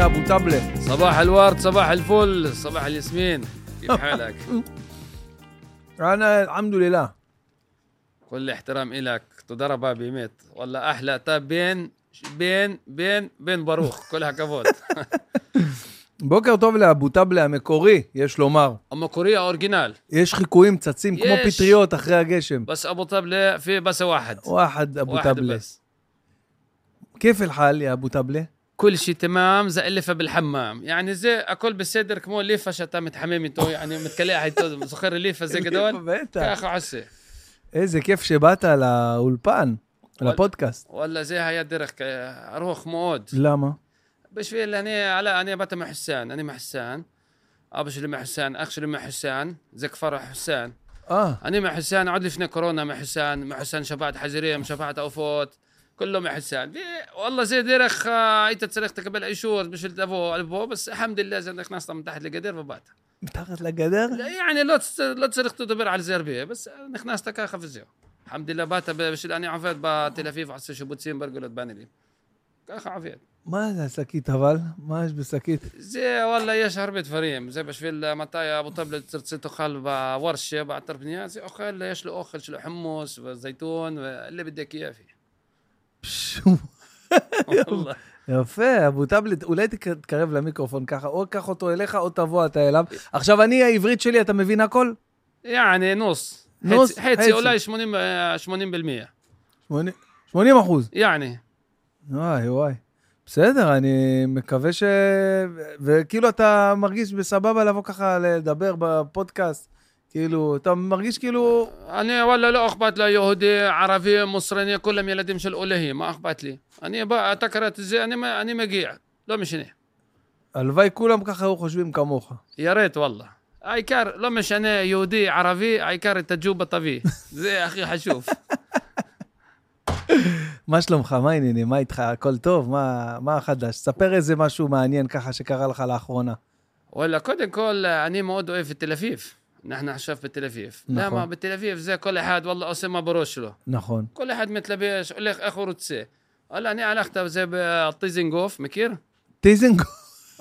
يا أبو طبلة. صباح الورد، صباح الفل، صباح الياسمين. كيف حالك؟ أنا الحمد لله. كل احترام إلك. تضرب بيميت والله أحلى. طيب بين باרוך. كلها كבוד. בוקר טוב לאבו טבלה המקורי, יש לומר. המקורי האורגינל. יש חיקויים צצים כמו פטריות אחרי הגשם. بس أبو طبلة في بس واحد أبو طبلة. كيف الحال يا أبو طبلة؟ كل شيء تمام زي اللفة بالحمام. يعني زي أكل بالصدر كمو اللفة شتا متحمم انتو يعني متكلع هيتو زخر اللفة زي كدول كاخو عسي. איזה כיף שבאת לאולפן, לפודקאסט. والله زي هيا درخ أروح مواد. למה? بشوي أنا بات مع حسان. أنا مع حسان. أبش اللي مع حسان، أخش اللي مع حسان، زي كفر حسان. أنا مع حسان عاد لفنا كورونا مع حسان شفاعة حجرية، شفاعة أوفوت، كله مع حسان. والله زي درخ أنت تصرخ تقبل عيشور مش الأبو بس الحمد لله زي إنك ناس من تحت الجدار فبات. من تحت الجدار؟ يعني لا تصرخ تدبر على الزربية بس ناس تكاخف الزيو. الحمد لله بات بش أنا عفيت بتل أبيب على شبوتسين برجلت بانلي. كاخ عفيت. ما هذا سكيت هبل؟ ما إيش بسكيت؟ زي والله يشهر بيت فريم زي باش في المطايا أبو طبلة تصير خال بورشة بعد تربنيات زي أخل يش له أخل شلو حمص وزيتون اللي بدك إياه فيه. والله יפה, אבו טבלט, אולי תקרב למיקרופון ככה, או קח אותו אליך, או תבוא אתה אליו. עכשיו אני, העברית שלי, אתה מבין הכל? يعني نص حيثي أولاي 80%. 80%? يعني. וואי. בסדר, אני מקווה וכאילו אתה מרגיש בסבבה לבוא ככה לדבר בפודקאסט, כאילו, אתה מרגיש כאילו... אני וואלה לא אכפת לי יהודי, ערבי, מוסרני, כולם ילדים של אלוהים, מה אכפת לי? אני בא, אתה קראת את זה, אני מגיע, לא משנה. הלוואי כולם ככה היו חושבים כמוך. ירית וואלה. העיקר, לא משנה יהודי, ערבי, העיקר תג'וב בטבי. זה הכי חשוב. מה שלומך? מה העניינים? מה איתך? הכל טוב? מה החדש? ספר איזה משהו מעניין ככה שקרה לך לאחרונה. וואלה, קודם כל, אני מאוד אוהב את תל אביב. نحن עכשיו בתל אביב. למה? בתל אביב זה כל אחד, וואלה, עושה מה בראש שלו. נכון. כל אחד מתלבש, הולך איך הוא רוצה. וואלה, אני הלכת בזה בטיזינגוף, מכיר? טיזינגוף.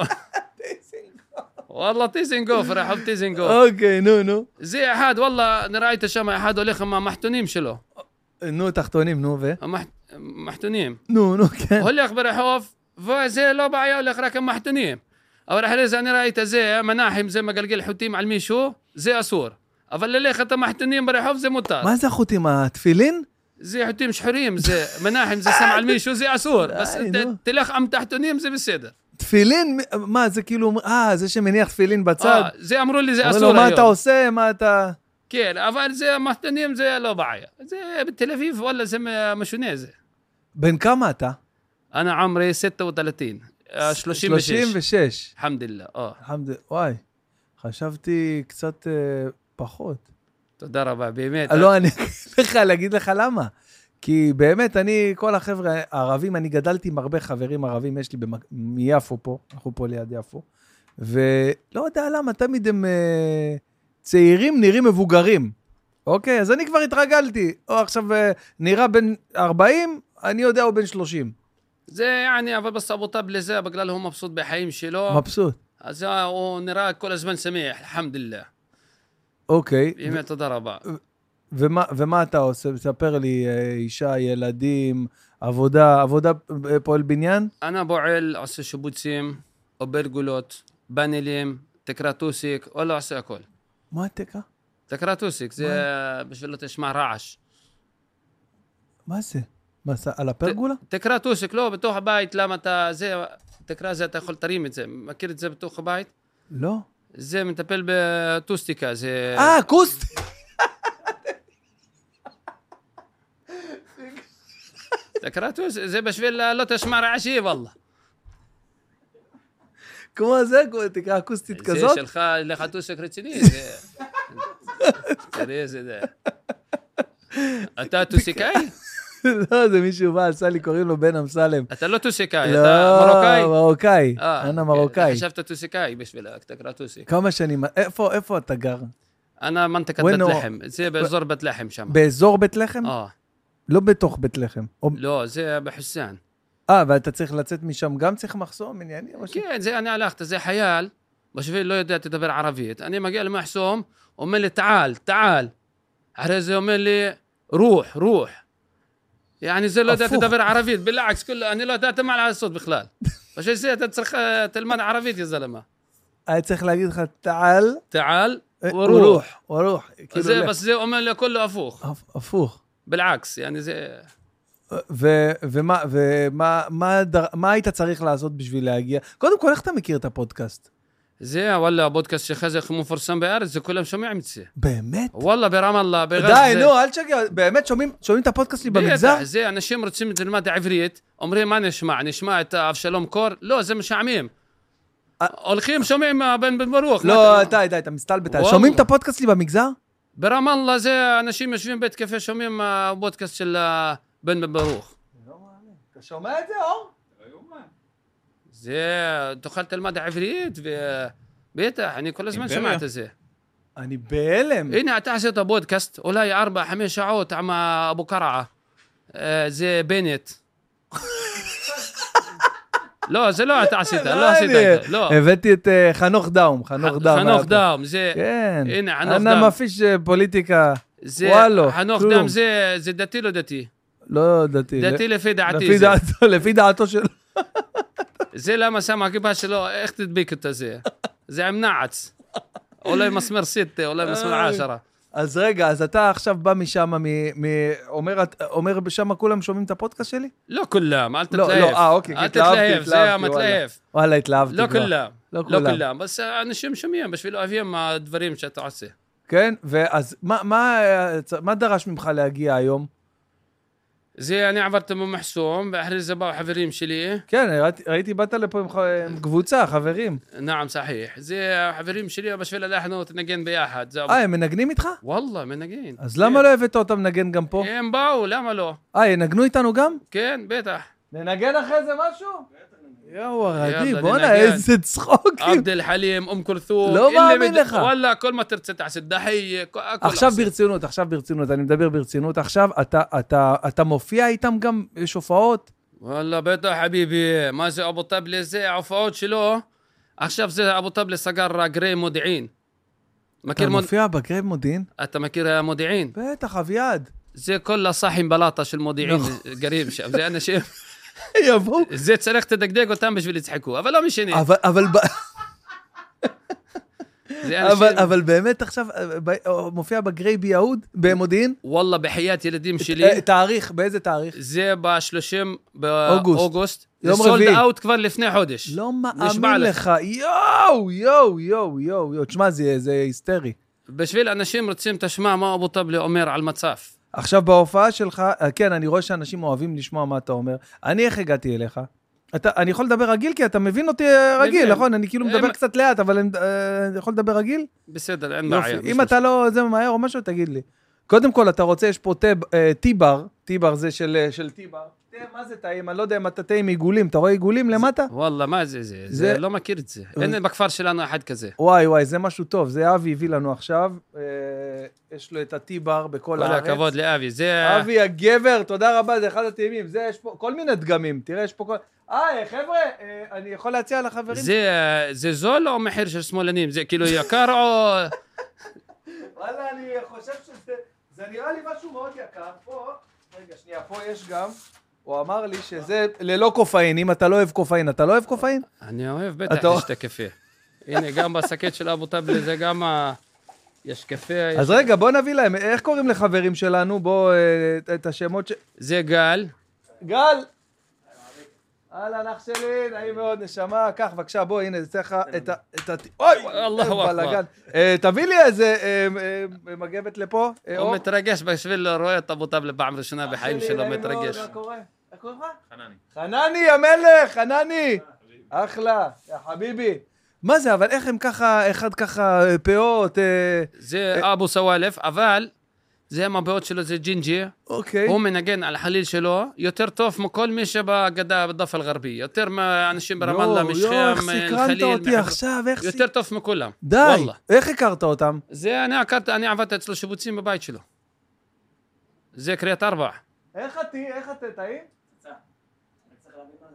والله تيزنغوف رحب تيزنغوف. اوكي נו. زي احد والله نرايت שם אחד הולך עם המחתונים שלו. נו, תחתונים, נו ו? מחתונים. נו, כן. הולך ברחוב, וזה לא בעיה, הולך רק עם מחתונים. אבל אחרי זה אני ראיתי זה, מנחם, זה מגלגל חוטים על מישהו, זה אסור. אבל ללכת המחתונים ברחוב זה מותר. מה זה החוטים? התפילין? זה חוטים שחורים, זה מנחם, זה שם על מישהו, זה אסור. בס תלך עם תחתונים, זה בסדר. תפילין? מה, זה כאילו, זה שמניח תפילין בצד? זה אמרו לי, זה אסור היום. מה אתה עושה? מה אתה... כן, אבל זה מחתנים, זה לא בעיה. זה בתל אביב, וואלה, זה משונה זה. בן כמה אתה? אני עמרי 36. 36. אלחמדוללה. וואי, חשבתי קצת פחות. תודה רבה, באמת. לא, אני להגיד לך למה. כי באמת, כל החבר'ה הערבים, אני גדלתי עם הרבה חברים ערבים, יש לי מיפו פה, אנחנו פה ליד יפו, ולא יודע למה, תמיד הם צעירים נראים מבוגרים. אוקיי, אז אני כבר התרגלתי. או עכשיו נראה בין 40, אני יודע הוא בין 30. זה يعني, אבל בס אבו טבלה זה, בגלל הוא מבסוט בחיים שלו. מבסוט. אז הוא נראה כל הזמן שמח, אלחמדוללה. אוקיי. באמת, תודה רבה. ומה אתה עושה? תספר לי, אישה, ילדים, עבודה פועל בניין? אני פועל, עושה שיבוצים, או ברגולות, בנלים, תקרטוסיק, או לא עושה הכל. מה תקרה? תקרטוסיק, זה בשביל לא תשמע רעש. מה זה? על הפרגולה? תקרטוסיק, לא, בתוך הבית, למה אתה, זה, תקרא זה, אתה יכול תרים את זה. מכיר את זה בתוך הבית? לא. זה מטפל בטוסטיקה, זה... קוסטי! תקרטוס, זה בשביל לא תשמע רעשי, والله. כמו זה, תקרא אקוסטית כזאת? זה שלך, לך טוסק רציני, זה... תראה, זה... אתה טוסיקאי? לא, זה מישהו בא, עשה לי, קוראים לו בן אמסלם. אתה לא טוסיקאי, אתה מרוקאי? לא, מרוקאי, אני מרוקאי. חשבת טוסיקאי בשביל תקרא טוסיק. כמה שנים, איפה אתה גר? אני מנטקת בית לחם, זה באזור בית לחם שם. באזור בית לחם? אה. לא בתוך בית לחם. לא, זה בחוסן. ואתה צריך לצאת משם, גם צריך מחסום ענייני? כן, זה אני הלכת, זה חייל, בשביל לא יודע לדבר ערבית. אני מגיע למחסום, אומר לי, תעל. אחרי זה אומר לי, רוח. يعني זה לא יודעת לדבר ערבית, בלעקס, אני לא יודעת מה לעשות בכלל. בשביל זה אתה צריך תלמד ערבית, יא זלמה. אני צריך להגיד לך, תעל ורוח. בס זה אומר לי, כולו הפוך. בלעקס, يعني זה... ומה היית צריך לעשות בשביל להגיע? קודם כל, איך אתה מכיר את הפודקאסט? זה, וואלה, הפודקאסט שחזק מפורסם בארץ, זה כולם שומעים את זה. באמת? וואלה, ברם אללה, בגז די, נו, אל תשגע, באמת שומעים את הפודקאסט שלי במגזר? זה, אנשים רוצים ללמד עברית, אומרים, מה נשמע את אבשלום קור? לא, זה משעמים. הולכים, שומעים בן ברוך. לא, די, אתה מסתלבט. שומעים את הפודקאסט שלי במגזר? ברם אללה, זה, אנשים יושבים בית קפה, שומעים הפודקאסט של בן ברוך. אתה שומע את זה, אור? זה, תוכל תלמד עברית, ובטח, אני כל הזמן שומע את זה. אני בהלם. הנה, אתה עשית פודקאסט, אולי 4-5 שעות עם אבו קרעה. זה בנט. לא, זה לא אתה עשית, לא עשית את זה. הבאתי את חנוך דאום. חנוך דאום, זה... כן. הנה, חנוך דאום. אני מפיש פוליטיקה. וואלו. חנוך דאום זה דתי לא דתי? לא דתי. דתי לפי דעתי. לפי דעתו שלו. זה למה שם הכיפה שלו, איך תדביק את זה? זה עם נעץ. אולי מסמר 6, אולי מסמר 10. אז רגע, אז אתה עכשיו בא משם, אומר בשם כולם שומעים את הפודקאסט שלי? לא כולם, אל תתלהב. אוקיי, אל תתלהב, זה המתלהב. וואלה, התלהבתי. לא כולם, אז אנשים שומעים בשביל אוהבים הדברים שאתה עושה. כן, ואז מה דרש ממך להגיע היום? זה אני עברתי ממחסום, ואחרי זה באו חברים שלי. כן, ראיתי באת לפה עם קבוצה, חברים. נעם, סחיח. זה החברים שלי, בשביל אנחנו נגן ביחד. הם מנגנים איתך? וואלה, מנגן. אז למה לא הבאת אותם נגן גם פה? הם באו, למה לא? ינגנו איתנו גם? כן, בטח. ננגן אחרי זה משהו? יאו, הרדי, בונה, איזה צחוקים. עבד אל חלים, כולתום. לא מאמין לך. וואלה, כל מה תרצה תעשה, דחי, עכשיו ברצינות, אני מדבר ברצינות. עכשיו, אתה מופיע איתם גם, יש הופעות? וואלה, בטח, חביבי. מה זה אבו טבלה? זה ההופעות שלו. עכשיו זה אבו טבלה סגר גרי מודיעין. אתה מופיע בגרי מודיעין? אתה מכיר מודיעין? בטח, אביעד. זה כל הסחים בלטה של מודיעין, גרים שם. זה אנשים... יבוא. זה צריך תדגדג אותם בשביל לצחקו, אבל לא משנה. אבל באמת עכשיו מופיע בגרי ביהוד במודיעין? וואלה, בחיית ילדים שלי. תאריך, באיזה תאריך? זה ב-30 באוגוסט. יום רביעי. זה סולד אאוט כבר לפני חודש. לא מאמין לך. יואו. תשמע, זה היסטרי. בשביל אנשים רוצים תשמע מה אבו טבלה אומר על מצף. עכשיו בהופעה שלך, כן, אני רואה שאנשים אוהבים לשמוע מה אתה אומר. אני איך הגעתי אליך? אני יכול לדבר רגיל, כי אתה מבין אותי רגיל, נכון? אני כאילו מדבר קצת לאט, אבל אני יכול לדבר רגיל? בסדר, אין בעיה. אם אתה לא זה מהר או משהו, תגיד לי. קודם כל, אתה רוצה, יש פה טיבר זה של טיבר. מה זה טעים? אני לא יודע אם אתה טעים עיגולים. אתה רואה עיגולים למטה? וואלה, מה זה? זה לא מכיר את זה. אין בכפר שלנו אחד כזה. וואי, זה משהו טוב. זה אבי הביא לנו עכשיו. יש לו את הטיבר בכל הארץ. כל הכבוד לאבי. אבי הגבר, תודה רבה, זה אחד הטעימים. זה, יש פה כל מיני דגמים. תראה, יש פה כל... חבר'ה, אני יכול להציע לחברים? זה זול או מחיר של שמאלנים? זה כאילו יקר או... וואלה, אני חושב שזה נראה לי משהו מאוד יקר. פה, רגע, שנייה, פה יש גם... הוא אמר לי שזה ללא קופאין, אם אתה לא אוהב קופאין, אתה לא אוהב קופאין? אני אוהב, בטח יש את הקפה. הנה, גם בסקט של אבו טבלה זה גם יש קפה. אז רגע, בוא נביא להם, איך קוראים לחברים שלנו? בוא, את השמות זה גל. גל! אהלן, אח שלי, נעים מאוד, נשמה, קח, בבקשה, בוא, הנה, זה צריך את אוי, אללהו אכבר. תביא לי איזה מגבת לפה. הוא מתרגש בשביל לא רואה את אבו טבלה פעם ראשונה בחיים שלו, מתרגש. מה קורה? איך קוראים לך? חנני, המלך, חנני. אחלה, יא חביבי. מה זה, אבל איך הם ככה, אחד ככה פאות? זה אבו סוואלף, אבל... זה המבעות שלו, זה ג'ינג'י. אוקיי. הוא מנגן על החליל שלו, יותר טוב מכל מי שבגדה בדף הגרבי. יותר מהאנשים ברמאללה, משכם, איך סקרנת אותי עכשיו, יותר טוב מכולם. די, איך הכרת אותם? זה אני עבדתי אצלו שיבוצים בבית שלו. זה קריית 4. איך אתה טעים?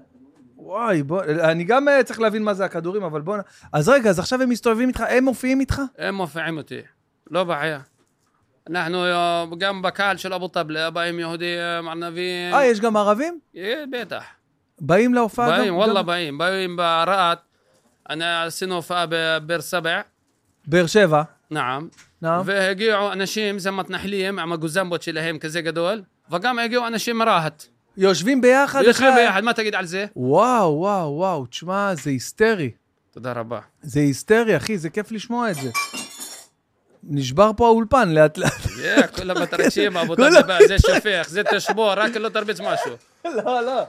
וואי, בוא, אני גם צריך להבין מה זה הכדורים, אבל בוא... אז רגע, אז עכשיו הם מסתובבים איתך, הם מופיעים איתך? הם מופיעים אותי, לא בעיה. אנחנו גם בקהל של אבו טבלה, באים יהודים, ערבים. יש גם ערבים? בטח. באים להופעה גם? באים, וואלה באים. באים ברעת. אני עשינו הופעה בבאר שבע. באר שבע? נעם. נעם. והגיעו אנשים, זה מתנחלים, עם הגוזמבות שלהם כזה גדול, וגם הגיעו אנשים מרהט. יושבים ביחד? יושבים ביחד, מה תגיד על זה? וואו, וואו, וואו, תשמע, זה היסטרי. תודה רבה. זה היסטרי, אחי, זה כיף לשמוע את זה. נשבר פה האולפן לאט לאט. כולם מתרגשים, אבו טבלה, זה שפך, זה תשבור, רק לא תרביץ משהו. לא,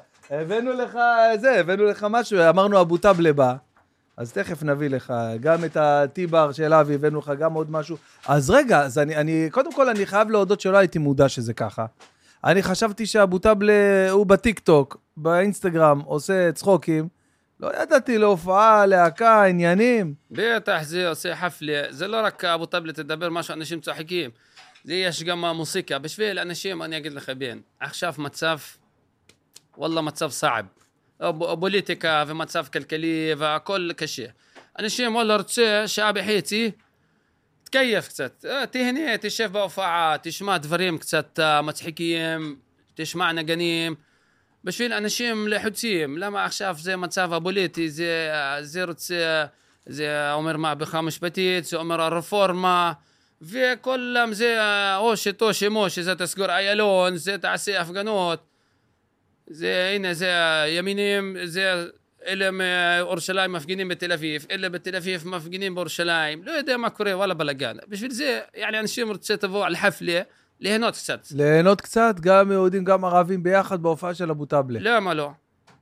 הבאנו לך משהו, אמרנו אבו טבלה בא, אז תכף נביא לך, גם את הטיבר של אבי, הבאנו לך גם עוד משהו. אז רגע, אז קודם כל אני חייב להודות שלא הייתי מודע שזה ככה. אני חשבתי שאבו טבלה הוא בטיק טוק, באינסטגרם, עושה צחוקים, לא ידעתי להופעה, להקה, עניינים. בטח, זה עושה חפלה, זה לא רק אבו טבלה תדבר משהו, אנשים צוחקים, זה יש גם מוסיקה, בשביל אנשים, אני אגיד לך בין, עכשיו מצב, וואלה מצב סעב, פוליטיקה ומצב כלכלי והכל קשה. אנשים וואלה רוצה שעה בחצי, תקייף קצת, תהנה, תשב בהופעה, תשמע דברים קצת מצחיקים, תשמע נגנים, בשביל אנשים לחוצים. למה עכשיו זה מצב הפוליטי, זה רוצה, זה אומר מהפכה משפטית, זה אומר הרפורמה, וכולם זה אושי מושי, זה תסגור איילון, זה תעשה הפגנות, זה הנה זה ימינים, זה אלה מאורשליים מפגינים בתל אביב, אלה בתל אביב מפגינים באורשליים, לא יודע מה קורה, וואלה בלגן. בשביל זה, يعني אנשים רוצה תבוא על חפלה, ליהנות קצת. ליהנות קצת, גם יהודים, גם ערבים ביחד בהופעה של אבו טבלה. למה לא?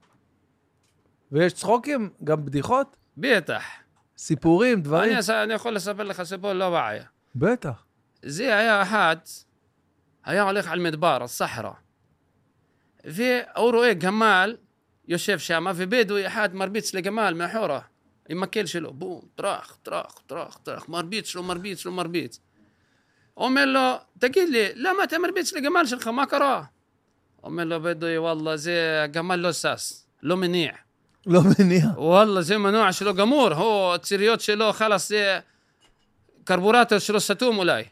ויש צחוקים, גם בדיחות? בטח. סיפורים, דברים? אני יכול לספר לך סיפור, לא בעיה. בטח. זה היה אחד, היה הולך על מדבר, הסחרה, והוא רואה גמל, יושב שם, ובדואי אחד מרביץ לגמל מאחורה, עם מקל שלו, בום, טרח, מרביץ. אומר לו, תגיד לי, למה אתה מרביץ לגמל שלך, מה קרה? אומר לו, בדואי, וואלה, זה גמל לא סס, לא מניע. וואלה, זה מנוע שלו גמור, הוא, הציריות שלו, חלס, זה קרבורטור שלו סתום אולי.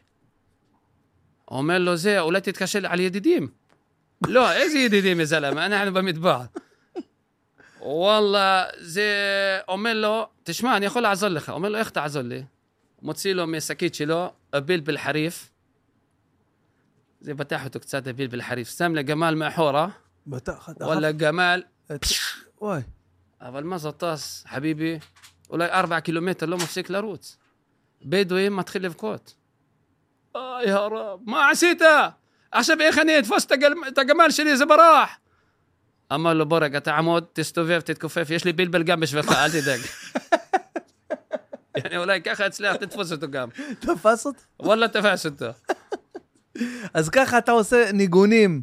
אומר לו, זה, אולי תתקשר על ידידים. לא, איזה ידידים, זלמה, אנחנו במדבר. וואלה, זה אומר לו, תשמע, אני יכול לעזור לך. אומר לו, איך תעזור לי? מוציא לו מסקית שלו, בלבל חריף. זה פתח אותו קצת, בלבל חריף. שם לגמל מאחורה. וואלה, גמל. וואי. אבל מה זה טס, חביבי? אולי 4 קילומטר לא מפסיק לרוץ. בדואי מתחיל לבכות. יא רב, מה עשית? עכשיו איך אני אתפוס את הגמל שלי, זה ברח. אמר לו, בוא רגע, תעמוד, תסתובב, תתכופף, יש לי בלבל גם בשבילך, אל תדאג. يعني אולי ככה הצליח, תתפוס אותו גם. תפס אותו? וואלה, תפס אותו. אז ככה אתה עושה ניגונים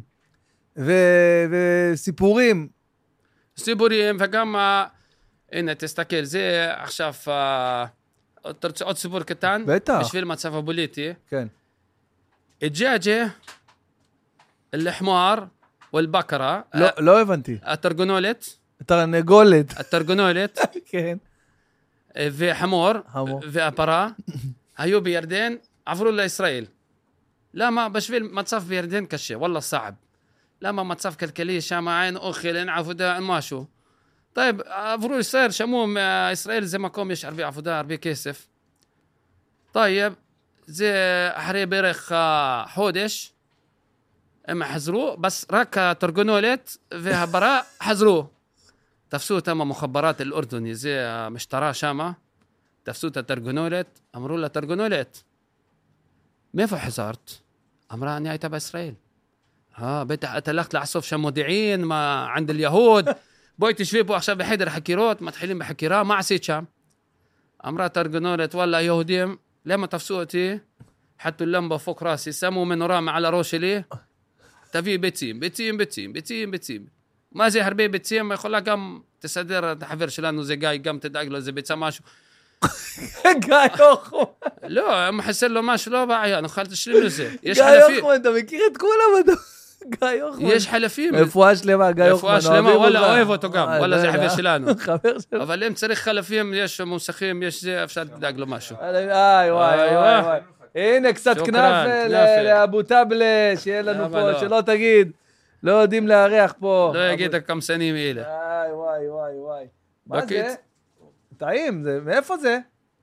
וסיפורים. סיפורים, וגם, הנה, תסתכל, זה עכשיו, עוד סיפור קטן. בטח. בשביל מצב הפוליטי. כן. الدجاجة الحمار والبقرة לא הבנתי. الترجنولت התרנגולת. כן. וחמור והפרה היו בירדן, עברו לישראל. למה? בשביל מצב בירדן קשה, والله صعب. למה מצב כלכלי שם, אין אוכל, אין עבודה, אין משהו. طيب, עברו לישראל, שמעו מישראל זה מקום, יש הרבה עבודה, הרבה כסף. طيب, זה אחרי בערך חודש, הם חזרו, בס רק התרגונולת והברה חזרו. תפסו אותם המוחברת אל-אורדוני, זה המשטרה שמה, תפסו את התרגונולת, אמרו לה, תרגונולת, מאיפה חזרת? אמרה, אני הייתה בישראל. בטח, אתה הלכת לאסוף שם מודיעין, מה, עند اليهود, בואי תשבי פה עכשיו בחדר חקירות, מתחילים בחקירה, מה עשית שם? אמרה תרגונולת, וואלה, יהודים, למה תפסו אותי? حطوا اللمبة فوق راسي, שמו מנורה מעל הראש שלי, תביא ביצים. מה זה הרבה ביצים? יכולה גם תסדר את החבר שלנו, זה גיא, גם תדאג לו, זה ביצה משהו. גיא אוחמן. לא, מחסר לו משהו, לא בעיה, נוכל תשלים לזה. גיא אוחמן, אתה מכיר את כולם? גיא יוחמן. יש חלפים. רפואה שלמה, גיא יוחמן. רפואה שלמה, וואלה, אוהב אותו גם. וואלה, זה חבר שלנו. חבר שלנו. אבל אם צריך חלפים, יש מוסכים, יש זה, אפשר לדאג לו משהו. וואי. הנה, קצת כנף לאבו טבלה, שיהיה לנו פה, שלא תגיד. לא יודעים לארח פה. לא יגיד הקמסנים האלה. וואי. מה זה? טעים, מאיפה זה?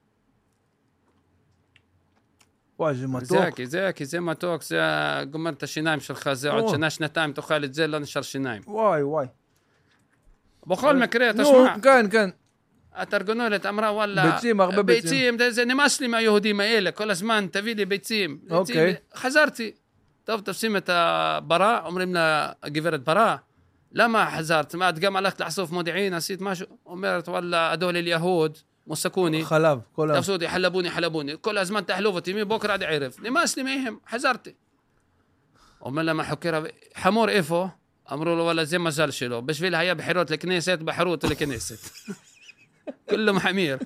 וואי, זה מתוק. כי זה מתוק, זה גומר את השיניים שלך, זה עוד שנה, שנתיים, תאכל את זה, לא נשאר שיניים. וואי. בכל מקרה, תשמע. כן. התרגונולת אמרה, וואלה, ביצים, הרבה ביצים. זה נמאס לי מהיהודים האלה, כל הזמן, תביא לי ביצים. אוקיי. חזרתי. טוב, תופסים את הברא, אומרים לה, הגברת ברא, למה חזרת? מה, את גם הלכת לאסוף מודיעין, עשית משהו? אומרת, וואלה, אדול אל-יהוד, מוסקוני. חלב, כל הזמן. תפסו אותי, חלבוני. כל הזמן תחלוב אותי, מבוקר עד ערב. נמאס לי מהם, חזרתי. אומר להם החוקר, חמור איפה? אמרו לו, וואלה, זה מזל שלו. בשביל היה בחירות לכנסת, בחרו אותו לכנסת. כולם חמיר.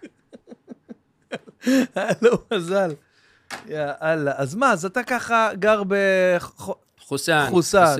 לא מזל. יאללה. אז מה, אז אתה ככה גר חוסן.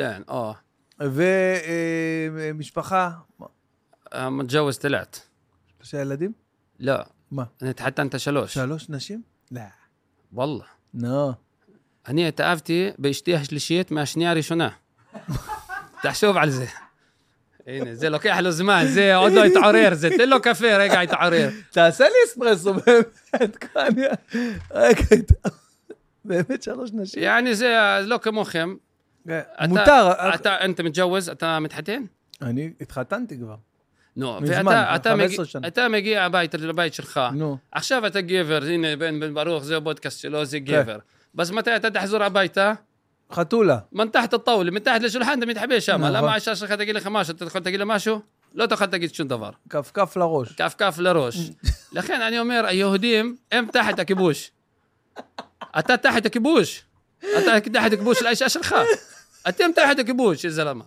ומשפחה? מתג'ווז תלת. 3 ילדים? לא. מה? אני התחתנת 3. 3 נשים? לא. וואלה. נו. אני התאהבתי באשתי השלישית מהשנייה הראשונה. תחשוב על זה. הנה, זה לוקח לו זמן, זה עוד לא התעורר, זה תן לו קפה, רגע, התעורר. תעשה לי אספרסו, באמת, קניה. רגע, באמת 3 נשים. יעני, זה לא כמוכם. מותר. אתה מתג'ווז, אתה מתחתן? אני התחתנתי כבר. נו, מזמן, 15 שנה. אתה מגיע הביתה לבית שלך. נו. עכשיו אתה גבר, הנה, בן ברוך, זה הפודקאסט שלו, זה גבר. בס מתי אתה תחזור הביתה? חתולה. من تحت الطاولة, מתחת לשולחן, אתה מתחבא שם. למה האישה שלך תגיד לך משהו? אתה יכול להגיד לה משהו? לא תוכל להגיד שום דבר. כף לראש. כף לראש. לכן אני אומר, היהודים הם תחת הכיבוש. אתה תחת הכיבוש. אתה תחת הכיבוש של האישה שלך. אתם תחת הכיבוש, איזה למה.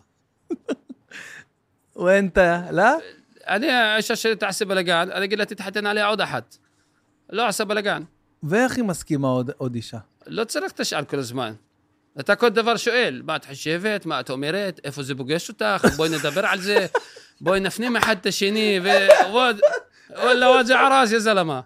ואנت, לא? אני, האישה שלי תעשה בלגן, אני אגיד לה, תתחתן עליה עוד אחת. לא עשה בלגן. ואיך היא מסכימה עוד אישה? לא צריך תשאל כל הזמן. אתה כל דבר שואל, מה את חושבת, מה את אומרת, איפה זה פוגש אותך, בואי נדבר על זה, בואי נפנים אחד את השני, וואלה, זה ערס, יא זלמה.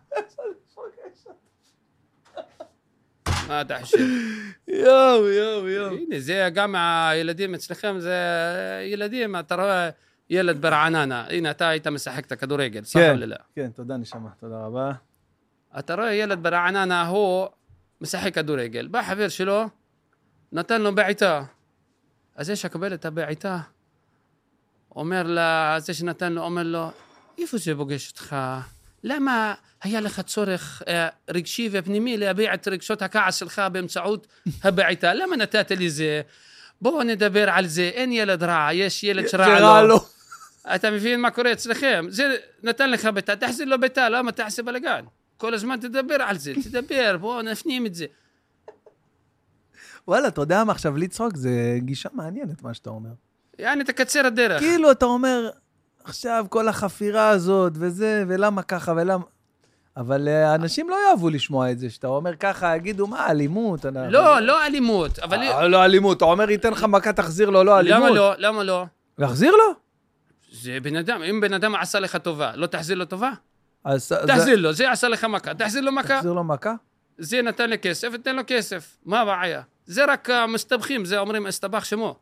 מה אתה חושב? יואו. הנה, זה גם הילדים אצלכם, זה ילדים, אתה רואה ילד ברעננה, הנה, אתה היית משחק את הכדורגל, סך הכל. כן, תודה נשמה, תודה רבה. אתה רואה ילד ברעננה, הוא משחק כדורגל, בא חבר שלו, נתן לו בעיטה. אז יש הקבל את הבעיטה. אומר לה, זה שנתן לו, אומר לו, איפה זה פוגש אותך? למה היה לך צורך רגשי ופנימי להביע את רגשות הכעס שלך באמצעות הבעיטה? למה נתת לי זה? בואו נדבר על זה. אין ילד רע, יש ילד שרע לו. אתה מבין מה קורה אצלכם? זה נתן לך ביתה, תחזיר לו ביתה, למה תעשה בלגן? כל הזמן תדבר על זה, תדבר, בואו נפנים את זה. וואלה, אתה יודע מה עכשיו לצחוק? זה גישה מעניינת מה שאתה אומר. יעני, תקצר הדרך. כאילו אתה אומר, עכשיו כל החפירה הזאת וזה, ולמה ככה ולמה... אבל אנשים לא יאהבו לשמוע את זה, שאתה אומר ככה, יגידו, מה, אלימות? לא אלימות, אבל... לא אלימות, אתה אומר, ייתן לך מכה, תחזיר לו, לא אלימות. למה לא? להחזיר לו? זה בן אדם, אם בן אדם עשה לך טובה, לא תחזיר לו טובה? תחזיר לו, זה עשה לך מכה, תחזיר לו מכה? תחזיר לו מכה? זה נתן לי כסף, תן לו כסף. מה הבעיה? זה רק מסתבכים, זה אומרים, הסתבח שמו.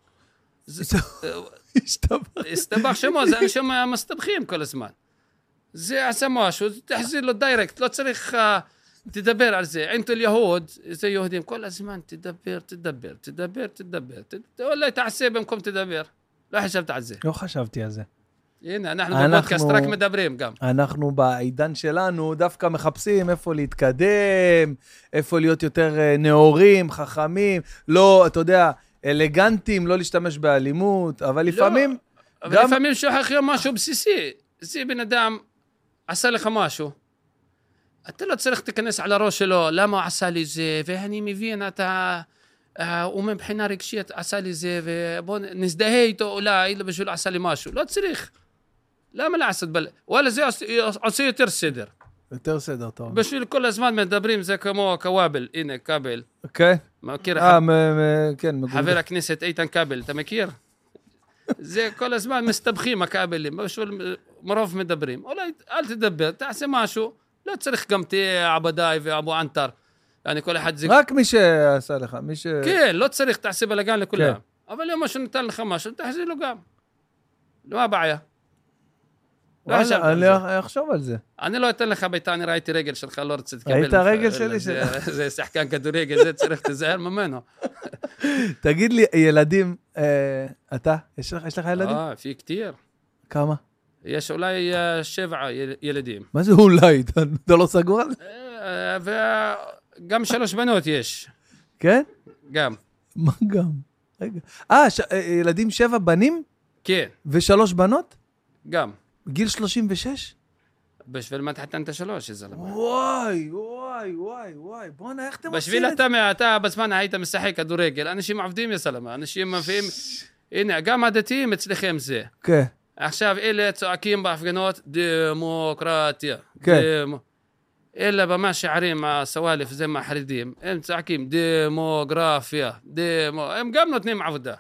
הסתבח שמו, זה אנשים מסתבכים כל הזמן. זה עשה משהו, תחזיר לו דיירקט, לא צריך תדבר על זה. אינתו אל-יהוד, זה יהודים, כל הזמן תדבר. אולי תעשה במקום תדבר. לא חשבת על זה. לא חשבתי על זה. הנה, אנחנו בפודקאסט רק מדברים גם. אנחנו בעידן שלנו דווקא מחפשים איפה להתקדם, איפה להיות יותר נאורים, חכמים, לא, אתה יודע, אלגנטים, לא להשתמש באלימות, אבל לפעמים... אבל לפעמים שוכח משהו בסיסי. זה בן אדם עשה לך משהו. אתה לא צריך תיכנס על הראש שלו, למה הוא עשה לי זה, ואני מבין, הוא מבחינה רגשית עשה לי זה, ובוא נזדהה איתו אולי, בשביל עשה לי משהו. לא צריך. למה לעשות וואלה, זה עושה יותר סדר. יותר סדר טוב. בשביל כל הזמן מדברים, זה כמו כבל, הנה, כבל. כן? מכיר? כן. חבר הכנסת איתן כבל, אתה מכיר? זה כל הזמן מסתבכים הכבלים, בשביל מרוב מדברים. אולי אל תדבר, תעשה משהו, לא צריך גם תהיה עבדאי ואבו ענטר. אני כל אחד זה... רק מי שעשה לך, כן, לא צריך, תעשה בלגן לכולם. אבל אם משהו נתן לך משהו, תחזיר לו גם. לא הבעיה. אני אחשוב על זה. אני לא אתן לך ביתה, אני ראיתי רגל שלך, לא רוצה לקבל. ראית הרגל שלי? זה שחקן כדורגל, זה צריך תזהר ממנו. תגיד לי, ילדים, אתה, יש לך ילדים? في كتير. כמה? יש אולי 7 ילדים. מה זה אולי? אתה לא סגור על זה? וגם 3 בנות יש. כן? גם. מה גם? רגע. ילדים 7 בנים? כן. ו3 בנות? גם. גיל 36? בשביל מה תחתנת 3, איזה למה. וואי. בוא איך אתם עושים את זה? בשביל אתה בזמן היית משחק כדורגל, אנשים עובדים יסלמה, אנשים מביאים, הנה, גם הדתיים אצלכם זה. כן. עכשיו אלה צועקים בהפגנות, דמוקרטיה. כן. אלה במה שערים הסוואלף, זה מהחרדים, הם צועקים דמוגרפיה, הם גם נותנים עבודה.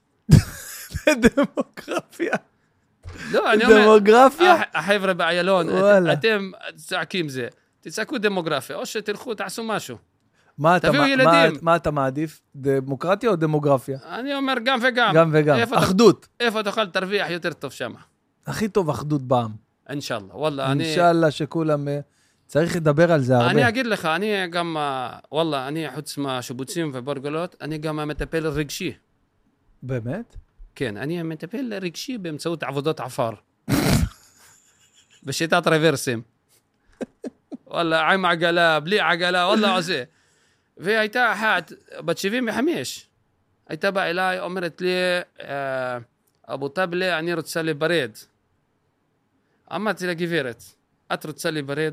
דמוגרפיה. לא, אני אומר, דמוגרפיה? החבר'ה באיילון, אתם צועקים זה, תצעקו דמוגרפיה, או שתלכו, תעשו משהו. תביאו ילדים. מה אתה מעדיף? דמוקרטיה או דמוגרפיה? אני אומר גם וגם. גם וגם. אחדות. איפה תוכל תרוויח יותר טוב שם? הכי טוב אחדות בעם. אינשאללה, וואלה, אני... אינשאללה שכולם... צריך לדבר על זה הרבה. אני אגיד לך, אני גם, וואלה, אני חוץ מהשיבוצים וברגולות, אני גם מטפל רגשי. באמת? כן, אני מטפל רגשי באמצעות עבודות עפר. בשיטת רוורסים. וואלה, עם עגלה, בלי עגלה, וואלה עושה. והייתה אחת, בת 75, הייתה באה אליי, אומרת לי, אבו טבלה, אני רוצה לברד. אמרתי לה, גברת, את רוצה לברד?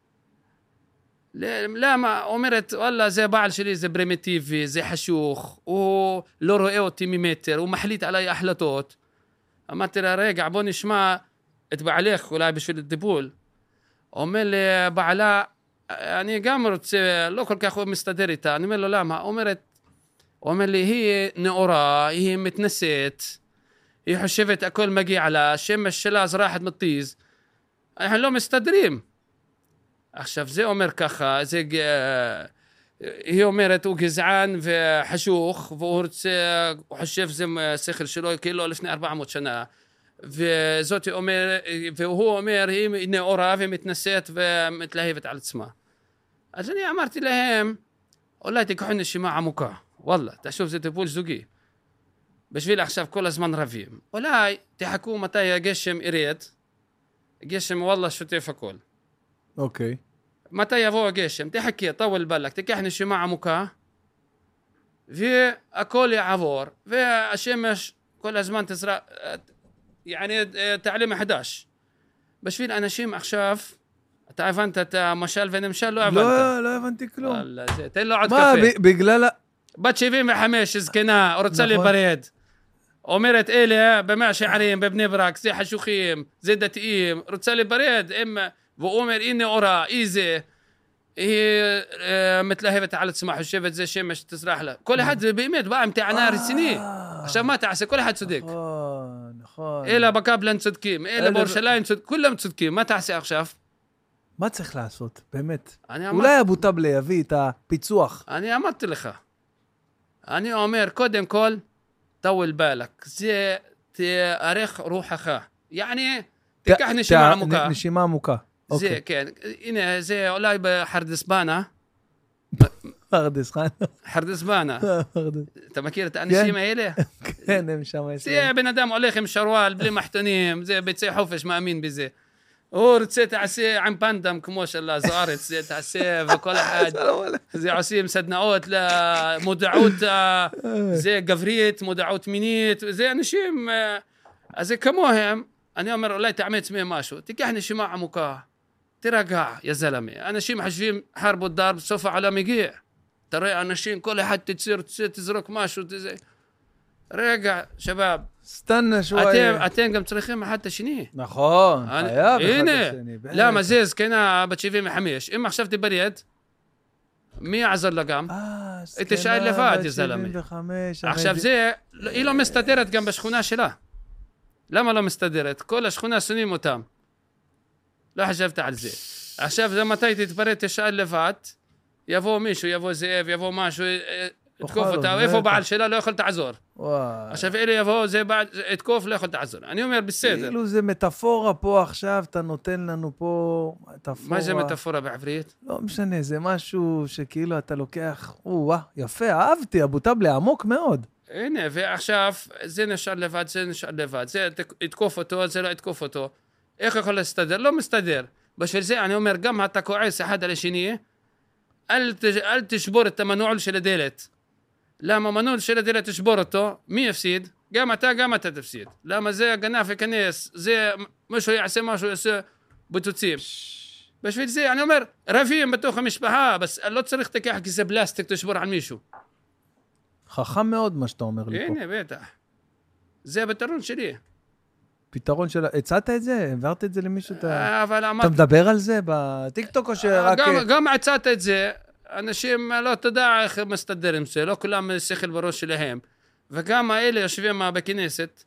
למה? אומרת, וואלה, זה בעל שלי, זה פרימיטיבי, זה חשוך, הוא לא רואה אותי ממטר, הוא מחליט עליי החלטות. אמרתי לה, רגע, בוא נשמע את בעלך, אולי בשביל הטיפול. אומר לי, בעלה, אני גם רוצה, לא כל כך הוא מסתדר איתה. אני אומר לו, למה? אומר לי, היא נאורה, היא מתנשאת, היא חושבת הכל מגיע לה, השמש שלה זרחת מטיז. אנחנו לא מסתדרים. עכשיו, זה אומר ככה, היא אומרת, הוא גזען וחשוך, והוא רוצה, הוא חושב זה שכל שלו, כאילו לפני 400 שנה. וזאת אומר, והוא אומר, היא נאורה ומתנשאת ומתלהבת על עצמה. אז אני אמרתי להם, אולי תיקחו נשימה עמוקה. וואלה, תשוב, זה טיפול זוגי. בשביל עכשיו כל הזמן רבים. אולי תחכו מתי הגשם ירד. הגשם וואלה שוטף הכל. אוקיי. מתי יבוא הגשם? תחכי, טול בלק, תיקח נשימה עמוקה, והכל יעבור, והשמש כל הזמן תזרע, תעלה מחדש. בשביל אנשים עכשיו, אתה הבנת את המשל ונמשל? לא הבנת. לא הבנתי כלום. תן לו עוד קפה. מה, בגלל... בת 75, זקנה, רוצה להיפרד. אומרת אלה, במאה שערים, בבני ברק, זה חשוכים, זה דתיים, רוצה להיפרד, והוא אומר, הנה אורה, איזה, היא מתלהבת על עצמה, חושבת זה שמש תזרח לה. כל אחד זה באמת בא עם טענה רציני. עכשיו מה תעשה? כל אחד צודק. נכון. אלה בקבלן צודקים, אלה בירושלים צודקים, כולם צודקים. מה תעשה עכשיו? מה צריך לעשות? באמת. אולי אבו טבלה יביא את הפיצוח. אני אמרתי לך. אני אומר, קודם כל, טול בלק. זה תארך רוחך. יעני, תיקח נשימה עמוקה. נשימה עמוקה. זה, כן. הנה, זה אולי בחרדסבנה. חרדסבנה. אתה מכיר את האנשים האלה? כן, הם שם. זה בן אדם הולך עם שרוואל, בלי מחתונים, זה ביצי חופש, מאמין בזה. הוא רוצה תעשה עם פנדם כמו של זוארץ, זה תעשה וכל אחד. זה עושים סדנאות למודעות, זה גברית, מודעות מינית, זה אנשים, אז זה כמוהם. אני אומר, אולי תאמץ מהם משהו, תיקח נשימה עמוקה, תרגע, יא זלמה. אנשים חושבים חרב ודאר, בסוף העולם הגיע. תראה אנשים, כל אחד תזרוק משהו, רגע, שבאב, סטנה שוואי. אתם גם צריכים אחד את השני. נכון, חייב אחד את השני. למה זה זקנה בת 75, אם עכשיו תברד, מי יעזור לה גם? תשאר לבד, יא זלמי. עכשיו זה, היא לא מסתדרת גם בשכונה שלה. למה לא מסתדרת? כל השכונה שונאים אותם. לא חשבת על זה. עכשיו זה מתי תתפרד, תשאר לבד, יבוא מישהו, יבוא זאב, יבוא משהו, תקוף אותה, איפה בעל שלה לא יכול לעזור. עכשיו אלה יבוא, זה בעל, תקוף, לא יכול לעזור. אני אומר, בסדר. כאילו זה מטאפורה פה עכשיו, אתה נותן לנו פה מטאפורה. מה זה מטאפורה בעברית? לא משנה, זה משהו שכאילו אתה לוקח, יפה, אהבתי, אבו טבלה, עמוק מאוד. הנה, ועכשיו זה נשאר לבד, זה נשאר לבד, זה יתקוף אותו, זה לא יתקוף אותו. איך יכול להסתדר? לא מסתדר. בשביל זה אני אומר, גם אתה כועס אחד על השני, אל תשבור את המנעול של הדלת. למה מנעול של הדלת תשבור אותו? מי יפסיד? גם אתה תפסיד. למה זה הגנף יכנס, זה משהו יעשה משהו, יעשה בוטוצים. בשביל זה אני אומר, רבים בתוך המשפחה, בס לא צריך תקח כיסא פלסטיק תשבור על מישהו. חכם מאוד מה שאתה אומר לי פה. הנה, בטח. זה הפתרון שלי. פתרון של... הצעת את זה? העברת את זה למישהו? אתה מדבר על זה בטיקטוק או שרק... גם הצעת את זה. אנשים לא תדע איך מסתדר עם זה, לא כולם שכל בראש שלהם. וגם האלה יושבים בכנסת,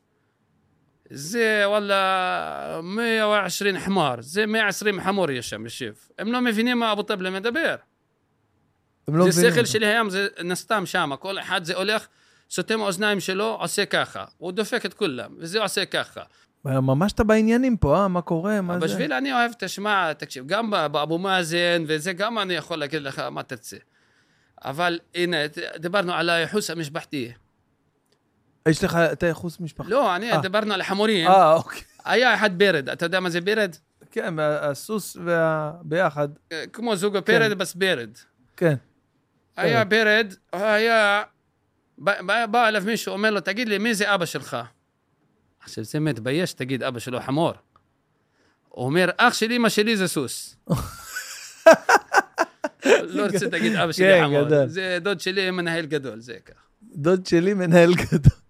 זה וואלה 120 חמור, זה 120 חמור יש שם יושב. הם לא מבינים מה אבו טבלה מדבר. זה שכל שלהם, זה נסתם שם, כל אחד זה הולך, סותם האוזניים שלו, עושה ככה, הוא דופק את כולם, וזה עושה ככה. ממש אתה בעניינים פה, מה קורה, מה זה? בשביל אני אוהב, תקשיב, גם באבו מאזן, וזה גם אני יכול להגיד לך מה תרצה. אבל הנה, דיברנו על היחוס המשפחתי. יש לך את היחוס משפחתי? לא, דיברנו על החמורים. אוקיי. היה אחד ברד, אתה יודע מה זה ברד? כן, הסוס ביחד. כמו זוג הפרד, בס ברד. כן. היה ברד, בא אליו מישהו, אומר לו, תגיד לי, מי זה אבא שלך? עכשיו זה מתבייש, תגיד, אבא שלו חמור. הוא אומר, אח שלי, אמא שלי זה סוס. לא רוצה תגיד, אבא שלי חמור. זה דוד שלי, מנהל גדול, זה כך. דוד שלי מנהל גדול.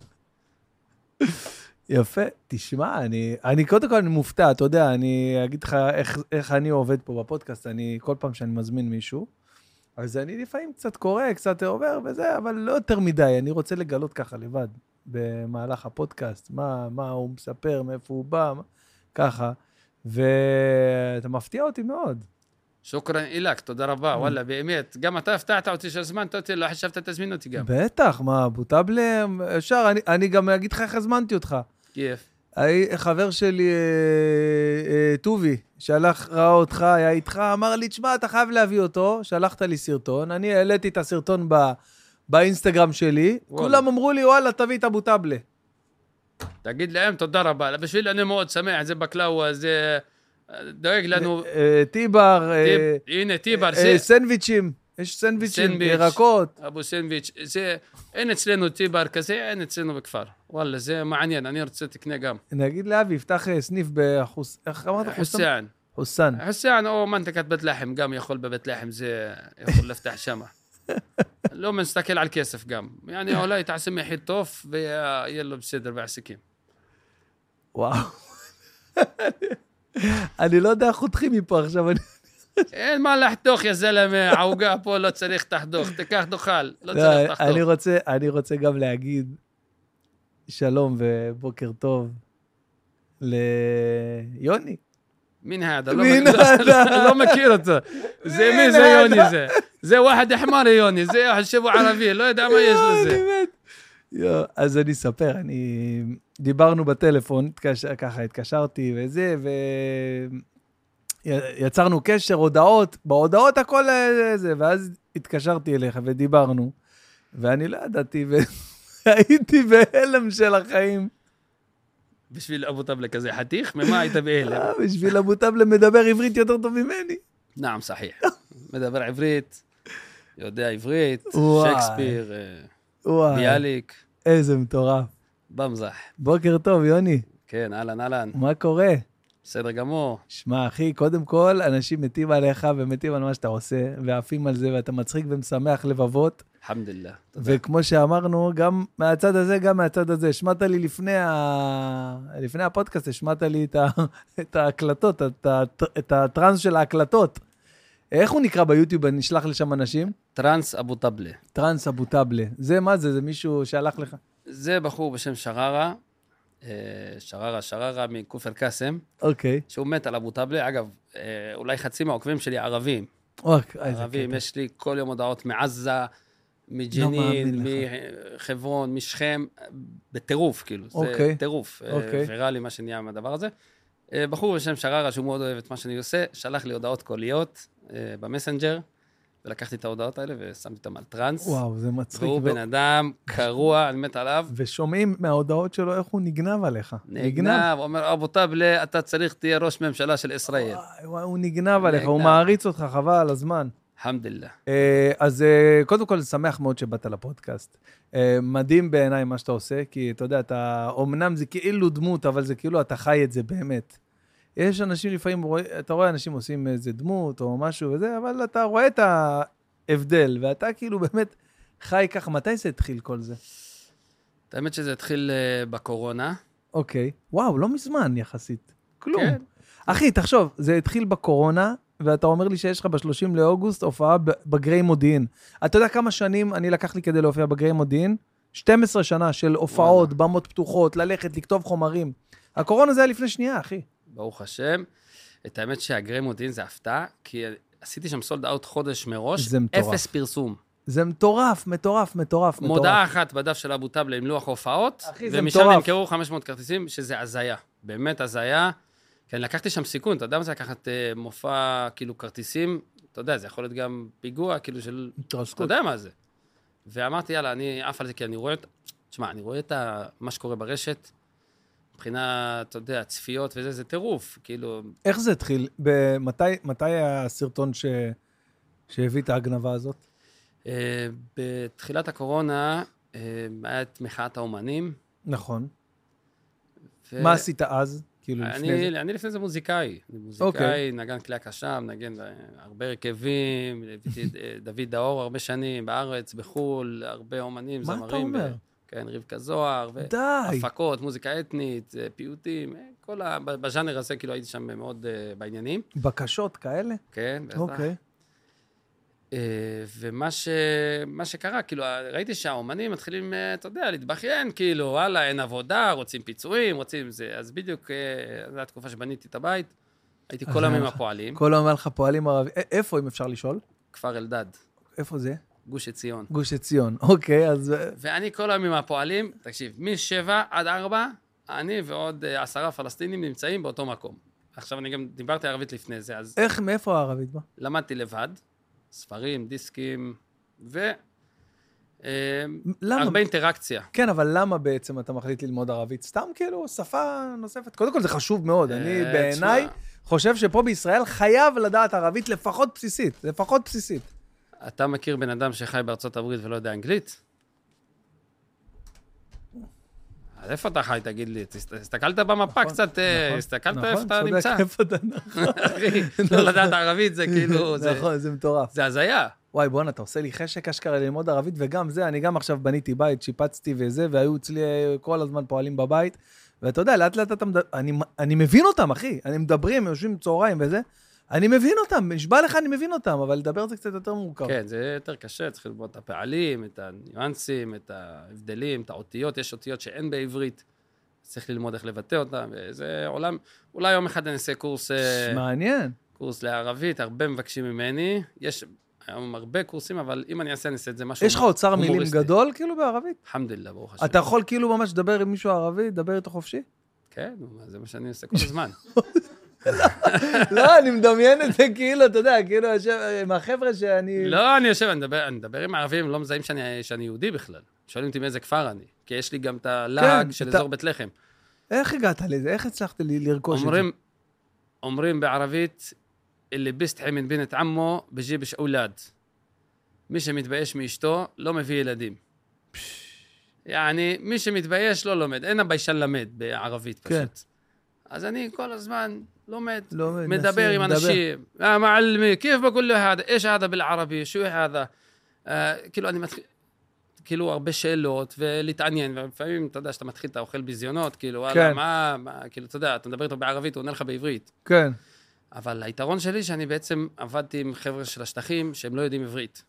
יפה, תשמע, אני קודם כל אני מופתע, אתה יודע, אני אגיד לך איך אני עובד פה בפודקאסט, כל פעם שאני מזמין מישהו, אז אני לפעמים קצת קורא, קצת עובר וזה, אבל לא יותר מדי, אני רוצה לגלות ככה לבד, במהלך הפודקאסט, מה הוא מספר, מאיפה הוא בא, ככה, ואתה מפתיע אותי מאוד. שוקרן אילק, תודה רבה, וואלה, באמת, גם אתה הפתעת אותי שהזמנת אותי, לא חשבת תזמין אותי גם. בטח, מה, אבו טבלה, אפשר, אני גם אגיד לך איך הזמנתי אותך. כיף. חבר שלי, טובי, שהלך, ראה אותך, היה איתך, אמר לי, תשמע, אתה חייב להביא אותו, שלחת לי סרטון, אני העליתי את הסרטון באינסטגרם שלי, כולם אמרו לי, וואלה, תביא את אבו טבלה. תגיד להם, תודה רבה, בשביל אני מאוד שמח, זה בקלאווה, זה דואג לנו. טיבר. הנה, טיבר. סנדוויצ'ים, יש סנדוויצ'ים, ירקות. אבו סנדוויץ', זה, אין אצלנו טיבר כזה, אין אצלנו בכפר. וואלה, זה מעניין, אני רוצה תקנה גם. נגיד לאבי, יפתח סניף איך אמרת? חוסן. חוסן או מנטקת בית לחם, גם יכול בבית לחם, זה יכול לפתח שמה. לא מסתכל על כסף גם. يعني אולי תעשה מחיר טוב, ויהיה לו בסדר בעסקים. וואו. אני לא יודע איך חותכים מפה עכשיו. אין מה לחתוך, יא זלמה, עוגה פה לא צריך תחתוך, תיקח תאכל, לא צריך תחתוך. אני רוצה גם להגיד שלום ובוקר טוב ליוני. מין هذا? לא מכיר אותו. זה מי זה יוני זה? זה ואחד אחמר יוני, זה חשבו ערבי, לא יודע מה יש לזה. אז אני אספר, דיברנו בטלפון, ככה התקשרתי וזה, ויצרנו קשר, הודעות, בהודעות הכל זה, ואז התקשרתי אליך ודיברנו, ואני לא ידעתי, והייתי בהלם של החיים. בשביל אבו טבלה כזה חתיך? ממה היית בהלם? בשביל אבו טבלה מדבר עברית יותר טוב ממני. נעם, صحيح. מדבר עברית, יודע עברית, שייקספיר, ביאליק. איזה מטורף. במזח. בוקר טוב, יוני. כן, אהלן, אהלן. מה קורה? בסדר גמור. שמע, אחי, קודם כל, אנשים מתים עליך ומתים על מה שאתה עושה, ועפים על זה, ואתה מצחיק ומשמח לבבות. אלחמדוללה. וכמו שאמרנו, גם מהצד הזה, גם מהצד הזה. השמעת לי לפני הפודקאסט, השמעת לי את ההקלטות, את הטרנס של ההקלטות. איך הוא נקרא ביוטיוב? אני אשלח לשם אנשים. טרנס אבו טבלה. טרנס אבו טבלה. זה מה זה? זה מישהו שהלך לך? זה בחור בשם שררה. שררה מכופר קאסם. אוקיי. שהוא מת על אבו טבלה. אגב, אולי חצי מהעוקבים שלי ערבים. ערבים, יש לי כל יום הודעות מעזה, מג'נין, מחברון, משכם, בטירוף, כאילו. זה טירוף. ויראלי מה שנהיה מהדבר הזה. בחור בשם שררה, שהוא מאוד אוהב את מה שאני עושה, שלח לי הודעות קוליות במסנג'ר, ולקחתי את ההודעות האלה ושמתי אותם על טרנס. וואו, זה מצחיק. והוא בן אדם קרוע, אני מת עליו. ושומעים מההודעות שלו איך הוא נגנב עליך. נגנב, הוא אומר, אבו טבלה, אתה צריך תהיה ראש ממשלה של ישראל. וואי, הוא נגנב עליך, הוא מעריץ אותך, חבל על הזמן. אלחמדוללה. אז קודם כל, שמח מאוד שבאת לפודקאסט. מדהים בעיניי מה שאתה עושה, כי אתה יודע, אומנם זה כאילו דמות, אבל זה כאילו, אתה חי את זה באמת. יש אנשים לפעמים, אתה רואה אנשים עושים איזה דמות או משהו וזה, אבל אתה רואה את ההבדל, ואתה כאילו באמת חי ככה. מתי זה התחיל כל זה? האמת שזה התחיל בקורונה. אוקיי. וואו, לא מזמן יחסית. כלום. כן. אחי, תחשוב, זה התחיל בקורונה, ואתה אומר לי שיש לך ב-30 לאוגוסט הופעה בגרי מודיעין. אתה יודע כמה שנים אני לקח לי כדי להופיע בגרי מודיעין? 12 שנה של הופעות, במות פתוחות, ללכת, לכתוב חומרים. הקורונה זה היה לפני שנייה, אחי. ברוך השם. את האמת שהגרי מודיעין זה הפתעה, כי עשיתי שם סולד אאוט חודש מראש, אפס פרסום. זה מטורף, מטורף, מטורף. מודעה אחת בדף של אבו טבלה עם לוח הופעות, ומשם נמכרו 500 כרטיסים, שזה הזיה. באמת הזיה. כי אני לקחתי שם סיכון, אתה יודע מה זה לקחת מופע, כאילו כרטיסים, אתה יודע, זה יכול להיות גם פיגוע, כאילו של... אתה יודע מה זה. ואמרתי, יאללה, אני עף על זה, כי אני רואה, תשמע, אני רואה את מה שקורה ברשת, מבחינה, אתה יודע, צפיות וזה, זה טירוף, כאילו... איך זה התחיל? מתי הסרטון שהביא את ההגנבה הזאת? בתחילת הקורונה, היה את מחאת האומנים. נכון. מה עשית אז? אני לפני זה מוזיקאי. מוזיקאי, נגן כלי הקשה, נגן הרבה הרכבים, דוד דאור הרבה שנים, בארץ, בחול, הרבה אומנים, זמרים. מה אתה אומר? כן, רבקה זוהר, הפקות, מוזיקה אתנית, פיוטים, בז'אנר הזה, כאילו הייתי שם מאוד בעניינים. בקשות כאלה? כן, בטח. אוקיי. ומה שקרה, כאילו, ראיתי שהאומנים מתחילים, אתה יודע, להתבכיין, כאילו, וואלה, אין עבודה, רוצים פיצויים, רוצים זה. אז בדיוק, זו התקופה שבניתי את הבית, הייתי כל היום עם הפועלים. כל היום היה לך פועלים ערבים. איפה, אם אפשר לשאול? כפר אלדד. איפה זה? גוש עציון. גוש עציון, אוקיי, אז... ואני כל היום עם הפועלים, תקשיב, מ-7 עד 4, אני ועוד 10 פלסטינים נמצאים באותו מקום. עכשיו אני גם דיברתי ערבית לפני זה, אז... איך, מאיפה הערבית בא? למדתי לבד. ספרים, דיסקים, הרבה אינטראקציה. כן, אבל למה בעצם אתה מחליט ללמוד ערבית? סתם כאילו שפה נוספת. קודם כל זה חשוב מאוד. אני בעיניי חושב שפה בישראל חייב לדעת ערבית לפחות בסיסית. לפחות בסיסית. אתה מכיר בן אדם שחי בארצות הברית ולא יודע אנגלית? אז איפה אתה חי, תגיד לי? הסתכלת במפה קצת, הסתכלת איפה אתה נמצא. אחי, לא לדעת ערבית זה כאילו... נכון, זה מטורף. זה הזיה. וואי, בוא'נה, אתה עושה לי חשק אשכרה ללמוד ערבית, וגם זה, אני גם עכשיו בניתי בית, שיפצתי וזה, והיו אצלי כל הזמן פועלים בבית, ואתה יודע, לאט לאט אני מבין אותם, אחי. אני מדברים, יושבים צהריים וזה, אני מבין אותם, נשבע לך אני מבין אותם, אבל לדבר זה קצת יותר מורכב. כן, זה יותר קשה, צריך ללמוד את הפעלים, את הניואנסים, את ההבדלים, את האותיות, יש אותיות שאין בעברית, צריך ללמוד איך לבטא אותם, וזה עולם, אולי יום אחד אני אעשה קורס... מעניין. קורס לערבית, הרבה מבקשים ממני, יש היום הרבה קורסים, אבל אם אני אעשה את זה משהו... יש לך אוצר מילים גדול כאילו בערבית? אלחמדוללה, ברוך השם. אתה יכול כאילו ממש לדבר עם מישהו ערבי, לדבר איתו חופשי? כן, זה מה שאני עושה כל הזמן. לא, אני מדמיין את זה כאילו, אתה יודע, כאילו, עם החבר'ה שאני... לא, אני יושב, אני מדבר עם הערבים, הם לא מזהים שאני יהודי בכלל. שואלים אותי מאיזה כפר אני, כי יש לי גם את הלהג של אזור בית לחם. איך הגעת לזה? איך הצלחת לרכוש את זה? אומרים בערבית, اللي بيستحي من بنت عمه بجيبش أولاد. מי שמתבייש מאשתו, לא מביא ילדים. מי שמתבייש לא לומד. אין הביישן למד בערבית פשוט. אז אני כל הזמן لومد مدبر עם אנשים. معلمي كيف بقول له هذا ايش هذا بالعربي شو هذا כאילו אני מתחיל כאילו הרבה שאלות ולהתעניין ולפעמים אתה יודע שאתה מתחיל אתה אוכל ביזיונות כאילו וואלה מה כאילו אתה יודע אתה מדבר איתו בערבית הוא עונה לך בעברית. כן. אבל היתרון שלי שאני בעצם עבדתי עם חבר'ה של השטחים שהם לא יודעים עברית.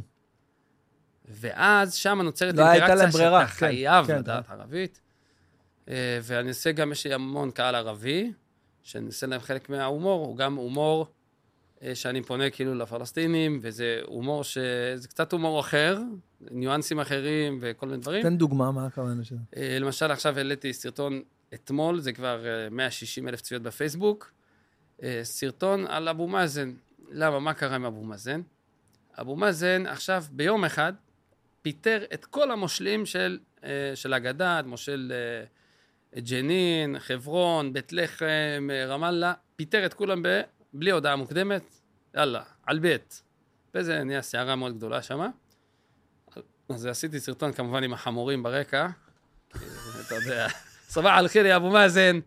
ואז שם נוצרת אינטראקציה שאתה חייב לדעת ערבית. ואני עושה גם, יש לי המון קהל ערבי, שאני עושה להם חלק מההומור, הוא גם הומור שאני פונה כאילו לפלסטינים, וזה הומור זה קצת הומור אחר, ניואנסים אחרים וכל מיני דברים. תן דוגמה, מה הכוונה שלך? למשל, עכשיו העליתי סרטון אתמול, זה כבר 160,000 צפיות בפייסבוק, סרטון על אבו מאזן. למה? מה קרה עם אבו מאזן? אבו מאזן עכשיו ביום אחד פיטר את כל המושלים של הגדה, מושל ג'נין, חברון, בית לחם, רמאללה, פיטר את כולם בלי הודעה מוקדמת, יאללה, על בית. וזה נהיה שערה מאוד גדולה שמה. אז עשיתי סרטון כמובן עם החמורים ברקע, אתה יודע, סבח על חיר יא אבו מאזן.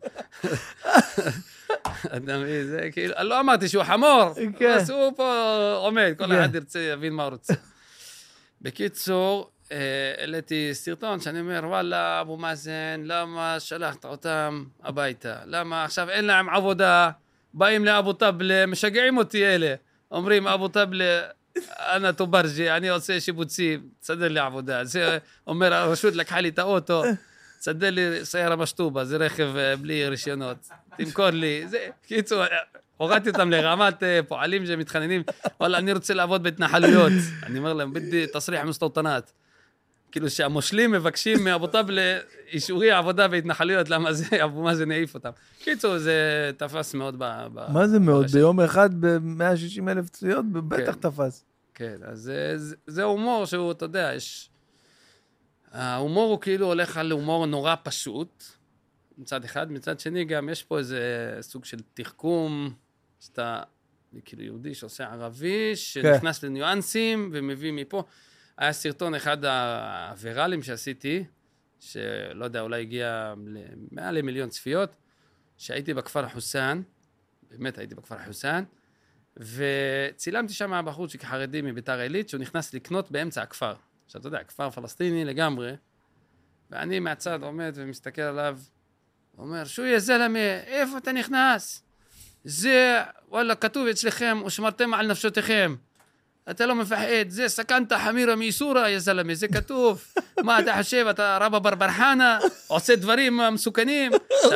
אדמי, זה כאילו, לא אמרתי שהוא חמור, אז הוא פה עומד, כל אחד ירצה, יבין מה הוא רוצה. בקיצור, העליתי סרטון שאני אומר, וואלה, אבו מאזן, למה שלחת אותם הביתה? למה עכשיו אין להם עבודה, באים לאבו טבלה, משגעים אותי אלה. אומרים, אבו טבלה, אני טוברג'י, אני עושה שיבוצים, תסדר לי עבודה. זה אומר, הרשות לקחה לי את האוטו, תסדר לי סיירה משטובה, זה רכב בלי רישיונות. תמכור לי, זה, קיצור, הורדתי אותם לרמת פועלים שמתחננים, וואלה, אני רוצה לעבוד בהתנחלויות. אני אומר להם, בדי תסריח מסתלטנת. כאילו שהמושלים מבקשים מאבו טבלה אישורי עבודה בהתנחלויות, למה זה, אבו מאזן העיף אותם. קיצור, זה תפס מאוד מה זה מאוד? ביום אחד ב-160,000 צפיות, בטח תפס. כן, אז זה הומור שהוא, אתה יודע, ההומור הוא כאילו הולך על הומור נורא פשוט, מצד אחד, מצד שני גם יש פה איזה סוג של תחכום, שאתה כאילו יהודי שעושה ערבי, שנכנס לניואנסים ומביא מפה. היה סרטון אחד הוויראלים שעשיתי, שלא יודע, אולי הגיע מעל למיליון צפיות, שהייתי בכפר חוסן, באמת הייתי בכפר חוסן, וצילמתי שם בחור שחרדי מביתר עילית, שהוא נכנס לקנות באמצע הכפר. עכשיו, אתה יודע, כפר פלסטיני לגמרי, ואני מהצד עומד ומסתכל עליו, אומר, שו יא זלמה, איפה אתה נכנס? זה, וואלה, כתוב אצלכם, ושמרתם על נפשותיכם. אתה לא מפחד, זה סכנת חמירה מאיסורה, יא זלמה, זה כתוב. מה אתה חושב, אתה רבא ברברחנה, עושה דברים מסוכנים?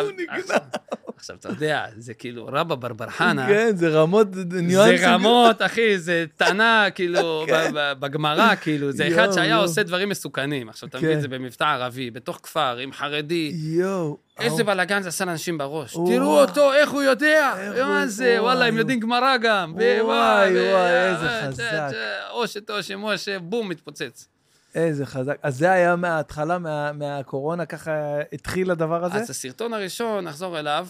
עכשיו, אתה יודע, זה כאילו רבא ברברחנה. כן, זה רמות ניואנסים. זה רמות, אחי, זה טענה, כאילו, בגמרא, כאילו, זה אחד שהיה עושה דברים מסוכנים. עכשיו, אתה מבין, זה במבטא ערבי, בתוך כפר, עם חרדי. איזה בלגן זה עשה לאנשים בראש. תראו אותו, איך הוא יודע. מה זה, וואלה, הם יודעים גמרא גם. וואי, איזה חזק. או משה, בום, מתפוצץ. איזה חזק. אז זה היה מההתחלה, מהקורונה, ככה התחיל הדבר הזה? אז הסרטון הראשון, נחזור אליו,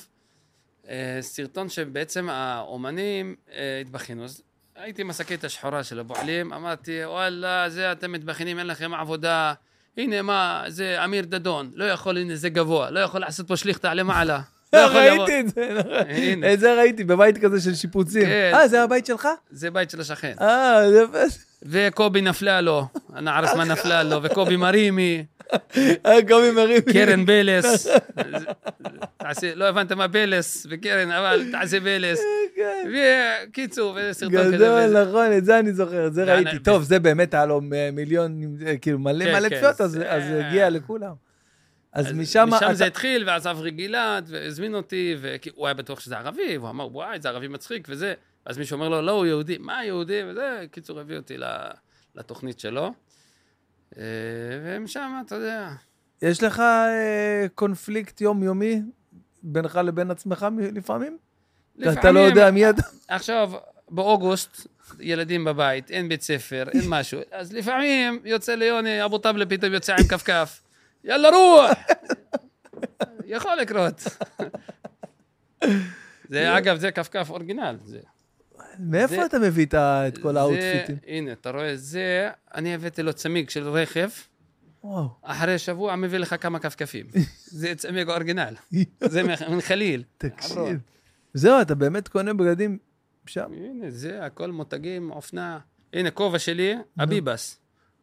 סרטון שבעצם האומנים התבחינו. אז הייתי מסקית השחורה של הפועלים, אמרתי, וואלה, זה אתם מתבחינים, אין לכם עבודה. הנה מה, זה אמיר דדון, לא יכול, הנה זה גבוה, לא יכול לעשות פה שליחתה למעלה. ראיתי את זה, את זה ראיתי, בבית כזה של שיפוצים. זה הבית שלך? זה בית של השכן. זה פס. וקובי נפלה לו, אני ערף מה נפלה לו, וקובי מרימי. קובי מרימי. קרן בלס. לא הבנת מה בלס, וקרן, אבל תעשה בלס. וקיצור, וסרטון כזה. גדול, נכון, את זה אני זוכר, את זה ראיתי. טוב, זה באמת היה לו מיליון, כאילו מלא תפיות, אז זה הגיע לכולם. אז משם זה התחיל, ואז אברי גלעד, והזמין אותי, והוא היה בטוח שזה ערבי, והוא אמר, וואי, זה ערבי מצחיק, וזה. אז מישהו אומר לו, לא, הוא יהודי. מה יהודי? וזה, קיצור, הביא אותי לתוכנית שלו. ומשם, אתה יודע. יש לך קונפליקט יומיומי בינך לבין עצמך לפעמים? אתה לא יודע מי אתה? עכשיו, באוגוסט, ילדים בבית, אין בית ספר, אין משהו. אז לפעמים יוצא ליוני, אבו טבלה פתאום יוצא עם כפכף. יאללה רוח! יכול לקרות. זה, אגב, זה כפכף אורגינל. מאיפה אתה מביא את כל האוטפיטים? הנה, אתה רואה, זה, אני הבאתי לו צמיג של רכב, אחרי שבוע מביא לך כמה כפכפים. זה צמיג אורגינל. זה מחליל. תקשיב. זהו, אתה באמת קונה בגדים שם. הנה, זה הכל מותגים, אופנה. הנה, כובע שלי, אביבס.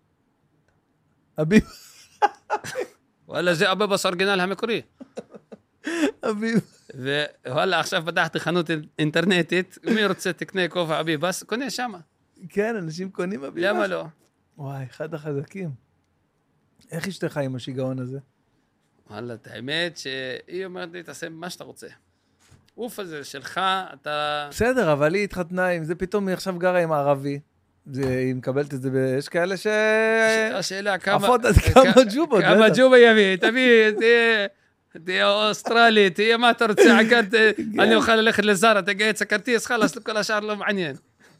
אביבס. וואלה, זה אביבס אורגינל המקורי. אביבס. ווואלה, עכשיו פתחתי חנות אינטרנטית, מי רוצה תקנה כובע אביבס, קונה שמה. כן, אנשים קונים אביבס. למה לא? וואי, אחד החזקים. איך אשתך עם השיגעון הזה? וואלה, את האמת שהיא אומרת לי, תעשה מה שאתה רוצה. אוף הזה שלך, אתה... בסדר, אבל היא התחתנה עם זה, פתאום היא עכשיו גרה עם הערבי. היא מקבלת את זה, יש כאלה ש... השאלה, כמה ג'ובות. כמה ג'ובה יביא, תביא, תהיה אוסטרלי, תהיה מה אתה רוצה, אני אוכל ללכת לזרה, תגייץ הכרטיס, חלס, כל השאר לא מעניין.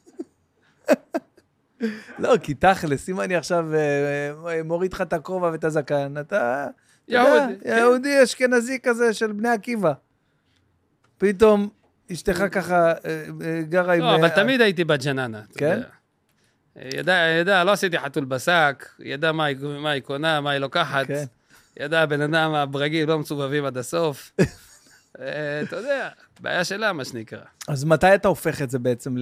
לא, כי תכלס, אם אני עכשיו מוריד לך את הכובע ואת הזקן, אתה... יהודי אשכנזי כזה של בני עקיבא. פתאום אשתך ככה גרה עם... לא, אבל תמיד הייתי בג'ננה. כן? ידע, לא עשיתי חתול בשק, ידע מה היא קונה, מה היא לוקחת. ידע, בן אדם הברגים לא מצובבים עד הסוף. אתה יודע, בעיה שלה, מה שנקרא. אז מתי אתה הופך את זה בעצם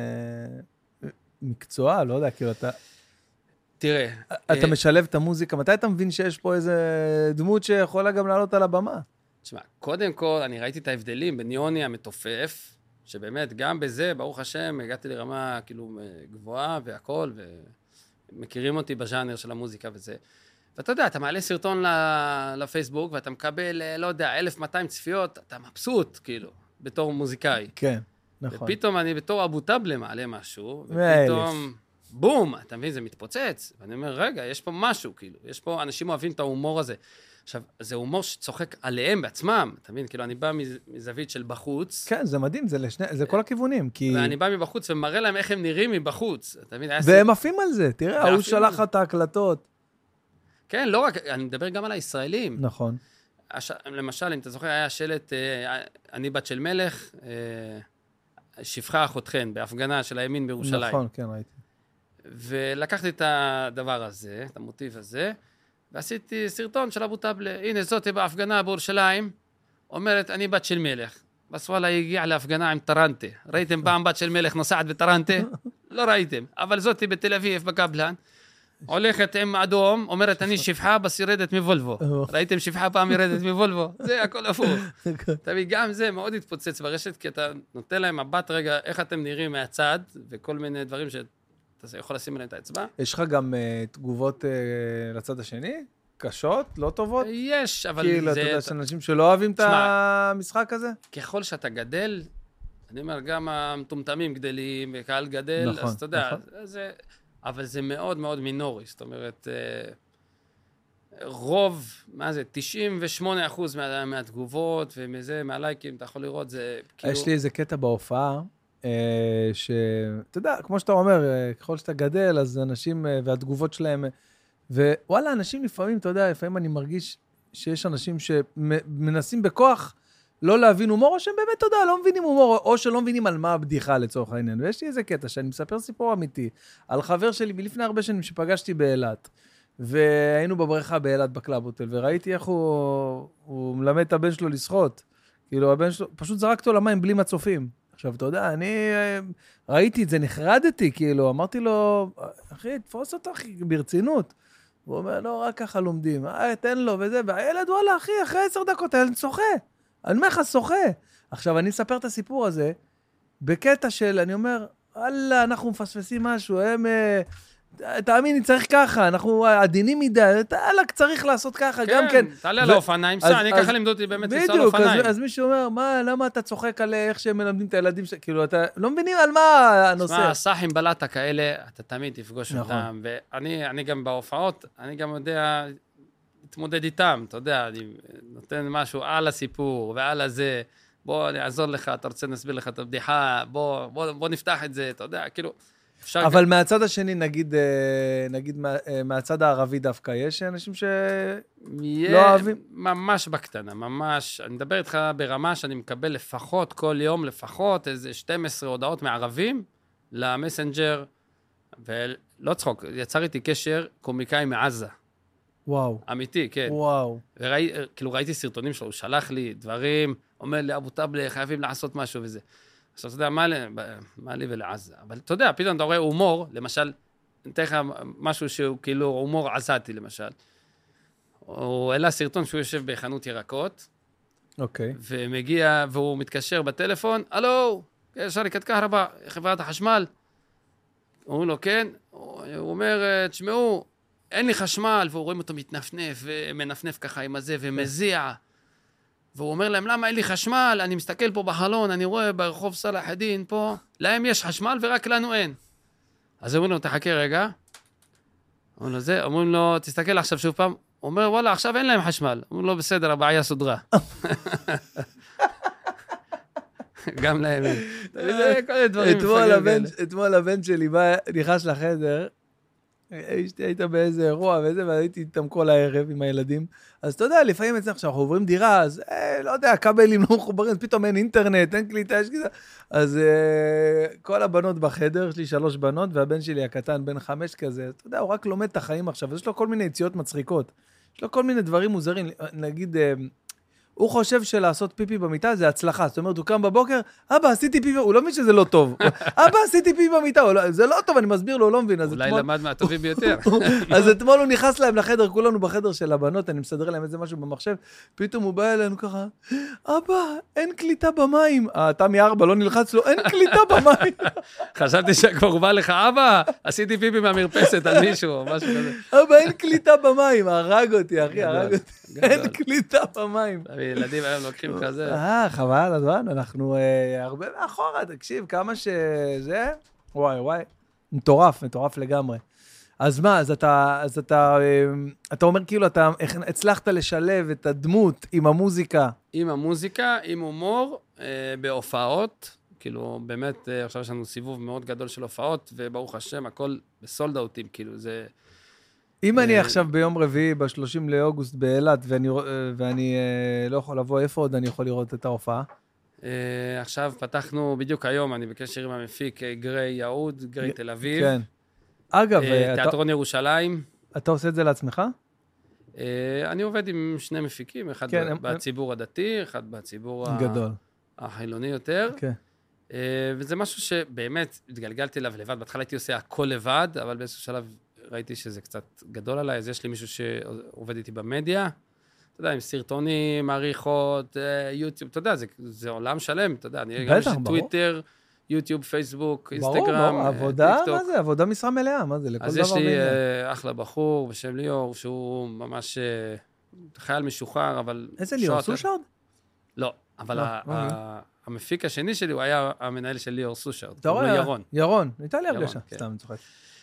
למקצוע? לא יודע, כאילו אתה... תראה. אתה משלב את המוזיקה, מתי אתה מבין שיש פה איזה דמות שיכולה גם לעלות על הבמה? תשמע, קודם כל, אני ראיתי את ההבדלים בין יוני המתופף, שבאמת, גם בזה, ברוך השם, הגעתי לרמה כאילו גבוהה והכל, ומכירים אותי בז'אנר של המוזיקה וזה. ואתה יודע, אתה מעלה סרטון לפייסבוק, ואתה מקבל, לא יודע, 1200 צפיות, אתה מבסוט, כאילו, בתור מוזיקאי. כן, נכון. ופתאום אני בתור אבו טאבלה מעלה משהו, ופתאום, בום, אתה מבין, זה מתפוצץ. ואני אומר, רגע, יש פה משהו, כאילו, יש פה, אנשים אוהבים את ההומור הזה. עכשיו, זה הומור שצוחק עליהם בעצמם, אתה מבין? כאילו, אני בא מזווית של בחוץ. כן, זה מדהים, זה כל הכיוונים, כי... ואני בא מבחוץ ומראה להם איך הם נראים מבחוץ, אתה מבין? והם עפים על זה, תראה, הוא שלח את ההקלטות. כן, לא רק, אני מדבר גם על הישראלים. נכון. למשל, אם אתה זוכר, היה שלט, אני בת של מלך, שפחה אחותכן, בהפגנה של הימין בירושלים. נכון, כן, ראיתי. ולקחתי את הדבר הזה, את המוטיב הזה, ועשיתי סרטון של אבו טאבלה. הנה, זאתי בהפגנה בירושלים, אומרת, אני בת של מלך. בס וואלה, היא הגיעה להפגנה עם טרנטה. ראיתם פעם בת של מלך נוסעת בטרנטה? לא ראיתם. אבל זאתי בתל אביב, בקבלן, הולכת עם אדום, אומרת, אני שפחה, בס ירדת מבולבו. ראיתם שפחה פעם ירדת מבולבו? זה הכל הפוך. תביא, גם זה מאוד התפוצץ ברשת, כי אתה נותן להם מבט רגע, איך אתם נראים מהצד, וכל מיני דברים אתה יכול לשים עליהם את האצבע. יש לך גם תגובות לצד השני? קשות? לא טובות? יש, אבל כאילו, אתה יודע, יש אנשים שלא אוהבים את המשחק הזה? ככל שאתה גדל, אני אומר, גם המטומטמים גדלים, וקהל גדל, אז אתה יודע, אבל זה מאוד מאוד מינורי, זאת אומרת, רוב, מה זה, 98% מהתגובות, ומזה, מהלייקים, אתה יכול לראות, זה כאילו... יש לי איזה קטע בהופעה, שאתה יודע, כמו שאתה אומר, ככל שאתה גדל, אז אנשים והתגובות שלהם, ווואלה, אנשים לפעמים, אתה יודע, לפעמים אני מרגיש שיש אנשים שמנסים בכוח לא להבין הומור, או שהם באמת, אתה יודע, לא מבינים הומור, או שלא מבינים על מה הבדיחה לצורך העניין. ויש לי איזה קטע שאני מספר סיפור אמיתי, על חבר שלי לפני הרבה שנים שפגשתי באילת, והיינו בבריכה באילת בקלאב הוטל, וראיתי איך הוא מלמד את הבן שלו לשחות. כאילו, הבן שלו, פשוט זרק אותו למים בלי מצופים. עכשיו, אתה יודע, אני ראיתי את זה, נחרדתי, כאילו, אמרתי לו, אחי, תפוס אותו, אחי, ברצינות. הוא אומר, לא, רק ככה לומדים, תן לו וזה, והילד, וואלה, אחי, אחרי 10 דקות, הילד שוחה. אני אומר לך, שוחה. עכשיו, אני אספר את הסיפור הזה, בקטע של, אני אומר, וואלה, אנחנו מפספסים משהו, הם... תאמיני, צריך ככה, אנחנו עדינים מדי, תאלק, צריך לעשות ככה, גם כן. תעלה לאופניים, אני ככה לימדו אותי באמת לנסוע לאופניים. בדיוק, אז מישהו אומר, למה אתה צוחק על איך שהם מלמדים את הילדים, כאילו, אתה לא מבינים על מה הנושא. תשמע, סחים בלטה כאלה, אתה תמיד תפגוש אותם, ואני גם בהופעות, אני גם יודע להתמודד איתם, אתה יודע, אני נותן משהו על הסיפור ועל הזה, בוא אני אעזור לך, אתה רוצה נסביר לך את הבדיחה, בוא נפתח את זה, אתה יודע, כאילו, אבל מהצד השני, נגיד מהצד הערבי דווקא, יש אנשים שלא אוהבים? ממש בקטנה, ממש. אני מדבר איתך ברמה שאני מקבל לפחות כל יום, לפחות איזה 12 הודעות מערבים למסנג'ר, ולא צחוק, יצר איתי קשר קומיקאי מעזה. וואו. אמיתי, כן. וואו. כאילו ראיתי סרטונים שלו, הוא שלח לי דברים, אומר לי, אבו טאבלה, חייבים לעשות משהו וזה. עכשיו, אתה יודע, מה לי ולעזה? אבל אתה יודע, פתאום אתה רואה הומור, למשל, נתן לך משהו שהוא כאילו הומור עזתי, למשל. הוא העלה סרטון שהוא יושב בחנות ירקות, אוקיי. ומגיע, והוא מתקשר בטלפון, אלו, שריקת כהרבא, חברת החשמל. אומרים לו, כן. הוא אומר, תשמעו, אין לי חשמל, והוא רואים אותו מתנפנף, ומנפנף ככה עם הזה, ומזיע. והוא אומר להם, למה אין לי חשמל? אני מסתכל פה בחלון, אני רואה ברחוב סלאח א-דין פה, להם יש חשמל ורק לנו אין. אז אומרים לו, תחכה רגע. אומרים לו, תסתכל עכשיו שוב פעם. הוא אומר, וואלה, עכשיו אין להם חשמל. אומרים לו, בסדר, הבעיה סודרה. גם להם אין. זה כל הדברים מפגרים. אתמול הבן שלי נכנס לחדר, היית באיזה אירוע וזה, והייתי איתם כל הערב עם הילדים. אז אתה יודע, לפעמים אצלנו, כשאנחנו עוברים דירה, אז לא יודע, הכבלים לא מחוברים, פתאום אין אינטרנט, אין קליטה, יש כזה. אז כל הבנות בחדר, יש לי 3 בנות, והבן שלי הקטן, בן 5 כזה, אתה יודע, הוא רק לומד את החיים עכשיו, יש לו כל מיני יציאות מצחיקות. יש לו כל מיני דברים מוזרים, נגיד, הוא חושב שלעשות פיפי במיטה זה הצלחה. זאת אומרת, הוא קם בבוקר, אבא, עשיתי פיפי, הוא לא מבין שזה לא טוב. אבא, עשיתי פיפי במיטה, זה לא טוב, אני מסביר לו, הוא לא מבין. אולי למד מהטובים ביותר. אז אתמול הוא נכנס להם לחדר, כולנו בחדר של הבנות, אני מסדר להם איזה משהו במחשב, פתאום הוא בא אלינו ככה, אבא, אין קליטה במים. תמי 4 לא נלחץ לו, אין קליטה במים. חשבתי שכבר הוא בא לך, אבא, עשיתי פיפי מהמרפסת על מישהו, משהו כזה. אבא, אין קליטה במים. הרג אותי, אחי, הרג אותי. אין קליטה במים. ילדים היום לוקחים כזה. חבל, הזמן, אנחנו הרבה מאחורה, תקשיב, כמה שזה, וואי, מטורף לגמרי. אז מה, אז אתה אומר כאילו, אתה הצלחת לשלב את הדמות עם המוזיקה. עם המוזיקה, עם הומור, בהופעות, כאילו באמת, עכשיו יש לנו סיבוב מאוד גדול של הופעות, וברוך השם, הכל בסולד אאוטים, כאילו זה... אם אני עכשיו ביום רביעי, ב-30 לאוגוסט באילת, ואני לא יכול לבוא, איפה עוד אני יכול לראות את ההופעה? עכשיו פתחנו, בדיוק היום, אני בקשר עם המפיק גרי יהוד, גרי תל אביב. כן. אגב, תיאטרון ירושלים. אתה עושה את זה לעצמך? אני עובד עם 2 מפיקים, אחד בציבור הדתי, אחד בציבור החילוני יותר. וזה משהו שבאמת התגלגלתי אליו לבד, בהתחלה הייתי עושה הכל לבד, אבל באיזשהו שלב ראיתי שזה קצת גדול עליי, אז יש לי מישהו שעובד איתי במדיה, אתה יודע, עם סרטונים, מעריכות, יוטיוב, אתה יודע, זה עולם שלם, אתה יודע, אני גם יש טוויטר, יוטיוב, פייסבוק, אינסטגרם, עבודה, מה זה? עבודה משרה מלאה, מה זה? לכל דבר אז יש לי אחלה בחור בשם ליאור, שהוא ממש חייל משוחרר, אבל... איזה ליאור? סושארד? לא, אבל המפיק השני שלי, הוא היה המנהל של ליאור סושארד. אתה רואה? ירון, הייתה לי הרגשה, סתם צוחק.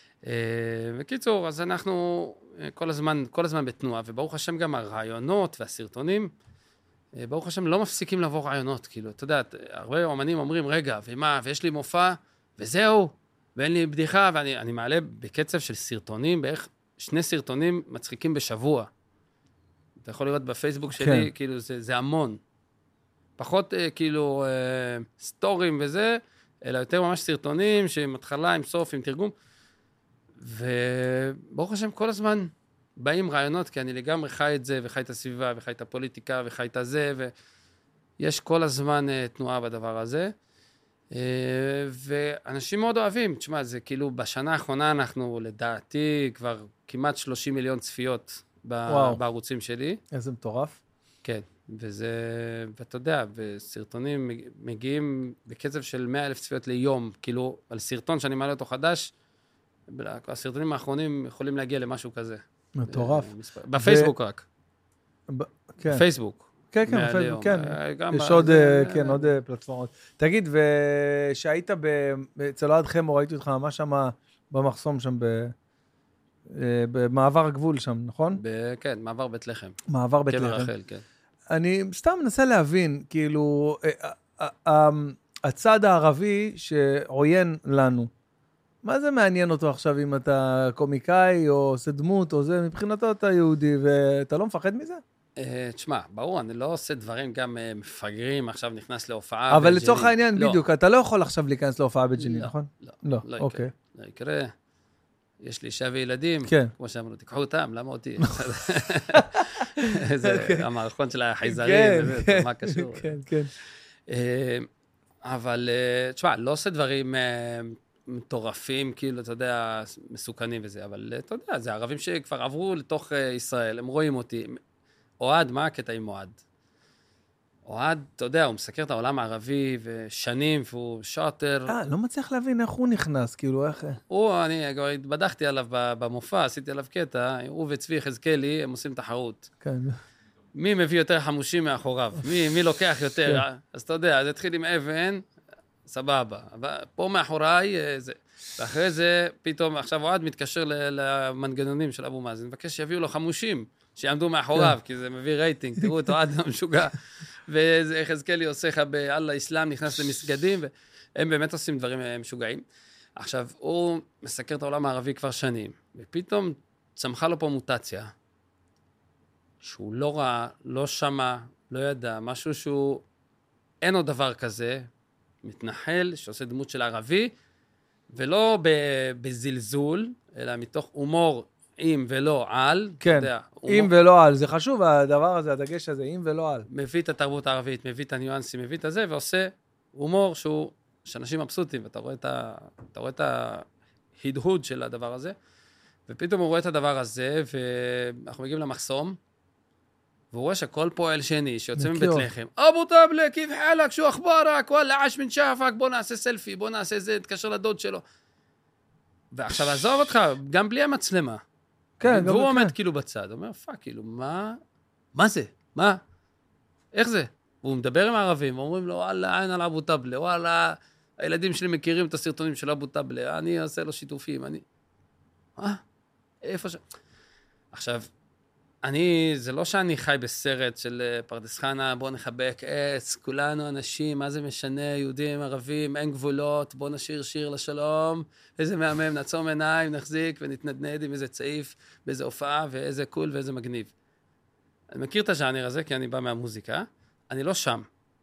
בקיצור, אז אנחנו כל הזמן בתנועה, וברוך השם גם הרעיונות והסרטונים, ברוך השם לא מפסיקים לבוא רעיונות, כאילו, אתה יודע, הרבה אומנים אומרים, רגע, ומה, ויש לי מופע, וזהו, ואין לי בדיחה, ואני מעלה בקצב של סרטונים, בערך 2 סרטונים מצחיקים בשבוע. אתה יכול לראות בפייסבוק שלי, כאילו, זה המון. פחות כאילו סטורים וזה, אלא יותר ממש סרטונים, שעם התחלה, עם סוף, עם תרגום, וברוך השם כל הזמן באים רעיונות, כי אני לגמרי חי את זה, וחי את הסביבה, וחי את הפוליטיקה, וחי את הזה, ויש כל הזמן תנועה בדבר הזה. ואנשים מאוד אוהבים, תשמע, זה כאילו בשנה האחרונה אנחנו לדעתי כבר כמעט 30 מיליון צפיות בערוצים שלי. איזה מטורף. כן, ואתה יודע, וסרטונים מגיעים בקצב של 100,000 צפיות ליום, כאילו על סרטון שאני מעלה אותו חדש, הסרטונים האחרונים יכולים להגיע למשהו כזה. מטורף. בפייסבוק רק. בפייסבוק. כן, בפייסבוק, כן. יש עוד פלטפורמות. תגיד, ושהיית אצל אוהד חמו, ראיתי אותך ממש שם במחסום שם, במעבר הגבול שם, נכון? כן, מעבר בית לחם. מעבר בית לחם. קבר רחל, כן. אני סתם מנסה להבין, כאילו, הצד הערבי שעוין לנו, מה זה מעניין אותו עכשיו אם אתה קומיקאי או עושה דמות או זה, מבחינתו אתה יהודי ואתה לא מפחד מזה? תשמע, ברור, אני לא עושה דברים גם מפגרים, עכשיו נכנס להופעה. אבל לצורך העניין, בדיוק, אתה לא יכול עכשיו להיכנס להופעה בג'נין, נכון? לא יקרה. יש לי אישה וילדים, כן. כמו שאמרו, תיקחו אותם, למה אותי? זה המערכון של החייזרים, מה קשור? כן, כן. אבל, תשמע, לא עושה דברים מטורפים, כאילו, אתה יודע, מסוכנים וזה, אבל אתה יודע, זה ערבים שכבר עברו לתוך ישראל, הם רואים אותי. אוהד, מה הקטע עם אוהד? אוהד, אתה יודע, הוא מסקר את העולם הערבי ושנים, והוא שוטר. לא מצליח להבין איך הוא נכנס, כאילו, איך... אני כבר התבדחתי עליו במופע, עשיתי עליו קטע, הוא וצבי חזקאלי, הם עושים תחרות. כן. מי מביא יותר חמושים מאחוריו? מי לוקח יותר? אז אתה יודע, זה התחיל עם אבן, סבבה. פה מאחוריי, זה. ואחרי זה, פתאום, עכשיו אוהד מתקשר למנגנונים של אבו מאזן, מבקש שיביאו לו חמושים, שיעמדו מאחוריו, כי זה מביא רייטינג, תראו את אוהד המשוגע. וחזקאלי עושה לך באללה איסלאם, נכנס למסגדים, והם באמת עושים דברים משוגעים. עכשיו, הוא מסקר את העולם הערבי כבר שנים, ופתאום צמחה לו פה מוטציה, שהוא לא ראה, לא שמע, לא ידע, משהו שהוא, אין עוד דבר כזה, מתנחל, שעושה דמות של ערבי, ולא בזלזול, אלא מתוך הומור עם ולא על. כן, יודע, עם ולא על. זה חשוב, הדבר הזה, הדגש הזה, עם ולא על. מביא את התרבות הערבית, מביא את הניואנסים, מביא את הזה, ועושה הומור שאנשים מבסוטים, ואתה רואה את ההדהוד של הדבר הזה, ופתאום הוא רואה את הדבר הזה, ואנחנו מגיעים למחסום, והוא רואה שכל פועל שני שיוצא מבית לחם, אבו טבלה, כיף חלק, שו אכברק, וואלה, עש מן שפק, בוא נעשה סלפי, בוא נעשה זה, תקשר לדוד שלו. ועכשיו, עזוב אותך, גם בלי המצלמה. כן, והוא עומד כאילו בצד, אומר, פאק, כאילו, מה זה? מה? איך זה? והוא מדבר עם הערבים, ואומרים לו, וואלה, אין על אבו טבלה, וואלה, הילדים שלי מכירים את הסרטונים של אבו טבלה, אני אעשה לו שיתופים, איפה ש... עכשיו, זה לא שאני חי בסרט של פרדס חנה, בוא נחבק עץ, כולנו אנשים, מה זה משנה, יהודים, ערבים, אין גבולות, בוא נשיר שיר לשלום, איזה מהמם, נעצום עיניים, נחזיק ונתנדנד עם איזה צעיף, באיזה הופעה, ואיזה קול ואיזה מגניב. אני מכיר את הז'אנר הזה, כי אני בא מהמוזיקה, אני לא שם,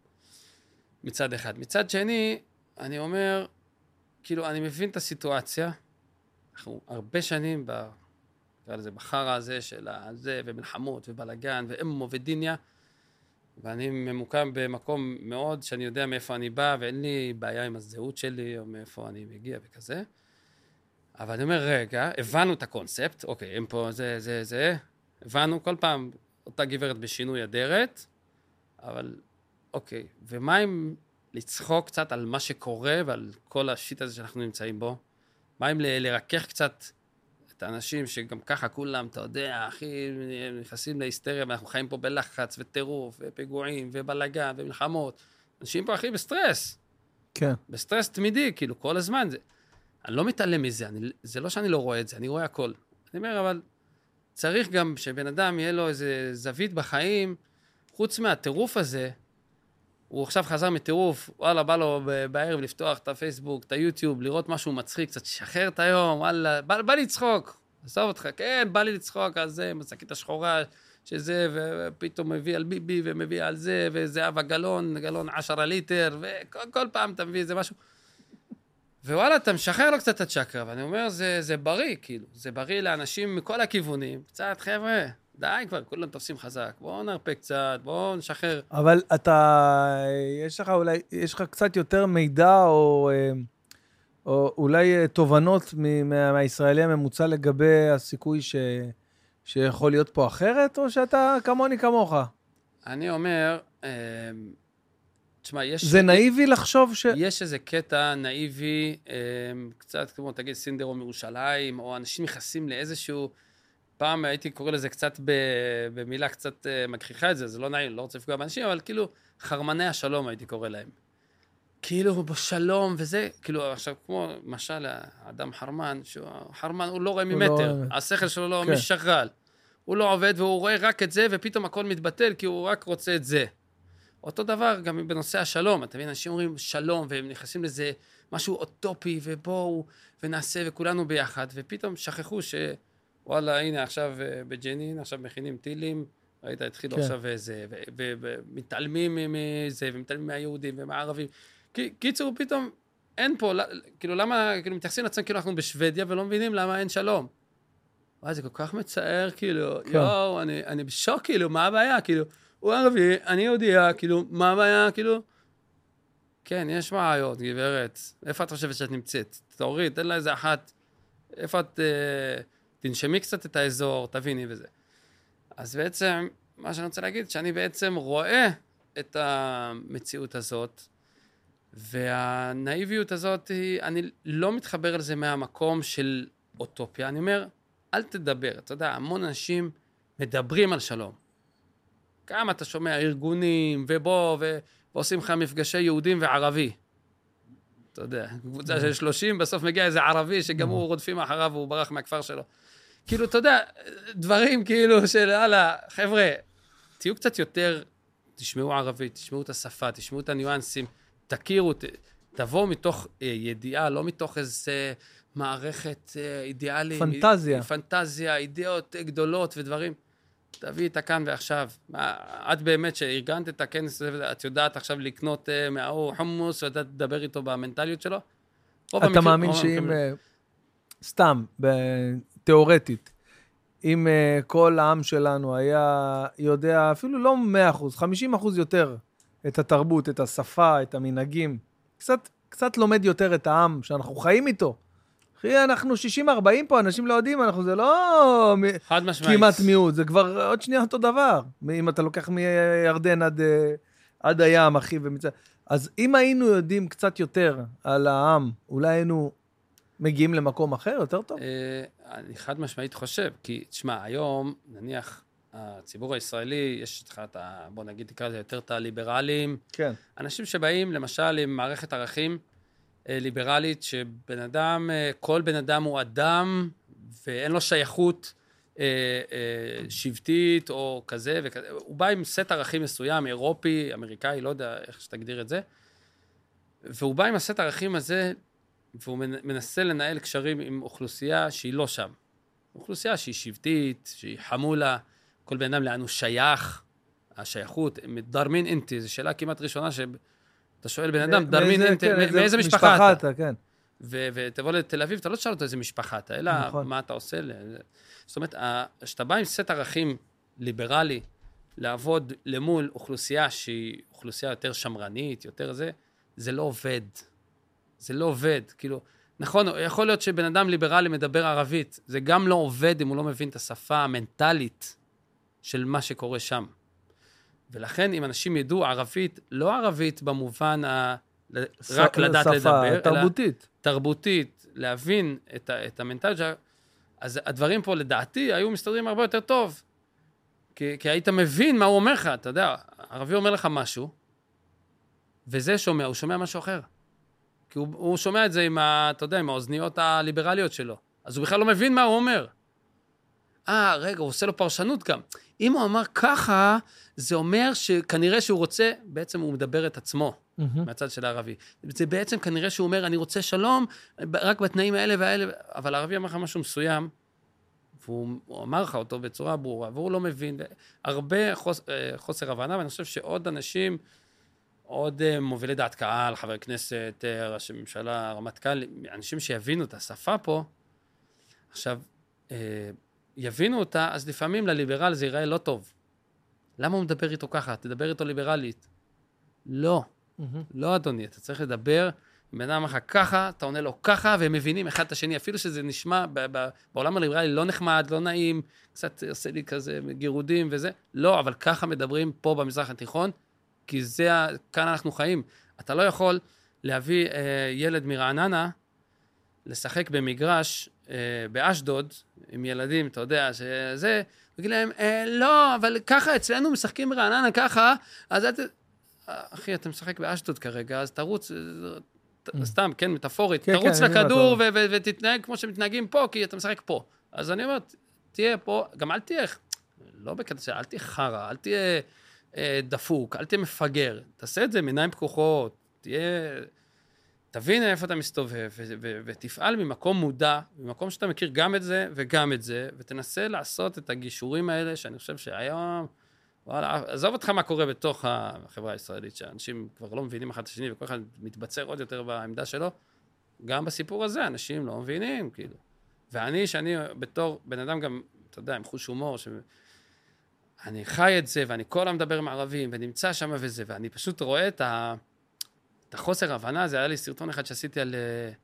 מצד אחד. מצד שני, אני אומר, כאילו, אני מבין את הסיטואציה, אנחנו הרבה שנים נקרא לזה בחרה הזה של הזה, ומלחמות, ובלגן, ואמו ודיניה, ואני ממוקם במקום מאוד שאני יודע מאיפה אני בא, ואין לי בעיה עם הזהות שלי, או מאיפה אני מגיע וכזה. אבל אני אומר, רגע, הבנו את הקונספט, אוקיי, הם פה, זה, הבנו כל פעם אותה גברת בשינוי אדרת, אבל אוקיי, ומה אם לצחוק קצת על מה שקורה, ועל כל השיט הזה שאנחנו נמצאים בו? מה אם לרכך קצת את האנשים שגם ככה כולם, אתה יודע, הכי נכנסים להיסטריה, ואנחנו חיים פה בלחץ וטירוף, ופיגועים, ובלגן, ומלחמות. אנשים פה הכי בסטרס. כן. בסטרס תמידי, כאילו, כל הזמן. אני לא מתעלם מזה, זה לא שאני לא רואה את זה, אני רואה הכל. אני אומר, אבל צריך גם שבן אדם יהיה לו איזה זווית בחיים, חוץ מהטירוף הזה, הוא עכשיו חזר מטירוף, וואלה, בא לו בערב לפתוח את הפייסבוק, את היוטיוב, לראות משהו מצחיק, קצת שחרר את היום, וואלה, בא לי לצחוק, עזוב אותך, כן, בא לי לצחוק על זה, מסקית השחורה, שזה, ופתאום מביא על ביבי, ומביא על זה, וזה אבא גלון 10 ליטר, וכל פעם אתה מביא איזה משהו. ווואלה, אתה משחרר לו קצת את הצ'קרה, ואני אומר, זה בריא, כאילו, זה בריא לאנשים מכל הכיוונים, קצת, חבר'ה, די כבר, כולם תופסים חזק, בואו נרפה קצת, בואו נשחרר. אבל יש לך קצת יותר מידע, או אולי תובנות מהישראלי הממוצע לגבי הסיכוי שיכול להיות פה אחרת, או שאתה כמוני כמוך? אני אומר, תשמע, זה נאיבי לחשוב יש איזה קטע נאיבי, קצת כמו, תגיד, סינדרום ירושלים, או אנשים נכנסים לאיזשהו, פעם הייתי קורא לזה קצת במילה קצת מכחיכה את זה, זה לא נעים, לא רוצה לפגוע באנשים, אבל כאילו חרמני השלום הייתי קורא להם. כאילו בשלום וזה, כאילו עכשיו כמו משל האדם חרמן, חרמן הוא לא רואה ממטר, השכל שלו לא משחרל, הוא לא עובד והוא רואה רק את זה, ופתאום הכל מתבטל כי הוא רק רוצה את זה. אותו דבר גם בנושא השלום, אתה מבין, אנשים אומרים שלום, והם נכנסים לזה משהו אוטופי, ובואו ונעשה וכולנו ביחד, ופתאום שכחו וואלה, הנה, עכשיו בג'נין, עכשיו מכינים טילים, ראית, התחילו עכשיו זה, ומתעלמים מזה, ומתעלמים מהיהודים ומהערבים. קיצור, פתאום אין פה, כאילו, למה, כאילו, מתייחסים לעצמם כאילו אנחנו בשוודיה, ולא מבינים למה אין שלום. וואי, זה כל כך מצער, כאילו, יואו, אני בשוק, כאילו, מה הבעיה? כאילו, הוא ערבי, אני יהודיה, כאילו, מה הבעיה? כאילו, כן, יש בעיות, גברת. איפה את חושבת שאת נמצאת? תוריד, תן לה איזה אחת. איפה את... תנשמי קצת את האזור, תביני וזה. אז בעצם, מה שאני רוצה להגיד, שאני בעצם רואה את המציאות הזאת, והנאיביות הזאת, אני לא מתחבר על זה מהמקום של אוטופיה. אני אומר, אל תדבר. אתה יודע, המון אנשים מדברים על שלום. כמה אתה שומע ארגונים, ועושים לך מפגשי יהודים וערבי. אתה יודע, קבוצה של 30, בסוף מגיע איזה ערבי שגם הוא רודפים אחריו והוא ברח מהכפר שלו. כאילו, אתה יודע, דברים כאילו של, הלאה, חבר'ה, תהיו קצת יותר, תשמעו ערבית, תשמעו את השפה, תשמעו את הניואנסים, תכירו, תבואו מתוך ידיעה, לא מתוך איזה מערכת אידיאלית. פנטזיה. פנטזיה, אידאות גדולות ודברים. תביא את הכאן ועכשיו. את באמת שארגנת את הכנס, את יודעת עכשיו לקנות מההוא חומוס, ואתה תדבר איתו במנטליות שלו? אתה מאמין שאם, סתם, תיאורטית, אם כל העם שלנו היה יודע, אפילו לא 100%, 50% יותר את התרבות, את השפה, את המנהגים, קצת לומד יותר את העם שאנחנו חיים איתו. אחי, אנחנו 60-40 פה, אנשים לא יודעים, זה לא כמעט מיעוט, זה כבר עוד שנייה אותו דבר. אם אתה לוקח מירדן עד הים, אחי, אז אם היינו יודעים קצת יותר על העם, אולי היינו מגיעים למקום אחר, יותר טוב? אני חד משמעית חושב, כי, תשמע, היום, נניח, הציבור הישראלי, יש לך את בוא נגיד, תקרא לזה יותר את הליברלים. כן. אנשים שבאים, למשל, עם מערכת ערכים ליברלית, שבן אדם, כל בן אדם הוא אדם, ואין לו שייכות שבטית או כזה וכזה. הוא בא עם סט ערכים מסוים, אירופי, אמריקאי, לא יודע איך שתגדיר את זה. והוא בא עם הסט הערכים הזה, והוא מנסה לנהל קשרים עם אוכלוסייה שהיא לא שם. אוכלוסייה שהיא שבטית, שהיא חמולה, כל בן אדם לאן הוא שייך, השייכות, דרמין אינטי, זו שאלה כמעט ראשונה שאתה שואל בן אדם, דרמין אינטי, מאיזה משפחה אתה? כן. ותבוא לתל אביב, אתה לא תשאל אותו איזה משפחה אתה, אלא מה אתה עושה. זאת אומרת, שאתה בא עם סט ערכים ליברלי, לעבוד למול אוכלוסייה שהיא אוכלוסייה יותר שמרנית, יותר זה לא עובד. זה לא עובד, כאילו, נכון, יכול להיות שבן אדם ליברלי מדבר ערבית, זה גם לא עובד אם הוא לא מבין את השפה המנטלית של מה שקורה שם. ולכן, אם אנשים ידעו ערבית, לא ערבית במובן רק לדעת לדבר, תרבותית. אלא תרבותית, להבין את המנטליות, אז הדברים פה לדעתי היו מסתדרים הרבה יותר טוב, כי היית מבין מה הוא אומר לך, אתה יודע, ערבי אומר לך משהו, וזה שומע, הוא שומע משהו אחר. כי הוא שומע את זה עם, אתה יודע, עם האוזניות הליברליות שלו. אז הוא בכלל לא מבין מה הוא אומר. רגע, הוא עושה לו פרשנות גם. אם הוא אמר ככה, זה אומר שכנראה שהוא רוצה, בעצם הוא מדבר את עצמו, מהצד של הערבי. זה בעצם כנראה שהוא אומר, אני רוצה שלום, רק בתנאים האלה והאלה, אבל הערבי אמר לך משהו מסוים, והוא אמר לך אותו בצורה ברורה, והוא לא מבין. הרבה חוסר הבנה, ואני חושב שעוד אנשים, עוד מובילי דעת קהל, חבר כנסת, ראשי ממשלה, רמטכ"ל, אנשים שיבינו את השפה פה, עכשיו, יבינו אותה, אז לפעמים לליברל זה ייראה לא טוב. למה הוא מדבר איתו ככה? תדבר איתו ליברלית. לא. לא, אדוני, אתה צריך לדבר, אם בן אדם לך ככה, אתה עונה לו ככה, והם מבינים אחד את השני, אפילו שזה נשמע בעולם הליברלי לא נחמד, לא נעים, קצת עושה לי כזה גירודים וזה. לא, אבל ככה מדברים פה במזרח התיכון, כי כאן אנחנו חיים. אתה לא יכול להביא ילד מרעננה, לשחק במגרש באשדוד, עם ילדים, אתה יודע, שזה, וגיד להם, לא, אבל ככה, אצלנו משחקים ברעננה ככה, אז אחי, אתה משחק באשדוד כרגע, אז תרוץ, סתם, כן, מטאפורית, תרוץ לכדור ותתנהג כמו שמתנהגים פה, כי אתה משחק פה. אז אני אומר, תהיה פה, גם אל תהיה, לא בקטע, אל תהיה חרה, אל תהיה דפוק, אל תהיה מפגר, תעשה את זה מעיניים פקוחות, תבין איפה אתה מסתובב, ותפעל ממקום מודע, ממקום שאתה מכיר גם את זה וגם את זה, ותנסה לעשות את הגישורים האלה, שאני חושב שהיום וואלה, עזוב אותך מה קורה בתוך החברה הישראלית, שאנשים כבר לא מבינים אחד את השני, וכל אחד מתבצר עוד יותר בעמדה שלו. גם בסיפור הזה, אנשים לא מבינים, כאילו. שאני בתור בן אדם גם, אתה יודע, עם חוש הומור, אני חי את זה, ואני כל המדבר עם ערבים, ונמצא שם וזה, ואני פשוט רואה את החוסר הבנה, זה היה לי סרטון אחד שעשיתי על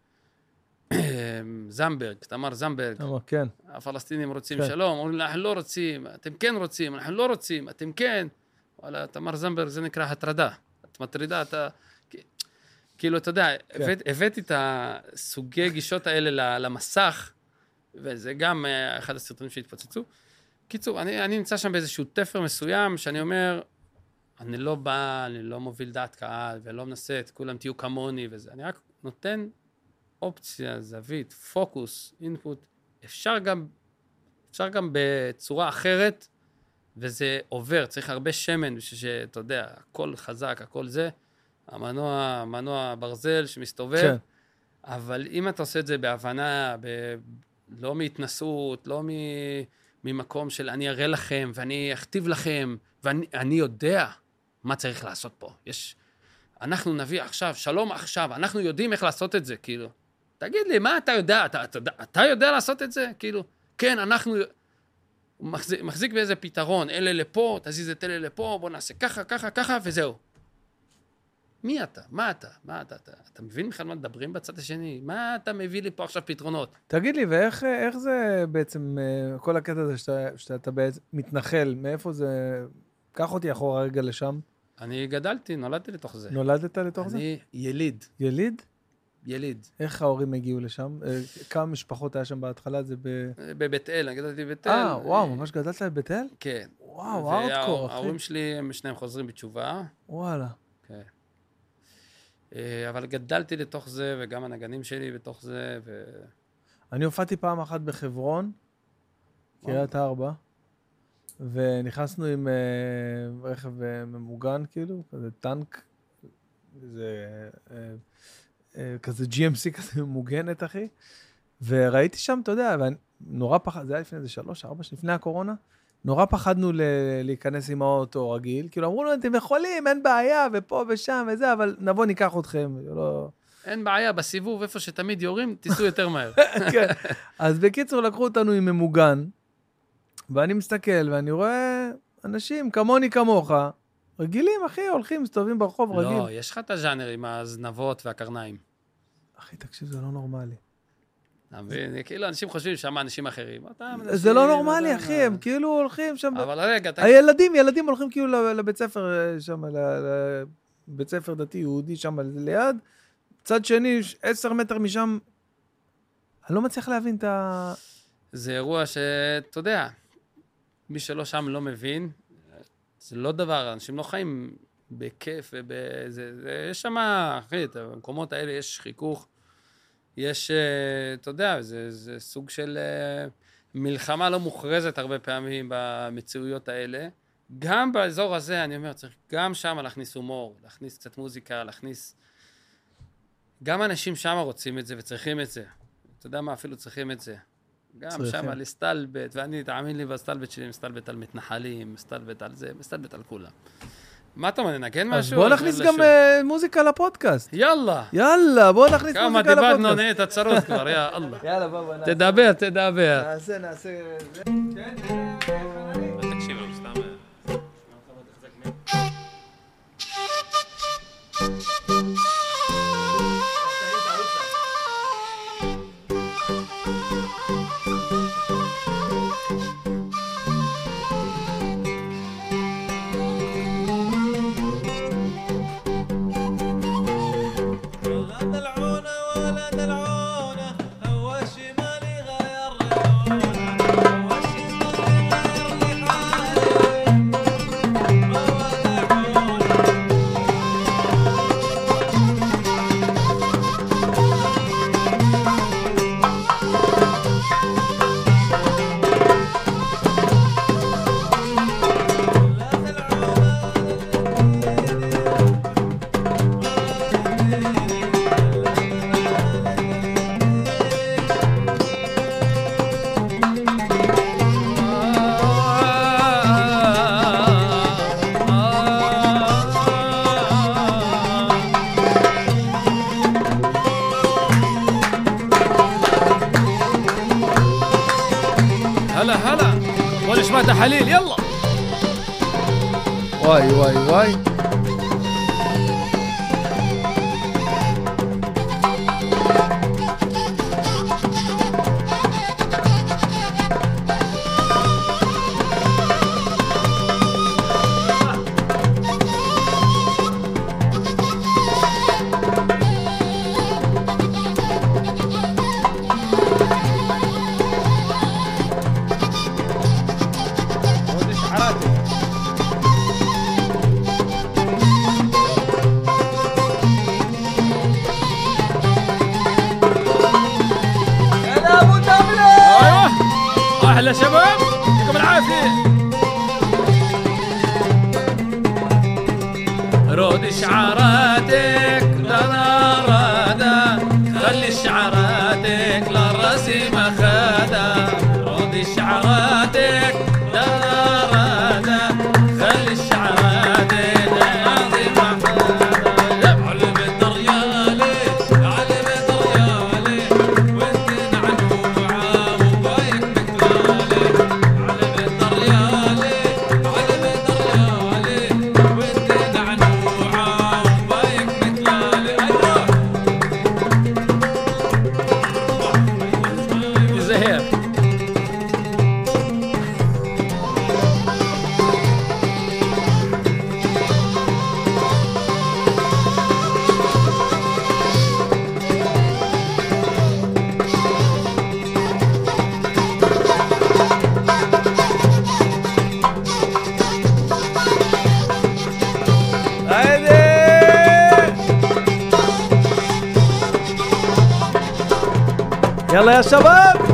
זמברג, תמר זמברג. כן. הפלסטינים רוצים שלום, אומרים לה, אנחנו לא רוצים, אתם כן רוצים, אנחנו לא רוצים, אתם כן. וואלה, תמר זמברג זה נקרא הטרדה. את מטרידה, אתה... כאילו, אתה יודע, הבאתי את הסוגי גישות האלה למסך, וזה גם אחד הסרטונים שהתפוצצו. קיצור, אני נמצא שם באיזשהו תפר מסוים, שאני אומר, אני לא בא, אני לא מוביל דעת קהל, ולא מנסה את כולם תהיו כמוני וזה. אני רק נותן אופציה, זווית, פוקוס, אינפוט. אפשר גם בצורה אחרת, וזה עובר. צריך הרבה שמן, בשביל שאתה יודע, הכל חזק, הכל זה. המנוע ברזל שמסתובב. כן. אבל אם אתה עושה את זה בהבנה, לא מהתנסות, לא ממקום של אני אראה לכם, ואני אכתיב לכם, ואני יודע מה צריך לעשות פה. אנחנו נביא עכשיו, שלום עכשיו, אנחנו יודעים איך לעשות את זה, כאילו. תגיד לי, מה אתה יודע? אתה יודע לעשות את זה? כאילו, כן, אנחנו מחזיק באיזה פתרון, אלה לפה, תזיז את אלה לפה, בוא נעשה ככה, ככה, ככה, וזהו. מי אתה? מה אתה? אתה מבין בכלל מה מדברים בצד השני? מה אתה מביא לי פה עכשיו פתרונות? תגיד לי, ואיך זה בעצם, כל הקטע הזה שאתה בעצם מתנחל, מאיפה זה, קח אותי אחורה רגע לשם. אני נולדתי לתוך זה. נולדת לתוך זה? אני יליד. יליד? יליד. איך ההורים הגיעו לשם? כמה משפחות היה שם בהתחלה? זה בבית אל, אני גדלתי בבית אל. וואו, ממש גדלת בבית אל? כן. וואו, ארדקור, אחי. ההורים שלי הם שניהם חוזרים בתשובה. וואלה. כן. אבל גדלתי לתוך זה, וגם הנגנים שלי בתוך זה, אני הופעתי פעם אחת בחברון, קריית ארבע, ונכנסנו עם רכב ממוגן, כאילו, כזה טנק, כזה GMC כזה ממוגנת, אחי, וראיתי שם, אתה יודע, ונורא פחד, זה היה לפני איזה 3-4 לפני הקורונה, נורא פחדנו להיכנס עם האוטו רגיל, כאילו אמרו לנו, אתם יכולים, אין בעיה, ופה ושם וזה, אבל נבוא ניקח אתכם, לא... אין בעיה, בסיבוב, איפה שתמיד יורים, תיסעו יותר מהר. כן, אז בקיצור לקחו אותנו עם ממוגן, ואני מסתכל, ואני רואה אנשים כמוני כמוך, רגילים, אחי, הולכים, מסתובבים ברחוב רגיל. לא, יש לך את הז'אנר עם הזנבות והקרניים. אחי, תקשיב, זה לא נורמלי. כאילו אנשים חושבים שם אנשים אחרים. זה לא נורמלי, אחי, הם כאילו הולכים שם... אבל רגע... ילדים הולכים כאילו לבית ספר שם, לבית ספר דתי יהודי שם ליד, צד שני, 10 מטר משם, אני לא מצליח להבין את ה... זה אירוע שאתה יודע, מי שלא שם לא מבין, זה לא דבר, אנשים לא חיים בכיף, יש שם, אחי, במקומות האלה יש חיכוך, יש, אתה יודע, זה סוג של מלחמה לא מוכרזת הרבה פעמים במציאויות האלה. גם באזור הזה, אני אומר, צריך גם שם להכניס הומור, להכניס קצת מוזיקה, להכניס... גם אנשים שם רוצים את זה וצריכים את זה. אתה יודע מה, אפילו צריכים את זה. גם שם להסתלבט, ואני, תאמין לי, בסתלבט שלי, מסתלבט על מתנחלים, מסתלבט על זה, מסתלבט על כולם. מה אתה אומר, נגן משהו? אז בוא נכניס גם מוזיקה לפודקאסט. יאללה, בוא נכניס מוזיקה לפודקאסט. כמה דיברנו, נהיית הצרות כבר, יא אללה. יאללה, בוא. תדבר. נעשה. תקשיב, לא סתם. هلا ولا شبه تحاليل يلا. واي واي واي أهلا شباب يعطيكم العافية. رود شعاراتك لنا رادا خلي شعاراتك للراسي مخادا. رود شعاراتك لنا رادا خلي شعاراتك للراسي مخادا. علم الدريالي علم الدريالي وانت نعنوعة وبايك مكلالي. علم الدريالي علم الدريالي وانت نعنوعة وبايك مكلالي. ايوه زهير يلا يا شباب.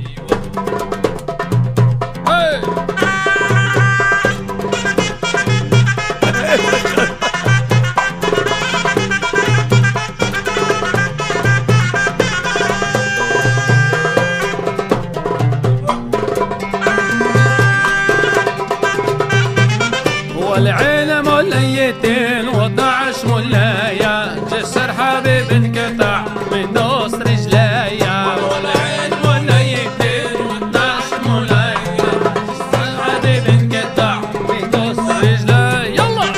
والعين موليتين و12 ملاية جسر حبيب انقطع من نص رجليا. والعين موليتين و12 ملاية جسر حبيب انقطع من نص رجليا. يلا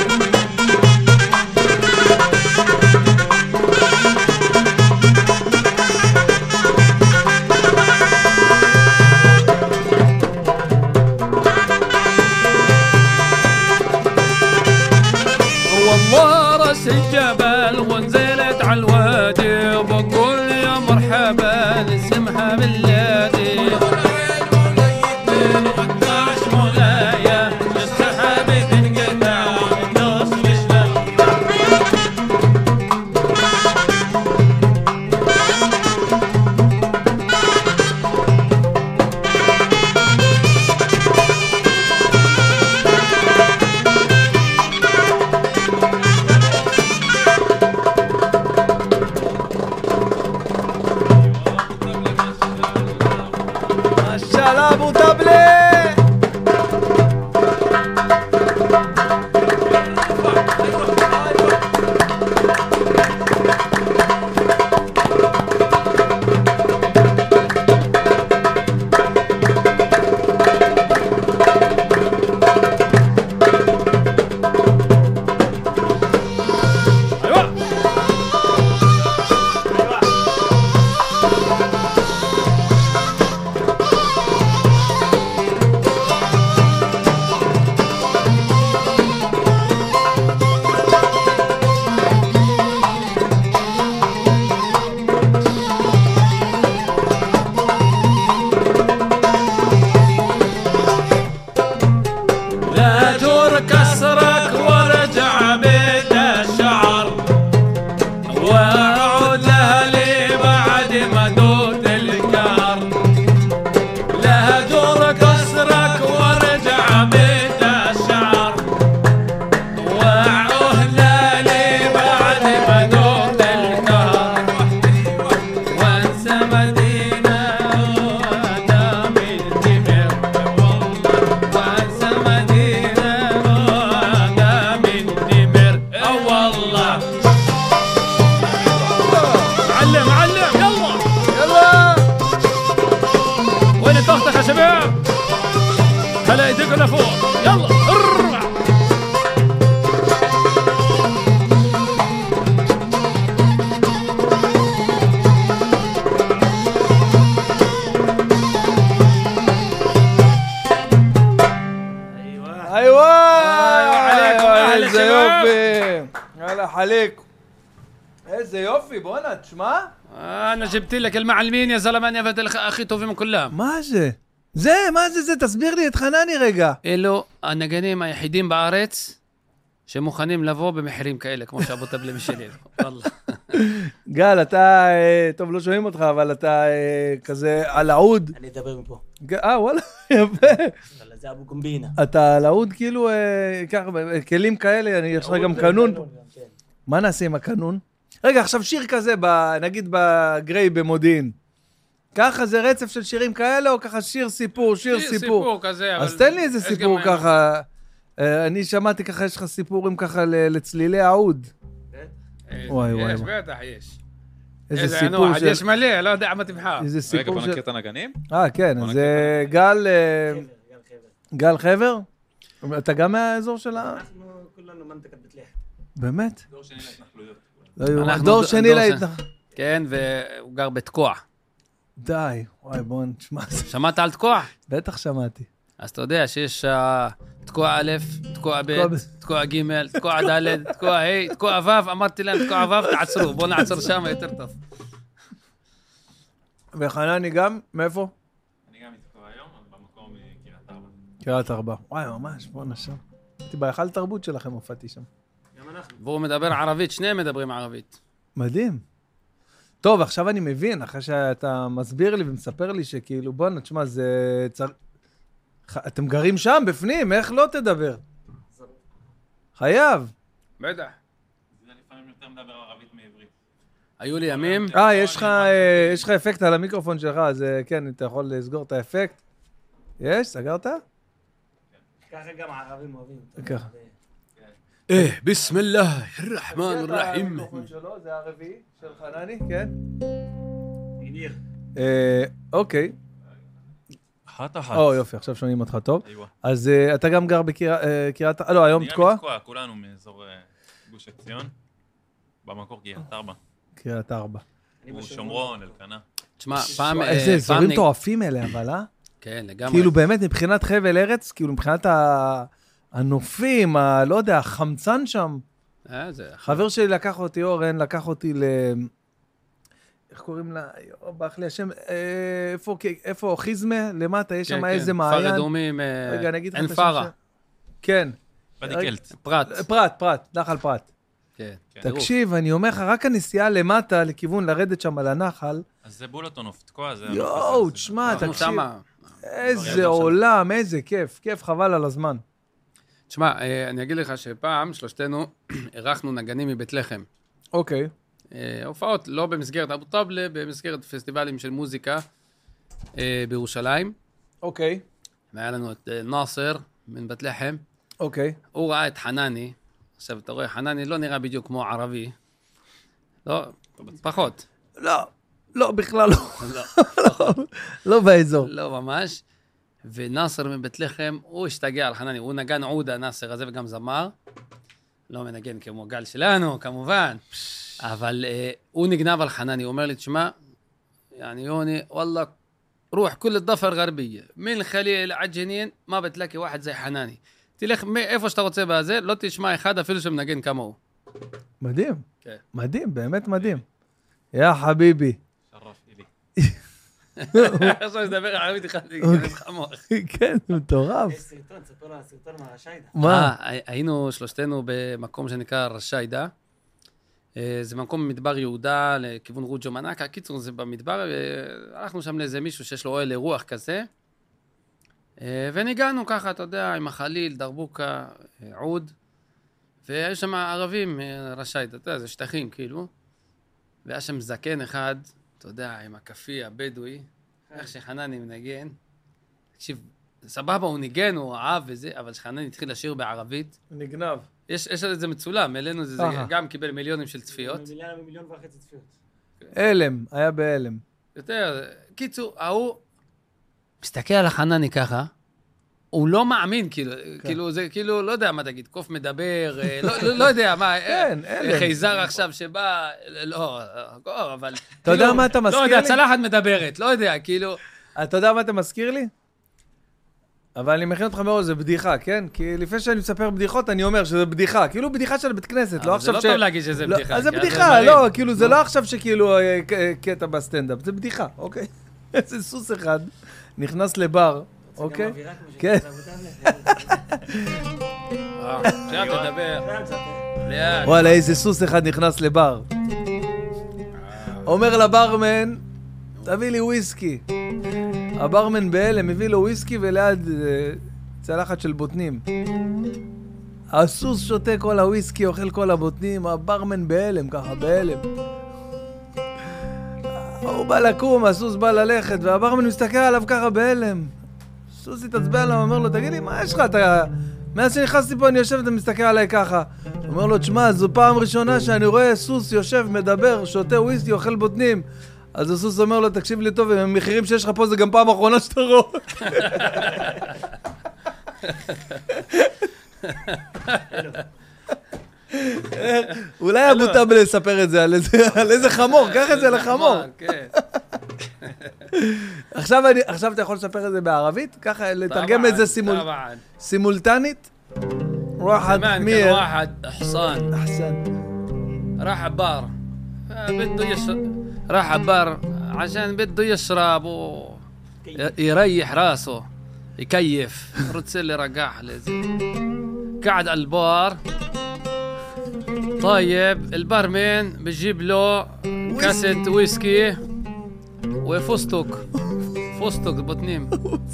والله راس الجبل ونزلت على الوادي وبقول يا مرحبا اسمها بلادي. والعين موليتين و12 ملاية جسر حبيب انقطع من نص رجليا. الشلاب وطبلي. وين الطخطخ يا شباب؟ خلي ايديكم لفوق، يلا ارفع. ايوه عليكم اهلا איזה شباب. יופי. יאללה عليكم. איזה יופי, בואנה, תשמע. انا جبت لك المعلمين يا زلمه، انا ابد اخي טובים מכולם. מה זה? מה זה? תסביר לי את חנני רגע. אלו הנגנים היחידים בארץ שמוכנים לבוא במחירים כאלה, כמו שאבו טבלה משלם. וואלה. גל, אתה, טוב, לא שומעים אותך, אבל אתה כזה על העוד. אני אדבר מפה. וואלה, יפה. אבל זה אבו קומבינה. אתה על העוד כאילו, ככה, כלים כאלה, יש לך גם קנון. מה נעשה עם הקנון? רגע, עכשיו שיר כזה, נגיד בגריי במודיעין. ככה זה רצף של שירים כאלה, או ככה שיר סיפור? סיפור כזה, אבל... אז תן לי איזה סיפור ככה. אני שמעתי ככה, יש לך סיפורים ככה לצלילי העוד. וואי, וואי. יש, בטח יש. איזה סיפור של... יש מלא, לא יודע מה תבחר. איזה רגע, סיפור בוא של... נכיר את הנגנים? כן, אז גל חבר? אתה גם מהאזור של ה... אנחנו כולנו מנטקת בית לחם. באמת? דור שני להתנחלויות. דור שני להתנחלויות. כן, והוא גר בתקוע. די, וואי, בוא נשמע. שמעת על תקוע? בטח שמעתי. אז אתה יודע שיש תקוע א', תקוע ב', תקוע ג', תקוע ד', תקוע ה', תקוע ו', אמרתי להם תקוע ו', תעצרו, בואו נעצור שם יותר טוב. וחנני גם? מאיפה? אני גם מתקוע היום, אבל במקום קריית ארבע. קריית ארבע. וואי, ממש, בוא נשם. הייתי בהיכל תרבות שלכם, הופעתי שם. גם אנחנו. והוא מדבר ערבית, שניהם מדברים ערבית. מדהים. טוב, עכשיו אני מבין, אחרי שאתה מסביר לי ומספר לי שכאילו, בוא נשמע, זה... אתם גרים שם, בפנים, איך לא תדבר? חייב. בטח. זה לפעמים יותר מדבר ערבית מעברית. היו לי ימים. יש לך אפקט על המיקרופון שלך, אז כן, אתה יכול לסגור את האפקט. יש? סגרת? ככה גם הערבים אוהבים. ככה. ביסם אללה הרחמן הרחים. המיקרופון שלו, זה הרביעי של חנני, כן? ניר. אוקיי. אחת. יופי, עכשיו שומעים אותך טוב. אז אתה גם גר בקריית... לא, היום תקוע? אני גם מתקוע, כולנו מאזור גוש עציון. במקור קריית ארבע. קריית ארבע. הוא שומרון, אלקנה. תשמע, פעם... איזה אזורים מטורפים אלה, אבל כן, לגמרי. כאילו באמת מבחינת חבל ארץ, כאילו מבחינת הנופים, לא יודע, החמצן שם. חבר שלי לקח אותי, אורן, לקח אותי איך קוראים לה? ברח לי השם, איפה? חיזמה? למטה, יש שם איזה מעיין. כפר אדומים, רגע, אני אגיד לך אין את השם פרה. כן. בדיקלט. פרט. נחל פרת. כן. תקשיב, אני אומר לך, רק הנסיעה למטה, לכיוון לרדת שם על הנחל. אז זה בולטונוף, תקוע, זה... יואו, תשמע, תקשיב. איזה עולם, איזה כיף. כיף, חבל על הזמן. תשמע, אני אגיד לך שפעם שלושתנו ערכנו נגנים מבית לחם. אוקיי. הופעות לא במסגרת אבו טבלה, במסגרת פסטיבלים של מוזיקה בירושלים. אוקיי. והיה לנו את נאסר מן בית לחם. אוקיי. הוא ראה את חנני. עכשיו אתה רואה, חנני לא נראה בדיוק כמו ערבי. לא, פחות. לא, בכלל לא. לא באזור. לא ממש. ונאסר מבית לחם, הוא השתגע על חנני. הוא נגן עודה, נאסר הזה, וגם זמר. לא מנגן כמו גל שלנו, כמובן. אבל הוא נגנב על חנני. הוא אומר לי, תשמע, יוני, וואלה, روح كل الضفة الغربية من الخليل على الجنين ما بتلاقي واحد زي حناني تلך איפה שאתה רוצה בזה, לא תשמע אחד אפילו שמנגן כמוהו. מדהים. כן. מדהים, באמת מדהים. יא חביבי. שרף אילי. עכשיו נדבר ערבית אחד, זה חמור. כן, מטורף. יש סרטון, ספר לו הסרטון מהשיידה. מה? היינו שלושתנו במקום שנקרא רשיידה. זה מקום במדבר יהודה לכיוון רוג'ו מנקה. קיצור, זה במדבר, הלכנו שם לאיזה מישהו שיש לו אוהל אירוח כזה. וניגענו ככה, אתה יודע, עם החליל, דרבוקה, עוד. והיו שם ערבים, רשיידה, אתה יודע, זה שטחים כאילו. והיה שם זקן אחד, אתה יודע, עם הכפי הבדואי, איך שחנני מנגן. תקשיב, סבבה, הוא ניגן, הוא אהב וזה, אבל שחנני התחיל לשיר בערבית. נגנב. יש את זה מצולם, אלינו זה גם קיבל מיליונים של צפיות. מיליון וחצי צפיות. אלם, היה באלם. יותר, קיצור, ההוא, מסתכל על החנני ככה, הוא לא מאמין, כאילו, זה כאילו, לא יודע מה תגיד, קוף מדבר, לא יודע מה, חייזר עכשיו שבא, לא, אבל... אתה יודע מה אתה מזכיר לי? לא יודע, צלחת מדברת, לא יודע, כאילו... אתה יודע מה אתה מזכיר לי? אבל אני מכין אותך מאוד, זה בדיחה, כן? כי לפני שאני מספר בדיחות, אני אומר שזה בדיחה, כאילו בדיחה של בית כנסת, לא עכשיו ש... זה לא טוב להגיד שזה בדיחה. אז זה בדיחה, לא, כאילו, זה לא עכשיו שכאילו קטע בסטנדאפ, זה בדיחה, אוקיי? איזה סוס אחד נכנס לבר, אוקיי? כן. תדבר. וואלה, איזה סוס אחד נכנס לבר. אומר לברמן, תביא לי וויסקי. הברמן בהלם מביא לו וויסקי וליד צלחת של בוטנים. הסוס שותה כל הוויסקי, אוכל כל הבוטנים, הברמן בהלם, ככה בהלם. הוא בא לקום, הסוס בא ללכת, והברמן מסתכל עליו ככה בהלם. הסוס התעצבן עליו, אומר לו, תגיד לי, מה יש לך? מאז שנכנסתי פה אני יושב ואתה מסתכל עליי ככה. הוא אומר לו, תשמע, זו פעם ראשונה שאני רואה סוס יושב, מדבר, שותה וויסקי, אוכל בוטנים. אז הסוס אומר לו, תקשיב לי טוב, המחירים שיש לך פה זה גם פעם אחרונה שאתה רואה. אולי אבו טאבל לספר את זה על איזה חמור, קח את זה לחמור. עכשיו אתה יכול לספר את זה בערבית? ככה לתרגם את זה סימולטנית? زمان كان واحد حصان راح بار بده راح بار عشان بده يشرب ويريح راسه يكيف رتسل رقع قعد على البار طيب البارمين بجيب له كاسة ويسكي وفستق بطنيم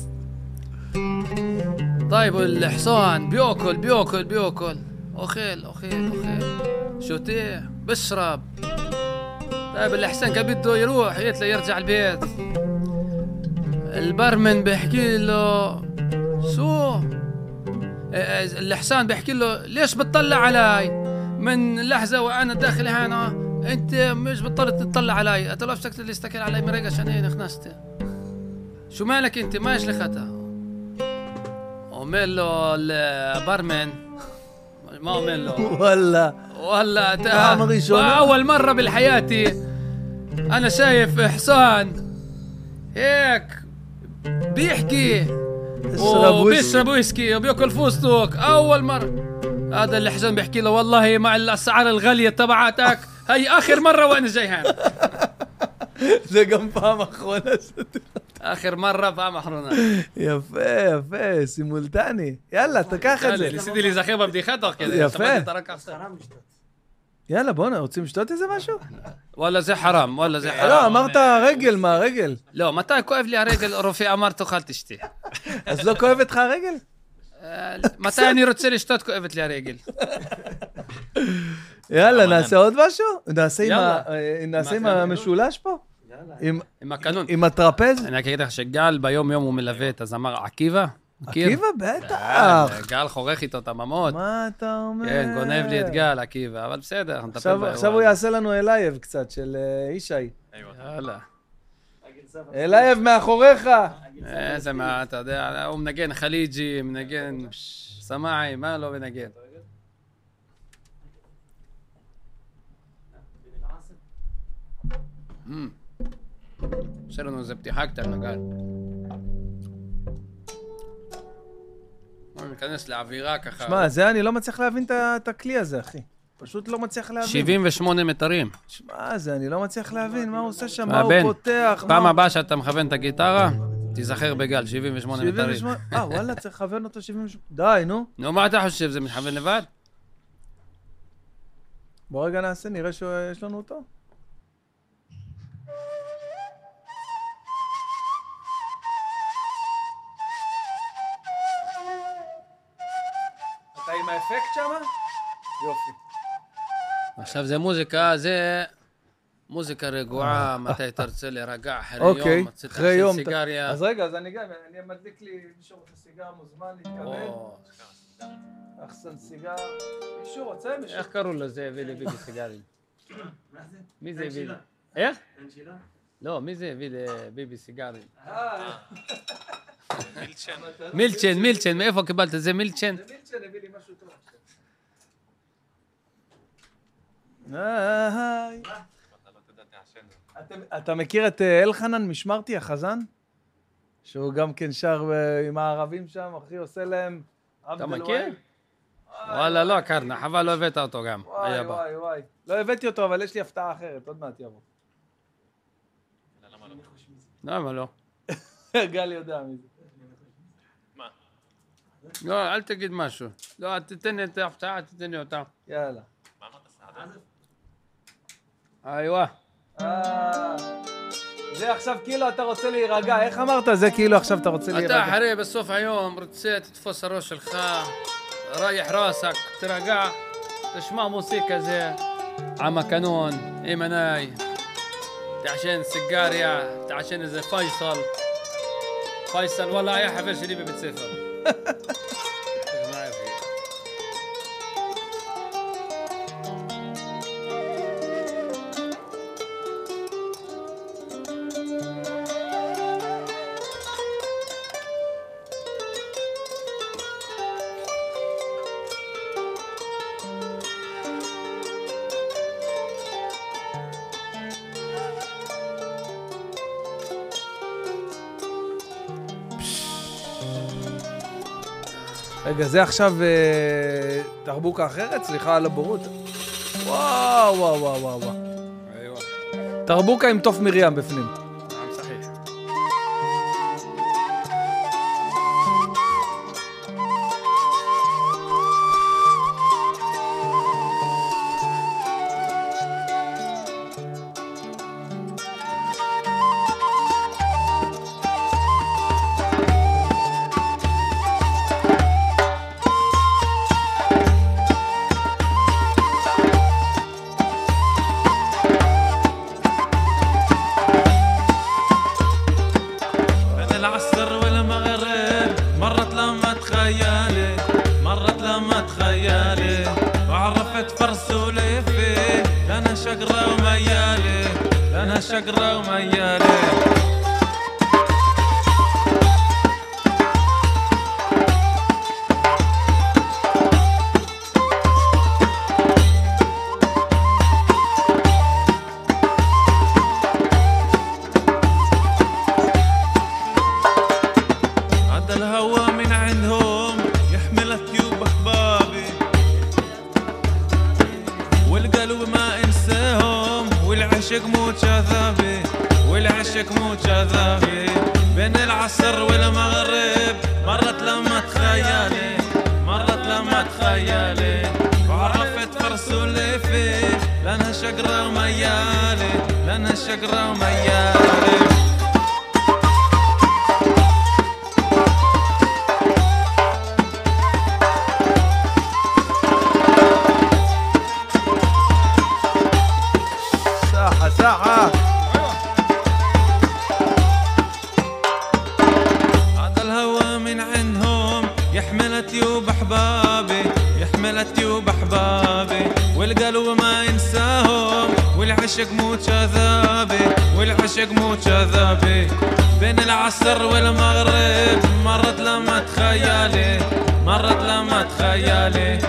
طيب الحصان بياكل أخيل شوتيه بشرب طيب الحصان كان بده يروح يرجع البيت البرمن بيحكي له شو الحصان بيحكي له ليش بتطلع علي من لحظة وأنا داخل هنا أنت مش بتضطر تطلع علي أتلو أفسكت اللي استكل علي مريقة عشان هي نخنست شو مالك أنت ما إيش لخطة ومال له البرمن ما أمل له والله أول مرة بالحياتي أنا شايف حصان هيك بيحكي وبيشرب ويسكي وبيأكل فستق أول مرة هذا اللي حسن بيحكي له والله مع الأسعار الغالية تبعتك هي آخر مرة وأنا جاي هنا זה גם פעם אחרונה آخر مرة פעם אחרונה יפה, סימולטני יאללה, תקח את זה ניסיתי להיזכר בבדיחה תוך כדי יפה יאללה, בואו, רוצים לשתות איזה משהו? וואלה, זה חרם, לא, אמרת רגל, מה רגל? לא, מתי כואב לי הרגל, רופא אמר תאכל תשתי. אז לא כואבת לך הרגל? מתי אני רוצה לשתות, כואבת לי הרגל. יאללה, נעשה עוד משהו? נעשה עם המשולש פה? עם הקנון. עם הטרפז? אני אגיד לך שגל ביום יום הוא מלווה את הזמר עקיבא. עקיבא? בטח. גל חורך איתו את הממות. מה אתה אומר? כן, גונב לי את גל, עקיבא, אבל בסדר, עכשיו הוא יעשה לנו אלייב קצת, של ישי. יאללה. אלייב מאחוריך. איזה מה, אתה יודע, הוא מנגן חליג'י, מנגן סמאעי, מה לא מנגן? עושה לנו איזה פתיחה קטנה, גל. ניכנס לאווירה ככה. שמע, זה אני לא מצליח להבין את הכלי הזה, אחי. פשוט לא מצליח להבין. 78 מטרים. שמע, זה אני לא מצליח להבין, מה הוא עושה שם, מה הוא פותח. פעם הבאה שאתה מכוון את הגיטרה, תיזכר בגל, 78 מטרים. וואלה, צריך לכוון אותו 78. די, נו. נו, מה אתה חושב, זה מכוון לבד? בוא רגע נעשה, נראה שיש לנו אותו. אתה עם האפקט שמה? יופי. עכשיו זה מוזיקה, זה מוזיקה רגועה, מתי תרצה להירגע אחרי יום, אחרי יום. סיגריה. אז רגע, אז אני מדליק לי מישהו רוצה סיגר, מוזמן להתקבל. אחסן סיגר. מישהו רוצה? איך קראו לו זה הביא לי ביבי סיגרים? מי זה הביא לי? איך? לא, מי זה הביא לי ביבי סיגרים? מילצ'ן, מאיפה קיבלת? זה מילצ'ן? אתה מכיר את אלחנן משמרתי, החזן? שהוא גם כן שר עם הערבים שם, אחי, עושה להם... אתה מכיר? וואלה, לא הכרנו, חבל לא הבאת אותו גם. וואי. לא הבאתי אותו, אבל יש לי הפתעה אחרת, עוד מעט יבוא. למה לא? גל יודע מי זה. מה? לא, אל תגיד משהו. לא, תתן לי את ההפתעה, תתן לי אותה. יאללה. מה אמרת סעדה? איווה. זה עכשיו כאילו אתה רוצה להירגע, איך אמרת? זה כאילו עכשיו אתה רוצה להירגע. אתה אחרי בסוף היום רוצה תתפוס הראש שלך, רייח רاسك, תרגע, תשמע מוסיקה זה, עם הקנון, עם עיניי, تعشان سيجاريا تعشان إذا فيصل والله يا حفل شري ببيت سفر ما أعرف רגע, זה עכשיו תרבוקה אחרת? סליחה על הבורות. וואו. תרבוקה עם תוף מרים בפנים. نعم صحيح شقرة وميالي عد الهوى من عندهم يحمل الثيوب احبابي والقلب ما انساهم والعشق مو كذابي والعشق مو كذابي بين العصر والمغرب مرت لما تخيالي مرت لما تخيالي وعرفت فرس وليفي لانها شقرة وميالي لانها شقرة وميالي ساحة هذا الهوى من عندهم يحمل الثيوب احبابي يحمل الثيوب احبابي والقلب ما ينساهم والعشق مو كذابي والعشق مو كذابي بين العصر والمغرب مرت لما تخيالي مرت لما تخيالي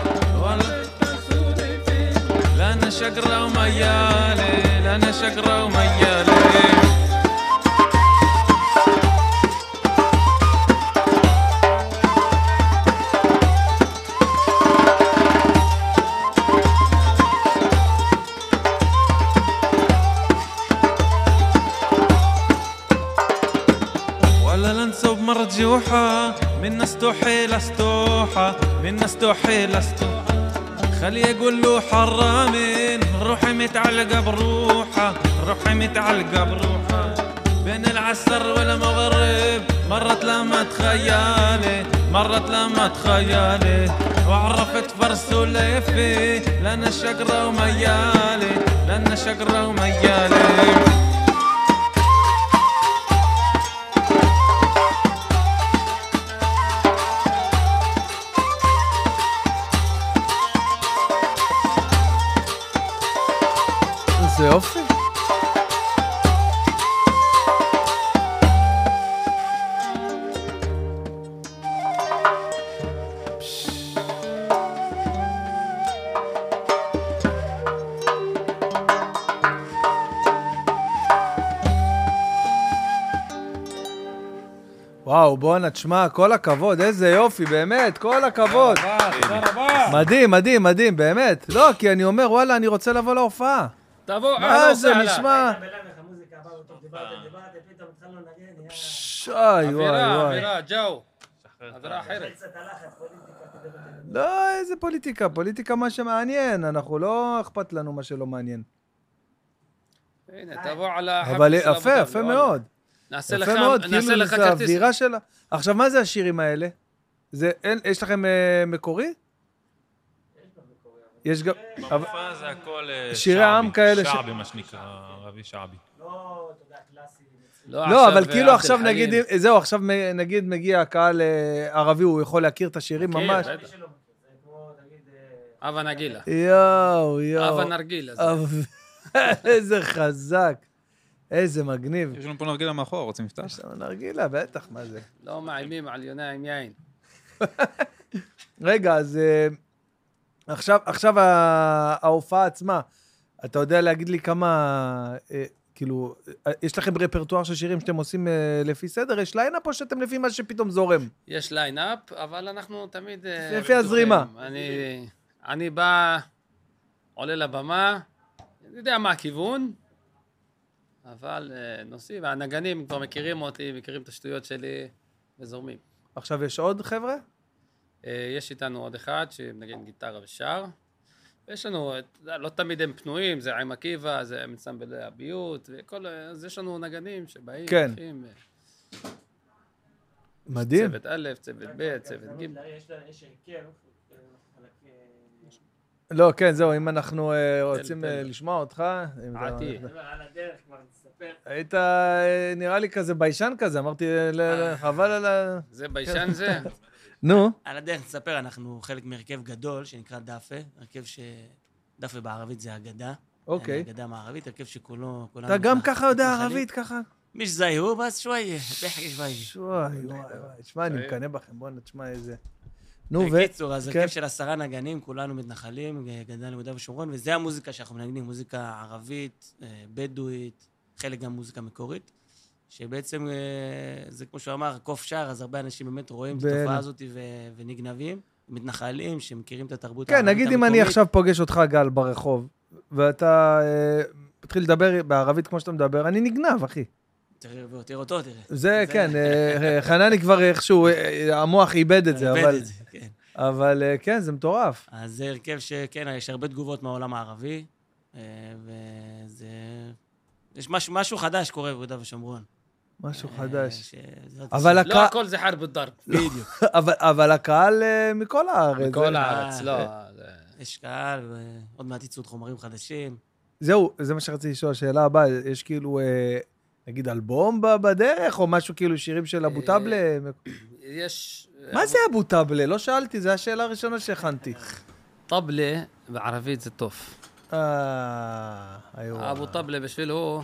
لأنا شقرة وميالي لأنا شقرة وميالي ولا لنسوب مرجوحة من نستوحي لستوحة من نستوحي لستوحة خلي يقول له حرامين روحي متعلقة بروحة روحي متعلقة بروحة بين العصر والمغرب مرت لما تخيالي مرت لما تخيالي وعرفت فرس وليفي لأنا شقرة وميالي لأنا شقرة وميالي זה יופי. וואו, בואנה, תשמע, כל הכבוד, איזה יופי, באמת, כל הכבוד. תודה רבה. מדהים, מדהים, מדהים, באמת. לא, כי אני אומר, וואלה, אני רוצה לבוא להופעה. תבוא, מה זה נשמע? בלב המוזיקה הבאה, טוב, דיברתם, פתאום התחלנו לנגן, שוי, וואי, וואי. אווירה, ג'ו. אווירה אחרת. קצת הלחץ, פוליטיקה, לא, איזה פוליטיקה, פוליטיקה מה שמעניין, אנחנו לא אכפת לנו מה שלא מעניין. הנה, תבוא על החפש אבל של יפה, אבו יפה דאבי, מאוד. נעשה יפה מאוד, נעשה כאילו לך זה כרטיס. האווירה שלה. עכשיו, מה זה השירים האלה? יש לכם מקורי? יש גם... במופע זה הכל שירי עם כאלה שעבי, מה שנקרא, ערבי שעבי. לא, אתה יודע, קלאסי. לא, אבל כאילו עבד עכשיו אל-חלים. נגיד, זהו, עכשיו נגיד מגיע קהל ערבי, הוא יכול להכיר את השירים מכיר, ממש. בטח. מי שלא מכיר, זה כמו, תגיד, אבא נגילה. יואו. אבא נרגילה. זה. איזה חזק. איזה מגניב. יש לנו פה נרגילה מאחור, רוצים לפתח? יש לנו נרגילה, בטח, מה זה? לא מאיימים על יונה עם יין. רגע, אז עכשיו ההופעה עצמה, אתה יודע להגיד לי כמה, כאילו, יש לכם רפרטואר של שירים שאתם עושים לפי סדר? יש ליינאפ או שאתם לפי מה שפתאום זורם? יש ליינאפ, אבל אנחנו תמיד... לפי הזרימה. אני בא, עולה לבמה, אני יודע מה הכיוון, אבל נוסעים, והנגנים כבר מכירים אותי, מכירים את השטויות שלי, וזורמים. עכשיו יש עוד חבר'ה? יש איתנו עוד אחד שמנגן גיטרה ושר. יש לנו, לא תמיד הם פנויים, זה עם עקיבא, זה מצמבלי הביוט, אז יש לנו נגנים שבאים, כן. הולכים, מדהים. צוות א', צוות ב', צוות ג'. יש הרכב, לא, כן, זהו, אם אנחנו רוצים לשמוע אותך, עתי. על הדרך כבר נספר. היית נראה לי כזה ביישן כזה, אמרתי, חבל על ה... זה ביישן זה? נו. על הדרך נספר, אנחנו חלק מהרכב גדול שנקרא דאפה, הרכב דאפה בערבית זה אגדה. אוקיי. אגדה מערבית, הרכב שכולו... אתה גם ככה יודע ערבית, ככה? مش زي هو بس شوية بحكي شوية. וואי. תשמע, אני מקנא בכם, בוא נשמע איזה... נו, בקיצור, אז כן. הרכב של 10 נגנים, כולנו מתנחלים, גדלנו ביהודה ושומרון, וזה המוזיקה שאנחנו מנגנים, מוזיקה ערבית, בדואית, חלק גם מוזיקה מקורית, שבעצם זה כמו שהוא אמר, קוף שר, אז הרבה אנשים באמת רואים את התופעה הזאת ונגנבים, מתנחלים שמכירים את התרבות הערבית כן, נגיד אם אני עכשיו פוגש אותך גל ברחוב, ואתה מתחיל לדבר בערבית כמו שאתה מדבר, אני נגנב, אחי. תראה אותו, תראה. זה, כן, חנני כבר איכשהו, המוח איבד את זה, אבל כן, זה מטורף. אז זה הרכב שכן, יש הרבה תגובות מהעולם הערבי, וזה... יש משהו חדש קורה ביהודה ושומרון. משהו חדש. לא הכל זה חרב ודרב. בדיוק. אבל הקהל מכל הארץ. מכל הארץ, לא. יש קהל, ועוד מעט יצאו חומרים חדשים. זהו, זה מה שרציתי לשאול, השאלה הבאה, יש כאילו, נגיד, אלבום בדרך, או משהו כאילו שירים של אבו טבלה? יש... מה זה אבו טבלה? לא שאלתי, זו השאלה הראשונה שהכנתי. טבלה בערבית זה טוב. אבו טבלה בשבילו...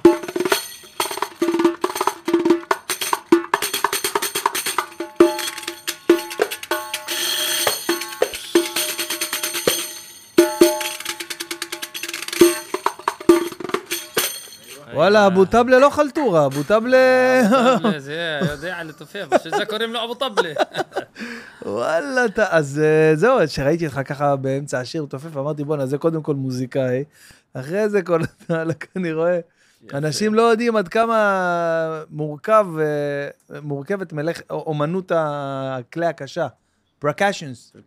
וואלה, אבו טבלה לא חלטורה, אבו טבלה... זה יודע לתופף, שזה קוראים לו אבו טבלה. וואלה, אז זהו, שראיתי אותך ככה באמצע השיר תופף, אמרתי, בוא'נה, זה קודם כל מוזיקאי, אחרי זה כל אני רואה, אנשים לא יודעים עד כמה מורכבת אומנות הכלי הקשה. percussions.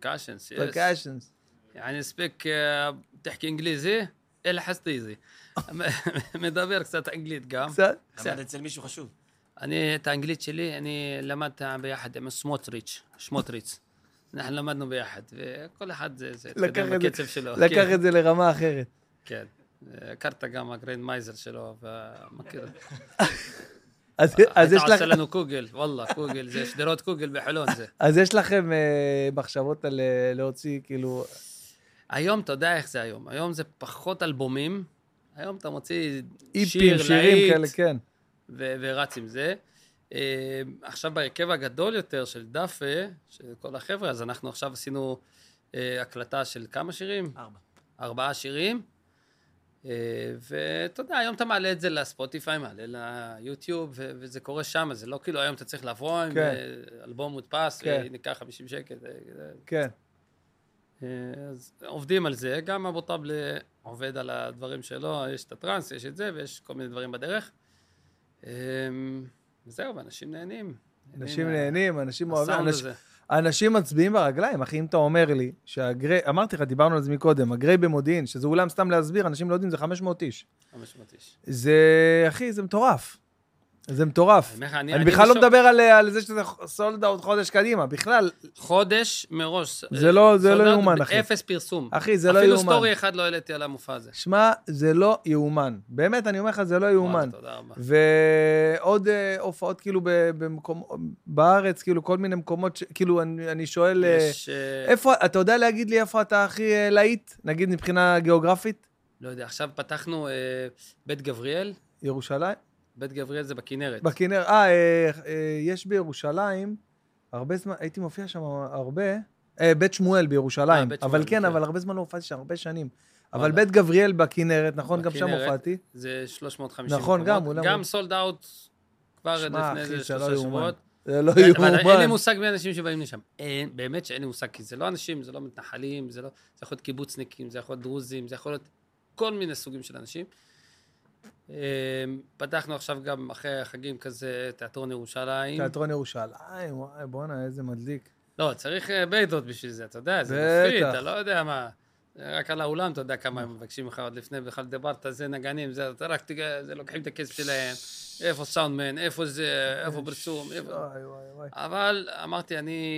يعني سبيك تحكي انجليزي الى حسطيزي מדבר קצת אנגלית גם. קצת אצל מישהו חשוב. אני את האנגלית שלי אני למדתי ביחד עם סמוטריץ'. אנחנו למדנו ביחד וכל אחד זה בקצב שלו. לקח את זה לרמה אחרת. כן. הכרת גם הגריין מייזר שלו ומכיר. אז יש לך... עושה לנו קוגל, וואלה, קוגל, זה שדרות קוגל בחלון זה. אז יש לכם מחשבות על להוציא כאילו... היום, אתה יודע איך זה היום. היום זה פחות אלבומים. היום אתה מוציא שירים כאלה, כן. ורץ עם זה. עכשיו בהרכב הגדול יותר של דאפה, של כל החבר'ה, אז אנחנו עכשיו עשינו הקלטה של כמה שירים? 4 שירים. ואתה יודע, היום אתה מעלה את זה לספוטיפיי, מעלה ליוטיוב, וזה קורה שם, זה לא כאילו היום אתה צריך לבוא עם אלבום מודפס, וניקח 50 שקל. כן. אז עובדים על זה, גם אבו טבלה עובד על הדברים שלו, יש את הטרנס, יש את זה, ויש כל מיני דברים בדרך. וזהו, אנשים נהנים. אנשים נהנים, אנשים אוהבים, אנשים מצביעים ברגליים, אחי, אם אתה אומר לי, אמרתי לך, דיברנו על זה מקודם, הגרי במודיעין, שזה אולם סתם להסביר, אנשים לא יודעים, זה 500 איש. 500 איש. זה, אחי, זה מטורף. זה מטורף. אני בכלל לא מדבר על זה שזה סולד אאוט חודש קדימה, בכלל. חודש מראש. זה לא יאומן, אחי. אפס פרסום. אחי, זה לא יאומן. אפילו סטורי אחד לא העליתי על המופע הזה. שמע, זה לא יאומן. באמת, אני אומר לך, זה לא יאומן. תודה רבה. ועוד הופעות כאילו בארץ, כאילו כל מיני מקומות, כאילו אני שואל, איפה, אתה יודע להגיד לי איפה אתה הכי להיט? נגיד מבחינה גיאוגרפית? לא יודע, עכשיו פתחנו בית גבריאל. ירושלים? בית גבריאל זה בכנרת. בכנרת, יש בירושלים, הרבה זמן, הייתי מופיע שם הרבה, בית שמואל בירושלים, אבל כן, אבל הרבה זמן לא הופעתי שם, הרבה שנים. אבל בית גבריאל בכנרת, נכון, גם שם הופעתי. זה 350 נכון, גם סולד אאוט, כבר לפני איזה 3 שבועות. זה לא יאומן. אבל אין לי מושג מי אנשים שבאים לשם. באמת שאין לי מושג, כי זה לא אנשים, זה לא מתנחלים, זה יכול להיות קיבוצניקים, זה יכול להיות דרוזים, זה יכול להיות כל מיני סוגים של אנשים. פתחנו עכשיו גם אחרי החגים כזה תיאטרון ירושלים. תיאטרון ירושלים, וואי, בוא'נה, איזה מדליק. לא, צריך ביתות בשביל זה, אתה יודע, זה מפחיד, אתה לא יודע מה. רק על האולם, אתה יודע כמה הם מבקשים לך עוד לפני, בכלל דיברת, זה נגנים, אתה רק לוקחים את הכסף שלהם, איפה סאונדמן, איפה זה, איפה פרסום, אבל אמרתי,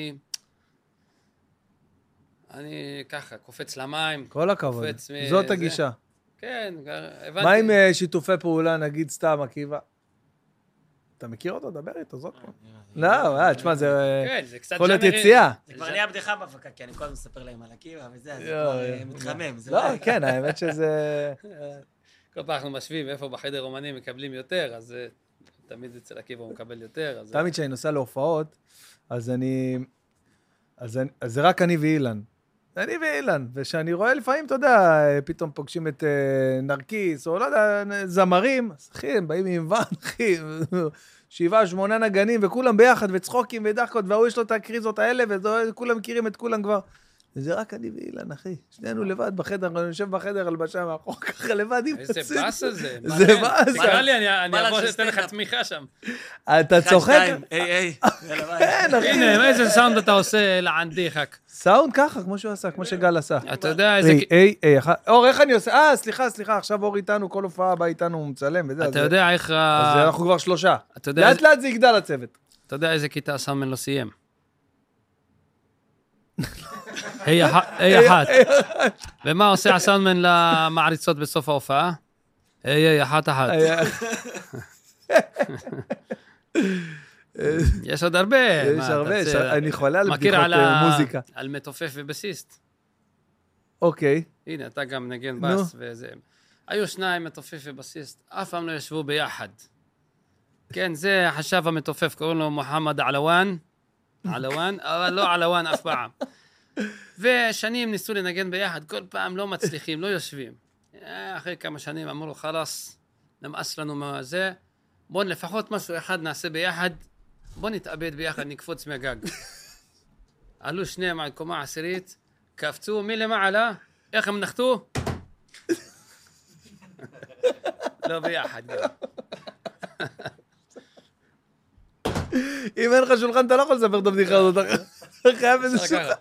אני ככה, קופץ למים. כל הכבוד, זאת הגישה. כן, הבנתי. מה עם שיתופי פעולה, נגיד סתם, עקיבא? אתה מכיר אותו? דבר איתו, זאת פה. לא, תשמע, זה יכול להיות יציאה. זה כבר נהיה בדיחה בהפקה, כי אני קודם מספר להם על עקיבא, וזה, זה כבר מתחמם. לא, כן, האמת שזה... כל פעם אנחנו משווים איפה בחדר אומנים מקבלים יותר, אז תמיד אצל עקיבא הוא מקבל יותר. תמיד כשאני נוסע להופעות, אז זה רק אני ואילן. אני ואילן, ושאני רואה לפעמים, אתה יודע, פתאום פוגשים את נרקיס, או לא יודע, זמרים, אחי, הם באים עם ואן, אחי, 7-8 נגנים, וכולם ביחד, וצחוקים ודחקות, והוא יש לו את הקריזות האלה, וכולם מכירים את כולם כבר. וזה רק אני ואילן, אחי. שנינו לבד בחדר, אני יושב בחדר הלבשה מאחור, ככה לבד עם פצית. איזה באס הזה. זה באס. תקרא לי, אני אבוא לתת לך תמיכה שם. אתה צוחק? היי. הנה, איזה סאונד אתה עושה לענדי חק. סאונד ככה, כמו שהוא עשה, כמו שגל עשה. אתה יודע איזה... אור, איך אני עושה? סליחה, עכשיו אור איתנו, כל הופעה בא איתנו, הוא מצלם וזה. אתה יודע איך... אז אנחנו כבר 3. לאט לאט זה יגדל הצוות. אתה יודע איזה כיתה סאמן לא סיים. היי אחת. ומה עושה הסאונדמן למעריצות בסוף ההופעה? היי אחת. יש עוד הרבה. יש הרבה, אני חולה על בדיחות מוזיקה. מכיר על מתופף ובסיסט. אוקיי. הנה, אתה גם נגן בס וזה. היו 2 מתופף ובסיסט, אף פעם לא ישבו ביחד. כן, זה החשב המתופף, קוראים לו מוחמד עלוואן, אבל לא עלוואן אף פעם. ושנים ניסו לנגן ביחד, כל פעם לא מצליחים, לא יושבים. אחרי כמה שנים אמרו, חלאס, נמאס לנו מה זה, בוא לפחות משהו אחד נעשה ביחד, בוא נתאבד ביחד, נקפוץ מהגג. עלו 2 על קומה 10, קפצו מלמעלה, איך הם נחתו? לא ביחד. אם אין לך שולחן, אתה לא יכול לספר את הבדיחה הזאת. חייב איזה שולחן.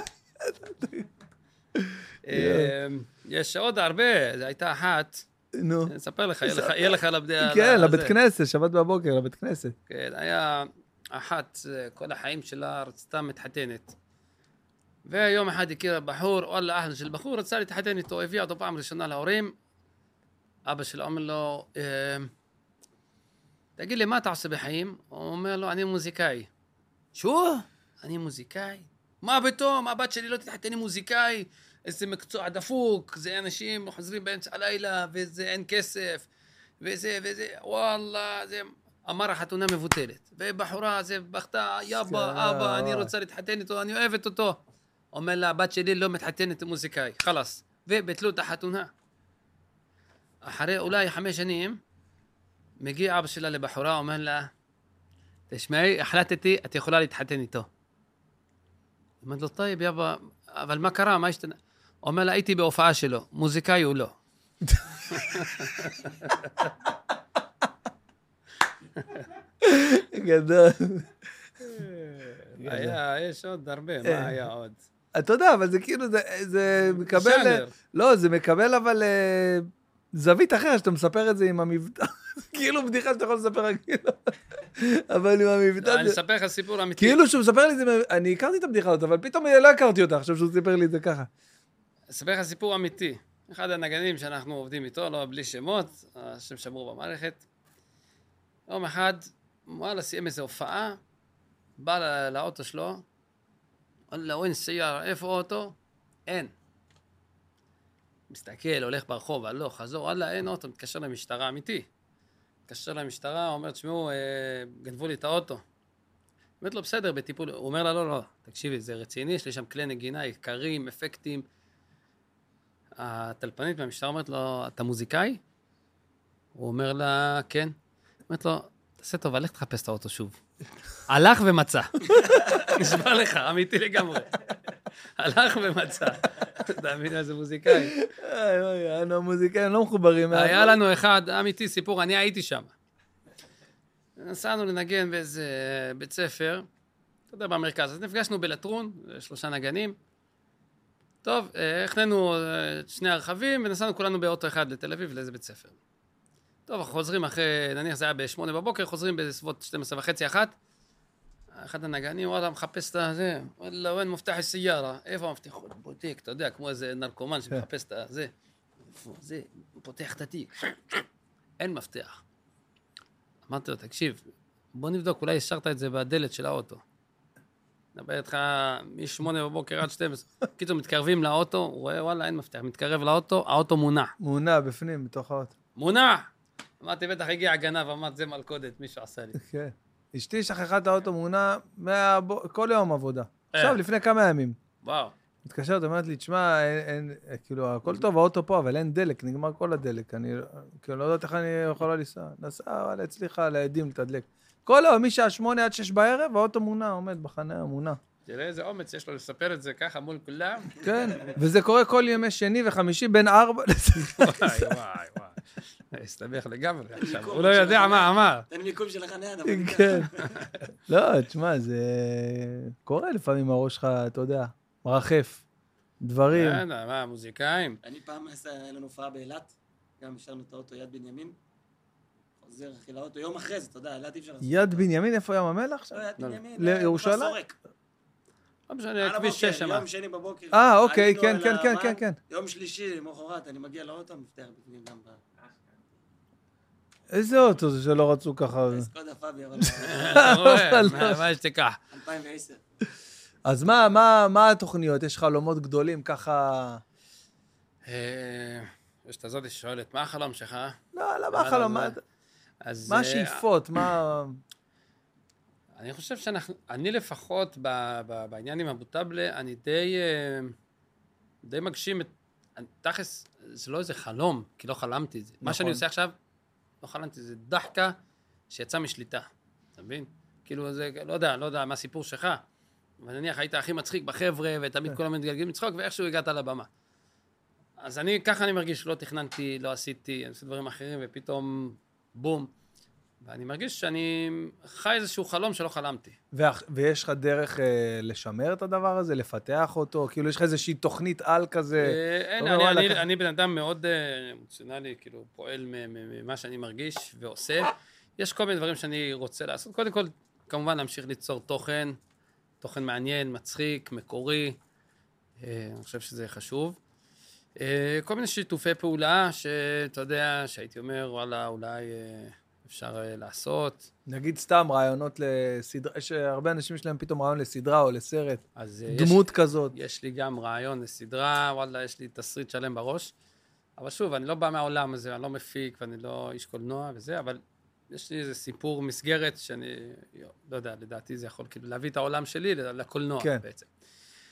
יש עוד הרבה, זו הייתה אחת. נו. אני אספר לך, יהיה לך לבדיעה. כן, לבית כנסת, שבת בבוקר, לבית כנסת. כן, היה אחת, כל החיים שלה רצתה מתחתנת. ויום אחד הכירה בחור, וואלה, אחלה של בחור, רצה להתחתן איתו, הביאה אותו פעם ראשונה להורים. אבא שלה אומר לו, תגיד לי, מה אתה עושה בחיים? הוא אומר לו, אני מוזיקאי. שו? אני מוזיקאי? מה פתאום? הבת שלי לא תתחתן עם מוזיקאי? איזה מקצוע דפוק, זה אנשים חוזרים באמצע הלילה, וזה אין כסף, וזה, וואלה, זה... אמר החתונה מבוטלת. ובחורה, זה בכתה, יאבא, אבא, אני רוצה להתחתן איתו, אני אוהבת אותו. אומר לה, הבת שלי לא מתחתנת עם מוזיקאי, חלס. ובטלו את החתונה. אחרי אולי 5 שנים, מגיע אבא שלה לבחורה, אומר לה, תשמעי, החלטתי, את יכולה להתחתן איתו. אומרת לו, טייב, יבא, אבל מה קרה? מה השתנה? אומר לה, הייתי בהופעה שלו, מוזיקאי הוא לא. גדול. יש עוד הרבה, מה היה עוד? אתה יודע, אבל זה כאילו, זה מקבל... ז'אנר. לא, זה מקבל אבל זווית אחרת, שאתה מספר את זה עם המבטא. כאילו בדיחה שאתה יכול לספר רגיל. אבל עם המבטא... אני אספר לך סיפור אמיתי. כאילו שהוא מספר לי את זה, אני הכרתי את הבדיחה הזאת, אבל פתאום לא הכרתי אותה, עכשיו שהוא סיפר לי את זה ככה. אספר לך סיפור אמיתי. אחד הנגנים שאנחנו עובדים איתו, לא בלי שמות, השם שמור במערכת. יום אחד, וואלה, סיים איזו הופעה, בא לאוטו שלו, וואלה, אין סיירה, איפה אוטו? אין. מסתכל, הולך ברחוב, לא, חזור, וואלה, אין אוטו, מתקשר למשטרה, אמיתי. מתקשר למשטרה, אומר, תשמעו, גנבו לי את האוטו. אומרת לו, בסדר, בטיפול, הוא אומר לה, לא, תקשיבי, זה רציני, יש לי שם כלי נגינה, עיקרים, אפקטים. הטלפנית מהמשטרה אומרת לו, אתה מוזיקאי? הוא אומר לה, כן. אומרת לו, תעשה טוב, הלך תחפש את האוטו שוב. הלך ומצא. נשמע לך, אמיתי לגמרי. הלך ומצא. אתה מבין איזה מוזיקאי? אנו המוזיקאים לא מחוברים. היה לנו אחד, אמיתי, סיפור, אני הייתי שם. נסענו לנגן באיזה בית ספר, אתה יודע, במרכז. אז נפגשנו בלטרון, 3 נגנים. טוב, הכננו 2 הרכבים, ונסענו כולנו באוטו אחד לתל אביב, לאיזה בית ספר. טוב, אנחנו חוזרים אחרי, נניח זה היה ב8 בבוקר, חוזרים בסביבות 12:30, 1. אחד הנגנים, וואלה, מחפש את זה, וואלה, אין מפתח הסיירה, איפה המפתח? בודק, אתה יודע, כמו איזה נרקומן שמחפש את זה. איפה זה? הוא פותח את התיק. אין מפתח. אמרתי לו, תקשיב, בוא נבדוק, אולי השארת את זה בדלת של האוטו. נדבר איתך מ8 בבוקר עד 12. קיצור, מתקרבים לאוטו, הוא רואה, וואלה, אין מפתח. מתקרב לאוטו, האוטו מונע. מונע בפנים, בתוך האוטו. מונע! אמרתי, בטח הגיע הגנב, אמרת, זה מלכודת, מישהו עשה לי. כן. אשתי שכחה את האוטו מונע כל יום עבודה. עכשיו, לפני כמה ימים. וואו. מתקשרת, אומרת לי, תשמע, כאילו, הכל טוב, האוטו פה, אבל אין דלק, נגמר כל הדלק. אני כאילו לא יודעת איך אני יכולה לנסוע. נסעה, אבל הצליחה לעדים לתדלק. כל יום, משעה 8 עד 6 בערב, האוטו מונע, עומד בחניה, מונע. תראה איזה אומץ יש לו לספר את זה ככה מול כולם. כן, וזה קורה כל ימי שני וחמישי, בין 4 וואי. הסתבך לגמרי עכשיו. הוא לא יודע מה אמר. תן מיקום של החניה. כן. לא, תשמע, זה קורה לפעמים הראש שלך, אתה יודע, מרחף, דברים. כן, מה, מוזיקאים? אני פעם היה לנו הופעה באילת, גם השארנו את האוטו יד בנימין. חוזר אחי לאוטו, יום אחרי זה, אתה יודע, אילת אי אפשר לעשות. יד בנימין, איפה ים המלח? לא, יד בנימין. לירושלים? לא משנה, כביש 6 שם. יום שני בבוקר. אוקיי, כן. יום שלישי, למחרת, אני מגיע לאוטו, מפתח בפנים גם איזה אוטו זה שלא רצו ככה? סקודה פאבי, אבל... מה יש תיקח? 2010. אז מה התוכניות? יש חלומות גדולים ככה? יש את הזאת ששואלת, מה החלום שלך? לא, מה החלום? מה השאיפות? מה... אני חושב אני לפחות בעניין עם אבו טאבלה, אני די מגשים את... תכלס, זה לא איזה חלום, כי לא חלמתי את זה. מה שאני עושה עכשיו, לא חלמתי, זה דחקה שיצא משליטה. אתה מבין? כאילו, זה, לא יודע מה הסיפור שלך, אבל נניח, היית הכי מצחיק בחבר'ה, ותמיד כולם מתגלגלים מצחוק, ואיכשהו הגעת לבמה. אז ככה אני מרגיש שלא תכננתי, לא עשיתי, אני עושה דברים אחרים, ופתאום, בום. ואני מרגיש שאני חי איזשהו חלום שלא חלמתי. ויש לך דרך לשמר את הדבר הזה, לפתח אותו? כאילו, יש לך איזושהי תוכנית על כזה? אני בן אדם מאוד אמוציונלי, כאילו, פועל ממה שאני מרגיש ועושה. יש כל מיני דברים שאני רוצה לעשות. קודם כל, כמובן, להמשיך ליצור תוכן מעניין, מצחיק, מקורי. אני חושב שזה חשוב. כל מיני שיתופי פעולה שאתה יודע, שהייתי אומר, וואלה, אולי... אפשר לעשות. נגיד סתם רעיונות לסדרה, יש הרבה אנשים שלהם פתאום רעיון לסדרה או לסרט, דמות כזאת. יש לי גם רעיון לסדרה, וואלה, יש לי תסריט שלם בראש, אבל שוב, אני לא בא מהעולם הזה, אני לא מפיק ואני לא איש קולנוע וזה, אבל יש לי איזה סיפור מסגרת שאני, לא יודע, לדעתי זה יכול כאילו להביא את העולם שלי לקולנוע בעצם.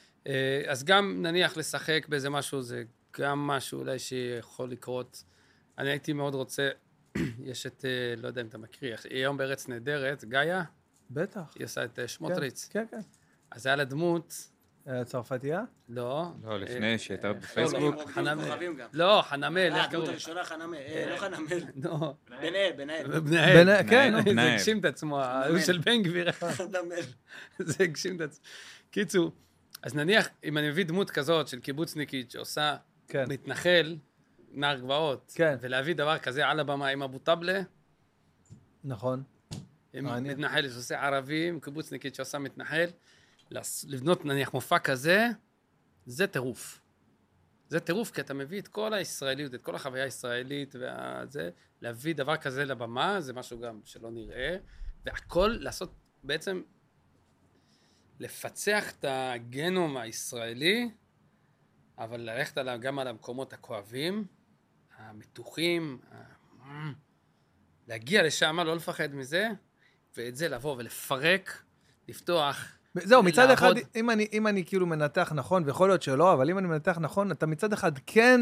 אז גם נניח לשחק באיזה משהו, זה גם משהו אולי שיכול לקרות, אני הייתי מאוד רוצה, יש את, לא יודע אם אתה מכיר, היום בארץ נהדרת, גאיה, בטח. היא עושה את שמוטריץ. כן, כן. אז היה לה דמות, צרפתייה? לא. לא, לפני שהייתה בפייסבוק. לא, חנמל, איך קראו? הדמות הראשונה חנמל, לא חנמל. לא. בנאל. בנאל. כן, נו. זה הגשים את עצמו, הוא של בן גביר. חנמל. זה הגשים את עצמו. קיצור, אז נניח, אם אני מביא דמות כזאת של קיבוצניקית שעושה כן. מתנחל, נער גבעות, כן. ולהביא דבר כזה על הבמה עם אבו טבלה, נכון. מעניין. מתנחל שעושה ערבים, קיבוצניקית שעושה מתנחל, לבנות נניח מופע כזה, זה טירוף. זה טירוף, כי אתה מביא את כל הישראליות, את כל החוויה הישראלית, וזה, להביא דבר כזה לבמה, זה משהו גם שלא נראה, והכל לעשות, בעצם, לפצח את הגנום הישראלי, אבל ללכת גם על המקומות הכואבים, המתוחים, להגיע לשם, לא לפחד מזה, ואת זה לבוא ולפרק, לפתוח, זהו, מצד אחד, לעבוד. אם אני כאילו מנתח נכון, ויכול להיות שלא, אבל אם אני מנתח נכון, אתה מצד אחד כן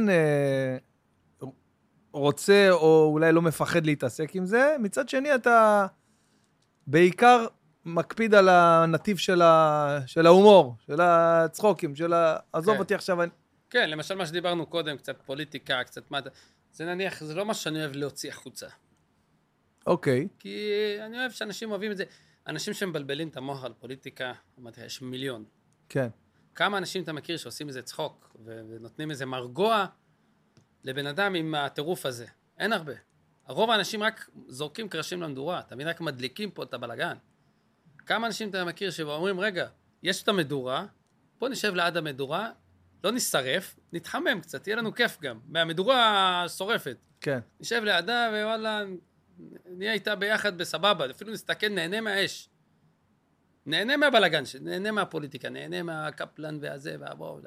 רוצה, או אולי לא מפחד להתעסק עם זה, מצד שני אתה בעיקר מקפיד על הנתיב של ההומור, של הצחוקים, עזוב כן. אותי עכשיו. כן, למשל מה שדיברנו קודם, קצת פוליטיקה, קצת מה... זה נניח, זה לא מה שאני אוהב להוציא החוצה. אוקיי. כי אני אוהב שאנשים אוהבים את זה. אנשים שמבלבלים את המוח על פוליטיקה, אמרתי, יש מיליון. כן. כמה אנשים אתה מכיר שעושים איזה צחוק, ונותנים איזה מרגוע לבן אדם עם הטירוף הזה? אין הרבה. הרוב האנשים רק זורקים קרשים למדורה, תמיד רק מדליקים פה את הבלגן. כמה אנשים אתה מכיר שאומרים, רגע, יש את המדורה, בוא נשב ליד המדורה, לא נשרף, נתחמם קצת, יהיה לנו כיף גם, מהמדורה שורפת. כן. נשב לידה ווואלה, נהיה איתה ביחד בסבבה, אפילו נסתכל, נהנה מהאש. נהנה מהבלגן, נהנה מהפוליטיקה, נהנה מהקפלן והזה, והבוא,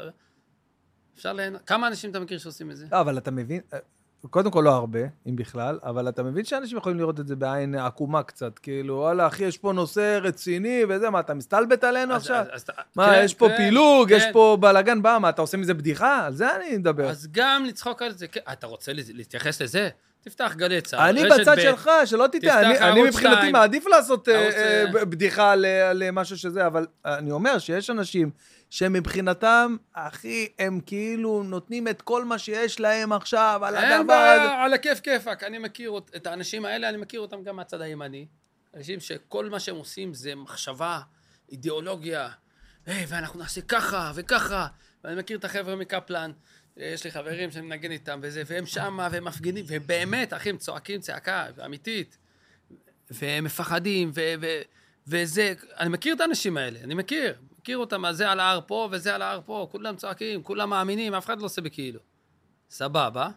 אפשר ליהנות. כמה אנשים אתה מכיר שעושים את זה? לא, אבל אתה מבין, קודם כל לא הרבה, אם בכלל, אבל אתה מבין שאנשים יכולים לראות את זה בעין עקומה קצת, כאילו, וואלה, אחי, יש פה נושא רציני וזה, מה, אתה מסתלבט עלינו עכשיו? מה, כן, יש פה כן, פילוג, כן. יש פה בלגן, מה, אתה עושה מזה בדיחה? על זה אני מדבר. אז גם לצחוק על זה, כן. אתה רוצה להתייחס לזה? תפתח גלי צהל. אני רשת בצד ב', שלך, שלא תטעה, תפתח אני ערוץ מבחינתי 2. מעדיף לעשות ערוץ, בדיחה על משהו שזה, אבל אני אומר שיש אנשים שמבחינתם, אחי, הם כאילו נותנים את כל מה שיש להם עכשיו על אין הדבר הזה. בעיה, על הכיף כיפק. אני מכיר את האנשים האלה, אני מכיר אותם גם מהצד הימני. אנשים שכל מה שהם עושים זה מחשבה, אידיאולוגיה, ואנחנו נעשה ככה וככה. ואני מכיר את החבר'ה מקפלן, יש לי חברים שאני מנגן איתם וזה, והם שמה והם מפגינים, ובאמת, אחי, הם צועקים צעקה אמיתית, והם מפחדים, וזה, אני מכיר את האנשים האלה, אני מכיר אותם, זה על ההר פה וזה על ההר פה, כולם צועקים, כולם מאמינים, אף אחד לא עושה בכאילו. סבבה,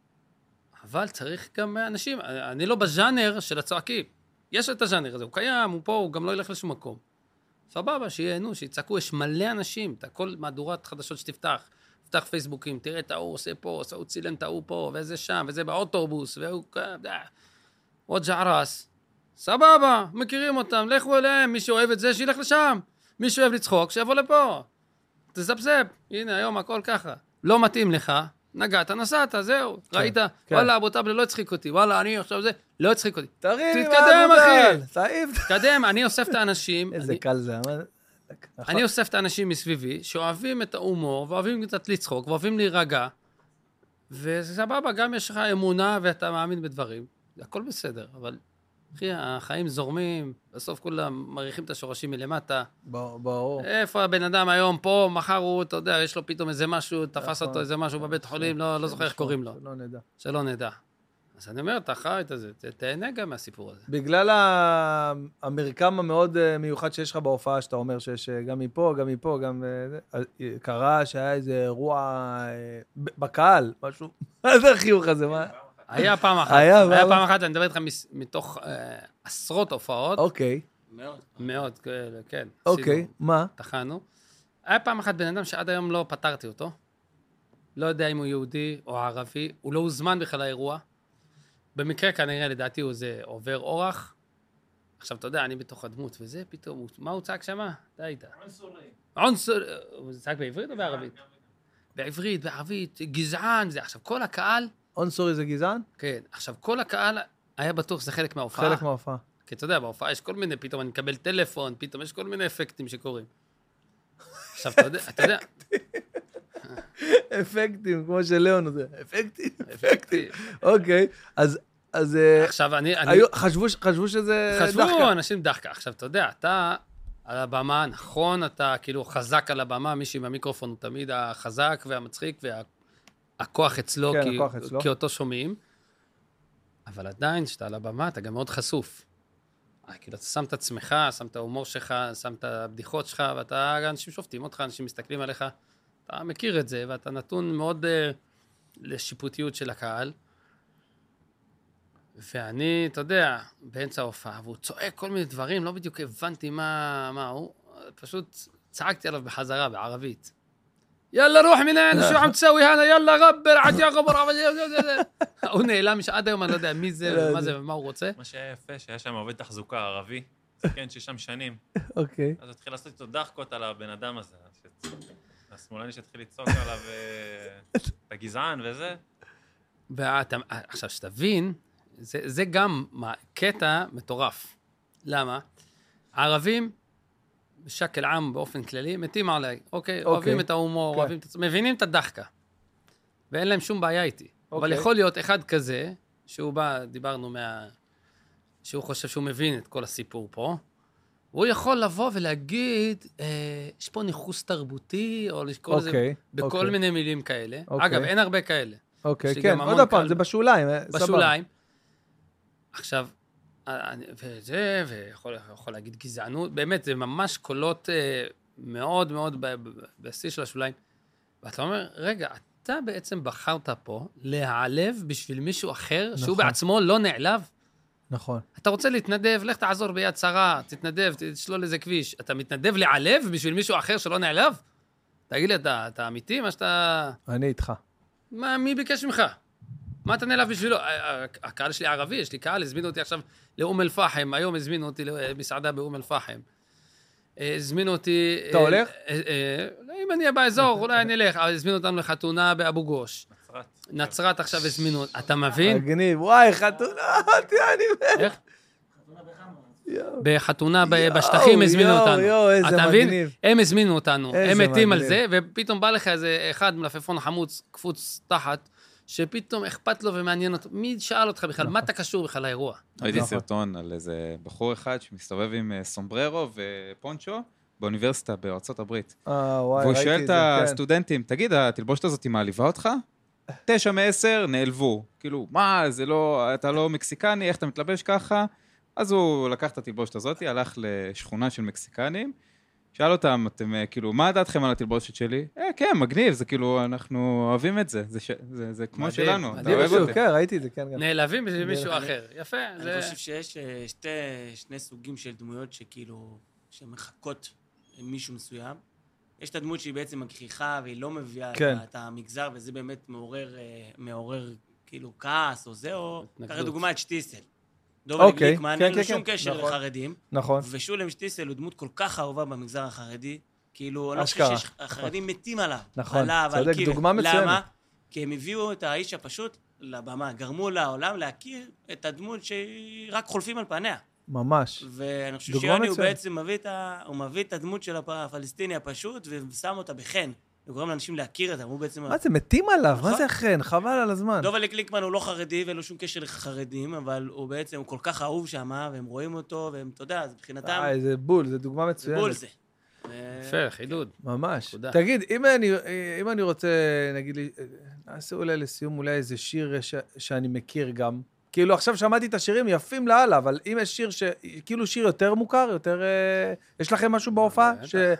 אבל צריך גם אנשים, אני לא בז'אנר של הצועקים, יש את הז'אנר הזה, הוא קיים, הוא פה, הוא גם לא ילך לשום מקום. סבבה, שיהנו, שיצעקו, יש מלא אנשים, אתה כל מהדורת חדשות שתפתח, תפתח פייסבוקים, תראה את ההוא עושה פה, הוא צילם את ההוא פה, וזה שם, וזה באוטובוס, והוא עוד ג'ערס. סבבה, מכירים אותם, לכו אליהם, מי שאוהב את זה, שילך לשם. מי שאוהב לצחוק, שיבוא לפה. תזפזפ, הנה, היום הכל ככה. לא מתאים לך, נגעת, נסעת, זהו. ראית, וואלה, אבו טבלה לא הצחיק אותי, וואלה, אני עכשיו זה, לא הצחיק אותי. תתקדם, אחי. תתקדם, אני אוסף את האנשים. איזה קל זה. אני אוסף את האנשים מסביבי, שאוהבים את ההומור, ואוהבים קצת לצחוק, ואוהבים להירגע, וסבבה, גם יש לך אמונה, ואתה מאמין בדברים. הכל בסדר, אבל, אחי, החיים זורמים, בסוף כולם מריחים את השורשים מלמטה. ברור. איפה הבן אדם היום פה, מחר הוא, אתה יודע, יש לו פתאום איזה משהו, תפס אותו איזה משהו בבית חולים, לא זוכר איך קוראים לו. שלא נדע. אז אני אומר, אתה חי את זה, תהנה גם מהסיפור הזה. בגלל המרקם המאוד מיוחד שיש לך בהופעה, שאתה אומר שיש גם מפה, גם קרה שהיה איזה אירוע בקהל, משהו, מה זה החיוך הזה, מה? היה פעם אחת, אני מדבר איתך מתוך עשרות הופעות. אוקיי. מאוד, כן. אוקיי, מה? תחנו. היה פעם אחת בן אדם שעד היום לא פתרתי אותו. לא יודע אם הוא יהודי או ערבי, הוא לא הוזמן בכלל לאירוע. במקרה כנראה, לדעתי, הוא זה עובר אורח. עכשיו, אתה יודע, אני בתוך הדמות, וזה פתאום, מה הוא צעק שמה? אתה היית. עונסורי. הוא צעק בעברית או בערבית? בעברית, בערבית, גזען, זה. עכשיו, כל הקהל אונסורי זה גזען? כן. עכשיו, כל הקהל היה בטוח שזה חלק מההופעה. חלק מההופעה. כי אתה יודע, בהופעה יש כל מיני, פתאום אני מקבל טלפון, פתאום יש כל מיני אפקטים שקורים. עכשיו, אתה יודע... אפקטים, כמו שלאון עושה. אפקטים? אפקטים. אוקיי, אז... עכשיו, חשבו שזה דחקה. חשבו אנשים דחקה. עכשיו, אתה יודע, אתה על הבמה, נכון, אתה כאילו חזק על הבמה, מישהי במיקרופון הוא תמיד החזק והמצחיק, והכוח אצלו, כי אותו שומעים. אבל עדיין, כשאתה על הבמה, אתה גם מאוד חשוף. כאילו, אתה שם את עצמך, שם את ההומור שלך, שם את הבדיחות שלך, ואתה, אנשים שופטים אותך, אנשים מסתכלים עליך, אתה מכיר את זה, ואתה נתון מאוד לשיפוטיות של הקהל. ואני, אתה יודע, באמצע ההופעה, והוא צועק כל מיני דברים, לא בדיוק הבנתי מה הוא, פשוט צעקתי עליו בחזרה, בערבית. יאללה, רוח מנהן, שו עם תסווי הנה, יאללה, גבר, עד יגבר, הוא נעלם, עד היום אני לא יודע מי זה, מה זה ומה הוא רוצה. מה שהיה יפה, שהיה שם עובד תחזוקה ערבי, כן, ששם שנים. אוקיי. אז התחיל לעשות איתו דחקות על הבן אדם הזה. השמאלני שהתחיל לצעוק עליו את הגזען וזה. עכשיו, שתבין, זה גם קטע מטורף. למה? הערבים, בשקל עם באופן כללי, מתים עליי. אוקיי? אוהבים את ההומור, מבינים את הדחקה. ואין להם שום בעיה איתי. אבל יכול להיות אחד כזה, שהוא בא, דיברנו שהוא חושב שהוא מבין את כל הסיפור פה, הוא יכול לבוא ולהגיד, יש פה ניחוס תרבותי, או לקרוא לזה בכל מיני מילים כאלה. אגב, אין הרבה כאלה. אוקיי, כן, עוד הפעם, זה בשוליים. בשוליים. עכשיו, וזה, ויכול להגיד גזענות, באמת, זה ממש קולות מאוד מאוד בשיא של השוליים. ואתה אומר, רגע, אתה בעצם בחרת פה להעלב בשביל מישהו אחר, שהוא בעצמו לא נעלב? נכון. אתה רוצה להתנדב, לך תעזור ביד שרה, תתנדב, תשלול איזה כביש. אתה מתנדב להעלב בשביל מישהו אחר שלא נעלב? תגיד לי, אתה אמיתי? מה שאתה... אני איתך. מי ביקש ממך? מה אתה נעלב בשבילו? הקהל שלי ערבי, יש לי קהל, הזמינו אותי עכשיו לאום אל-פחם, היום הזמינו אותי למסעדה באום אל-פחם. הזמינו אותי... אתה הולך? אם אני אהיה באזור, אולי אני אלך, אבל הזמינו אותנו לחתונה באבו גוש. נצרת עכשיו הזמינו, אתה מבין? מגניב, וואי, חתונה, איך? בחתונה בשטחים הזמינו אותנו. אתה מבין? הם הזמינו אותנו, הם מתים על זה, ופתאום בא לך איזה אחד מלפפון חמוץ, קפוץ תחת, שפתאום אכפת לו ומעניין אותו. מי שאל אותך בכלל? מה אתה קשור בכלל לאירוע? ראיתי סרטון על איזה בחור אחד שמסתובב עם סומבררו ופונצ'ו באוניברסיטה בארצות הברית. והוא שואל את הסטודנטים, תגיד, התלבושת הזאת היא מעליבה אותך? 9 מ-10 נעלבו. כאילו, מה, זה לא, אתה לא מקסיקני, איך אתה מתלבש ככה? אז הוא לקח את התלבושת הזאת, הלך לשכונה של מקסיקנים, שאל אותם, אתם כאילו, מה דעתכם על התלבושת שלי? כן, מגניב, זה כאילו, אנחנו אוהבים את זה, זה כמו שלנו, אתה אוהב אותי. כן, ראיתי את זה, כן. נעלבים בשביל מישהו אחר, יפה. אני חושב שיש שני סוגים של דמויות שכאילו, שמחכות מישהו מסוים. יש את הדמות שהיא בעצם מגחיכה, והיא לא מביאה את המגזר, וזה באמת מעורר כאילו כעס או זה, או ככה דוגמה את שטיסל. דובל גליקמן, אין לו שום קשר לחרדים. נכון. ושולם שטיסל הוא דמות כל כך אהובה במגזר החרדי, כאילו, אני לא חושב שהחרדים מתים עליו. נכון, צודק, דוגמה מצוינת. למה? כי הם הביאו את האיש הפשוט לבמה, גרמו לעולם להכיר את הדמות שרק חולפים על פניה. ממש. ואני חושב שיוני הוא בעצם מביא את הדמות של הפלסטיני הפשוט, ושם אותה בחן. הוא גורם לאנשים להכיר את זה, הוא בעצם... מה זה, מתים עליו? מה זה החן? חבל על הזמן. דובל גליקמן הוא לא חרדי, ואין לו שום קשר לחרדים, אבל הוא בעצם, הוא כל כך אהוב שם, והם רואים אותו, והם, אתה יודע, זה מבחינתם... זה בול, זה דוגמה מצוינת. זה בול זה. יפה, חידוד. ממש. תגיד, אם אני רוצה, נגיד לי, נעשה אולי לסיום, אולי איזה שיר שאני מכיר גם, כאילו עכשיו שמעתי את השירים יפים להלאה, אבל אם יש שיר כאילו שיר יותר מוכר, יותר... יש לכם משהו בהופעה?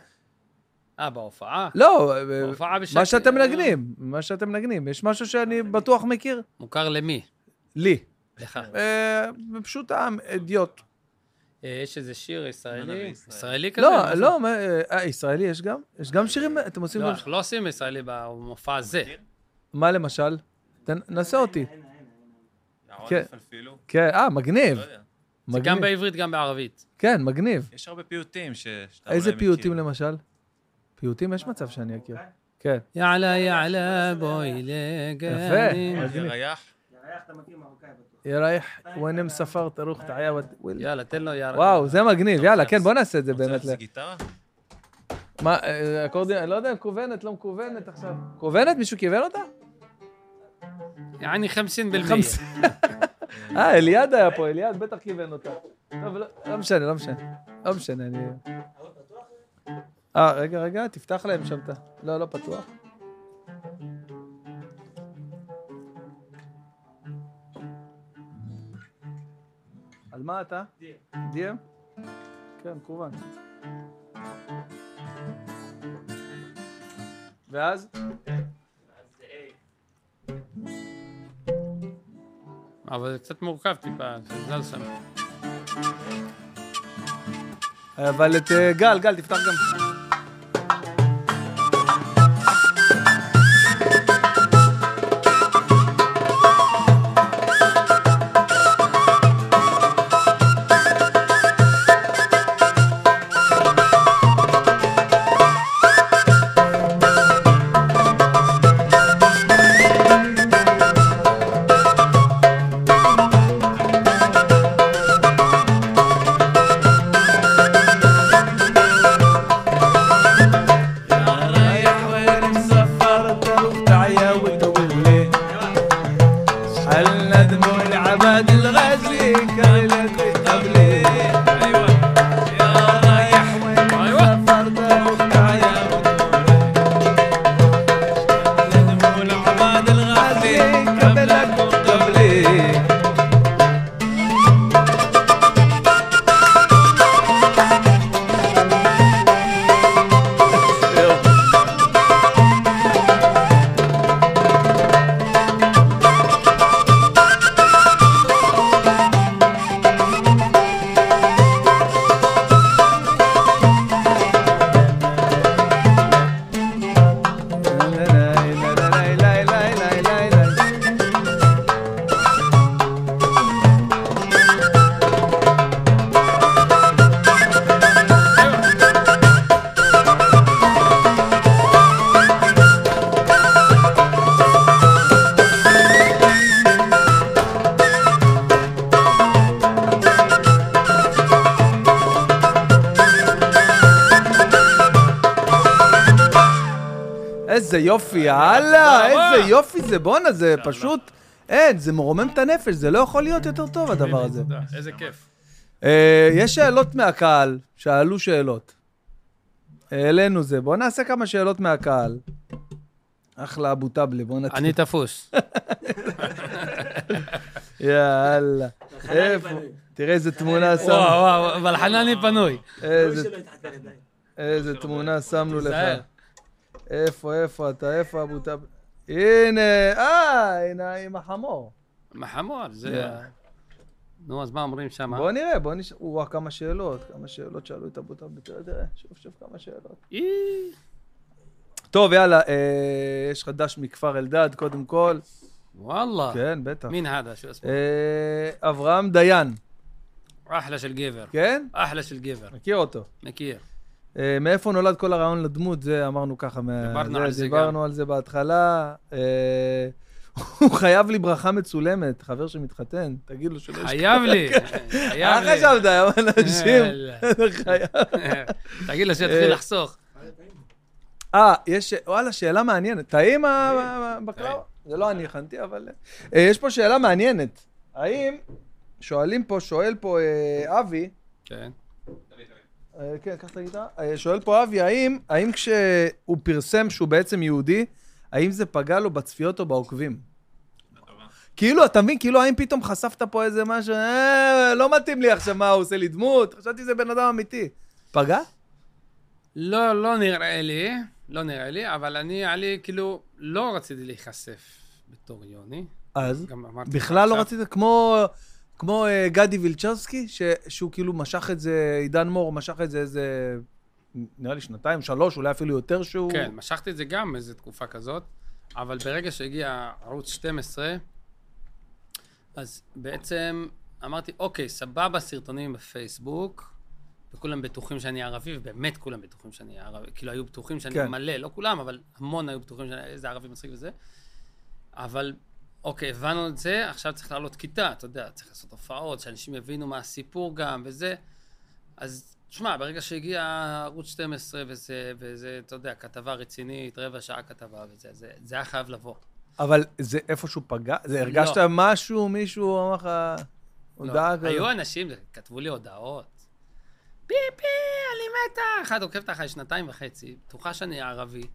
בהופעה? לא, מה שאתם מנגנים. יש משהו שאני בטוח מכיר? מוכר למי? לי. לך. פשוט אדיוט. יש איזה שיר ישראלי? ישראלי כזה? לא, ישראלי יש גם? יש גם שירים? אתם עושים... לא, אנחנו לא עושים ישראלי במופע הזה. מה למשל? נעשה אותי. כן, מגניב. זה גם בעברית, גם בערבית. כן, מגניב. יש הרבה פיוטים שאתה איזה פיוטים למשל? פיוטים יש מצב שאני אכיר. כן. יעלה בואי לגני. ירייח. ירייח, ונם ספר תרוך תעיה. יאללה, תן לו ירייח. וואו, זה מגניב, יאללה, כן, בוא נעשה את זה באמת. זה גיטרה? מה, אקורדיון, לא יודע, מקוונת, לא מקוונת עכשיו. מקוונת? מישהו כיוון אותה? יעני 50%. אליעד היה פה, אליעד בטח כיוון אותה. טוב, לא משנה, אני... רגע, תפתח להם שם את... לא פתוח. על מה אתה? DM? כן, מקוון. ואז? אבל זה קצת מורכב טיפה, זה לא שם. אבל את גל, תפתח גם. איזה יופי, יאללה, איזה יופי זה, בונה, זה פשוט, אין, זה מרומם את הנפש, זה לא יכול להיות יותר טוב הדבר הזה. איזה כיף. יש שאלות מהקהל, שאלו שאלות. העלינו זה, בוא נעשה כמה שאלות מהקהל. אחלה אבו טבלי, בוא נתחיל. אני תפוס. יאללה. איפה? תראה איזה תמונה שמנו. וואו, אבל חנני פנוי. איזה תמונה שמנו לך. איפה אתה? איפה אבו טבלי? הנה, הנה עם החמור. עם החמור, זה... נו, אז מה אומרים שם? בוא נראה, וואו, כמה שאלות שאלו את אבו טבלי. תראה, שוב כמה שאלות. טוב, יאללה, יש חדש מכפר אלדד, קודם כל. וואלה. כן, בטח. מין הדה, שו אסמו? אברהם דיין. אחלה של גבר. כן? אחלה של גבר. מכיר אותו. מכיר. מאיפה נולד כל הרעיון לדמות? זה אמרנו ככה. דיברנו על זה בהתחלה. הוא חייב לי ברכה מצולמת, חבר שמתחתן, תגיד לו שלא יש... חייב לי. חשבת, היום אנשים. תגיד לו שיתחיל לחסוך. יש, וואלה, שאלה מעניינת. טעים בקלאו? זה לא אני הכנתי, אבל... יש פה שאלה מעניינת. האם, שואל פה אבי, כן. כן, קח את הגיטרה. שואל פה אבי, האם כשהוא פרסם שהוא בעצם יהודי, האם זה פגע לו בצפיות או בעוקבים? כאילו, אתה מבין? כאילו, האם פתאום חשפת פה איזה משהו, לא מתאים לי עכשיו מה הוא עושה לי דמות, חשבתי זה בן אדם אמיתי. פגע? לא נראה לי, אבל אני כאילו לא רציתי להיחשף בתור יוני. אז? בכלל לא רציתי, כמו גדי וילצ'רסקי, שהוא כאילו משך את זה, עידן מור משך את זה איזה, נראה לי 2, 3, אולי אפילו יותר שהוא... כן, משכתי את זה גם איזו תקופה כזאת, אבל ברגע שהגיע ערוץ 12, אז בעצם אמרתי, אוקיי, סבבה סרטונים בפייסבוק, וכולם בטוחים שאני ערבי, ובאמת כולם בטוחים שאני ערבי, כאילו היו בטוחים שאני מלא, לא כולם, אבל המון היו בטוחים שזה ערבי מצחיק וזה. אבל, אוקיי, הבנו את זה, עכשיו צריך לעלות כיתה, אתה יודע, צריך לעשות הופעות, שאנשים יבינו מה הסיפור גם, וזה. אז, תשמע, ברגע שהגיע ערוץ 12 וזה, אתה יודע, כתבה רצינית, רבע שעה כתבה וזה, זה היה חייב לבוא. אבל זה איפשהו פגע? זה הרגשת משהו, מישהו אמר לך הודעה כזאת? היו אנשים, כתבו לי הודעות. פי, אני מתה. אחד עוקבת אחרי 2.5 בטוחה שאני ערבי.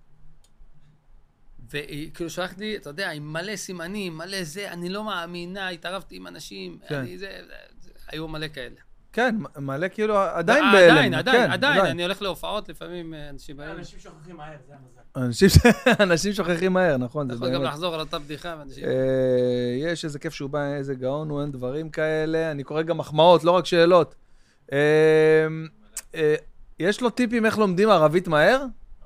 והיא כאילו שולחת לי, אתה יודע, עם מלא סימנים, מלא זה, אני לא מאמינה, התערבתי עם אנשים, היו מלא כאלה. כן, מלא כאילו, עדיין בהלם. עדיין, אני הולך להופעות, לפעמים אנשים באים. אנשים שוכחים מהר, זה המזל. אנשים שוכחים מהר, נכון. אתה יכול גם לחזור על אותה בדיחה. יש איזה כיף שהוא בא, איזה גאון, הוא אין דברים כאלה. אני קורא גם מחמאות, לא רק שאלות. יש לו טיפים איך לומדים ערבית מהר?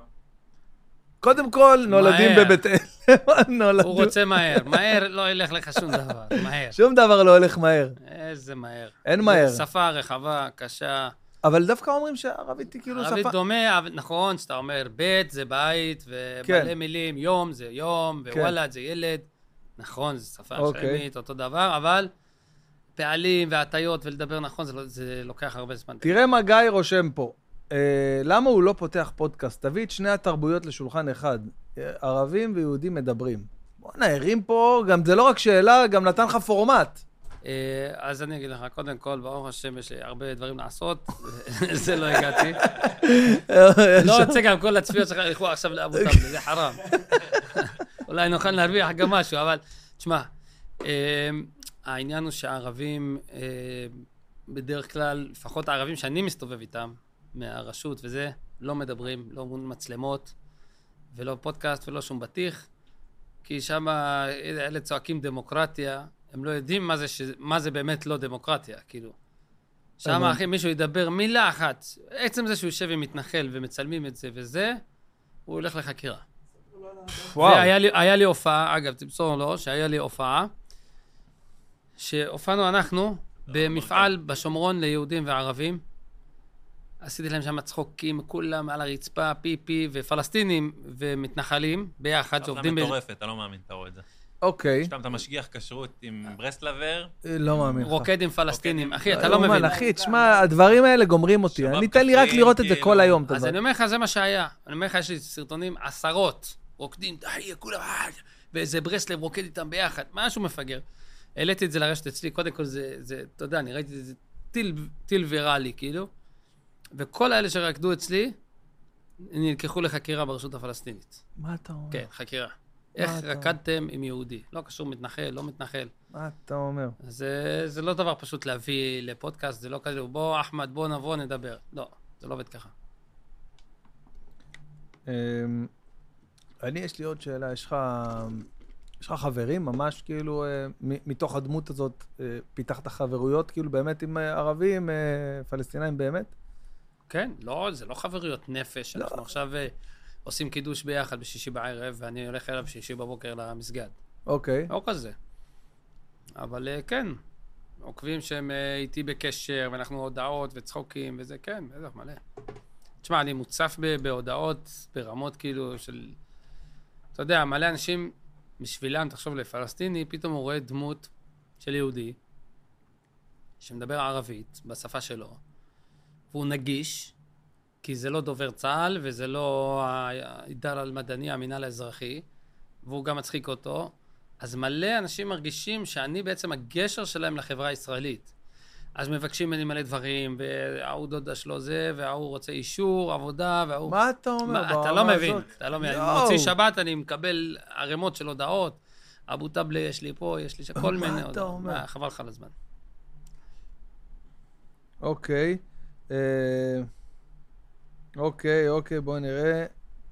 קודם כל, נולדים בבית אל. הוא רוצה מהר. מהר לא ילך לך שום דבר. מהר. שום דבר לא הולך מהר. איזה מהר. אין מהר. שפה רחבה, קשה. אבל דווקא אומרים שערבית היא כאילו שפה... ערבית דומה, נכון, שאתה אומר, בית זה בית, ומלא מילים, יום זה יום, ווולד זה ילד. נכון, זו שפה שמית, אותו דבר, אבל פעלים והטיות ולדבר נכון, זה לוקח הרבה זמן. תראה מה גיא רושם פה. למה הוא לא פותח פודקאסט? תביא את שני התרבויות לשולחן אחד. ערבים ויהודים מדברים. בוא נערים פה, גם זה לא רק שאלה, גם נתן לך פורמט. אז אני אגיד לך, קודם כל, ברוך השם, יש לי הרבה דברים לעשות, זה לא הגעתי. לא רוצה גם כל הצפיות שלך ילכו עכשיו לאבו טאבלה, זה חרם. אולי נוכל להרוויח גם משהו, אבל תשמע, העניין הוא שהערבים, בדרך כלל, לפחות הערבים שאני מסתובב איתם, מהרשות וזה, לא מדברים, לא מצלמות, ולא פודקאסט ולא שום בטיח, כי שם אלה צועקים דמוקרטיה, הם לא יודעים מה זה באמת לא דמוקרטיה, כאילו. שם אחי מישהו ידבר מילה אחת, עצם זה שהוא יושב ומתנחל ומצלמים את זה וזה, הוא הולך לחקירה. והיה לי הופעה, אגב, תמסור לו, שהיה לי הופעה, שהופענו אנחנו במפעל בשומרון ליהודים וערבים, עשיתי להם שם צחוקים, כולם על הרצפה, פיפי, ופלסטינים ומתנחלים ביחד שעובדים... אחלה מטורפת, אתה לא מאמין, אתה רואה את זה. אוקיי. שאתה משגיח כשרות עם ברסלבר. לא מאמין. רוקד עם פלסטינים. אחי, אתה לא מבין. אחי, תשמע, הדברים האלה גומרים אותי. אני אתן לי רק לראות את זה כל היום. אז אני אומר לך, זה מה שהיה. אני אומר לך, יש לי סרטונים, 10 רוקדים, כולם, ואיזה ברסלב רוקד איתם ביחד. משהו מפגר. העליתי את זה לרשת אצלי. קודם כל, זה, אתה יודע, אני ראיתי את זה טיל ויראלי, כאילו. וכל האלה שרקדו אצלי, נלקחו לחקירה ברשות הפלסטינית. מה אתה אומר? כן, חקירה. איך רקדתם עם יהודי? לא קשור מתנחל, לא מתנחל. מה אתה אומר? זה לא דבר פשוט להביא לפודקאסט, זה לא כזה, בוא אחמד, בוא נבוא, נדבר. לא, זה לא עובד ככה. יש לי עוד שאלה, יש לך חברים ממש כאילו, מתוך הדמות הזאת, פיתחת חברויות כאילו באמת עם ערבים, פלסטינאים באמת? כן, לא, זה לא חברויות נפש, אנחנו עכשיו עושים קידוש ביחד בשישי בערב, ואני הולך אליו בשישי בבוקר למסגד. אוקיי. לא כזה. אבל כן, עוקבים שהם איתי בקשר, ואנחנו הודעות וצחוקים, וזה כן, בטח מלא. תשמע, אני מוצף בהודעות, ברמות כאילו של... אתה יודע, מלא אנשים, בשבילם, תחשוב לפלסטיני, פתאום הוא רואה דמות של יהודי, שמדבר ערבית, בשפה שלו, והוא נגיש, כי זה לא דובר צה"ל, וזה לא הידל על-מדני, המינהל האזרחי, והוא גם מצחיק אותו. אז מלא אנשים מרגישים שאני בעצם הגשר שלהם לחברה הישראלית. אז מבקשים ממני מלא דברים, והוא דודה שלו זה, והוא רוצה אישור, עבודה, והוא... מה אתה אומר? אתה לא מבין, אתה לא מבין. מוציא שבת, אני מקבל ערימות של הודעות. אבו טאבלה יש לי פה, יש לי כל מיני הודעות. מה אתה אומר? חבל לך על הזמן. אוקיי. אוקיי, בואו נראה.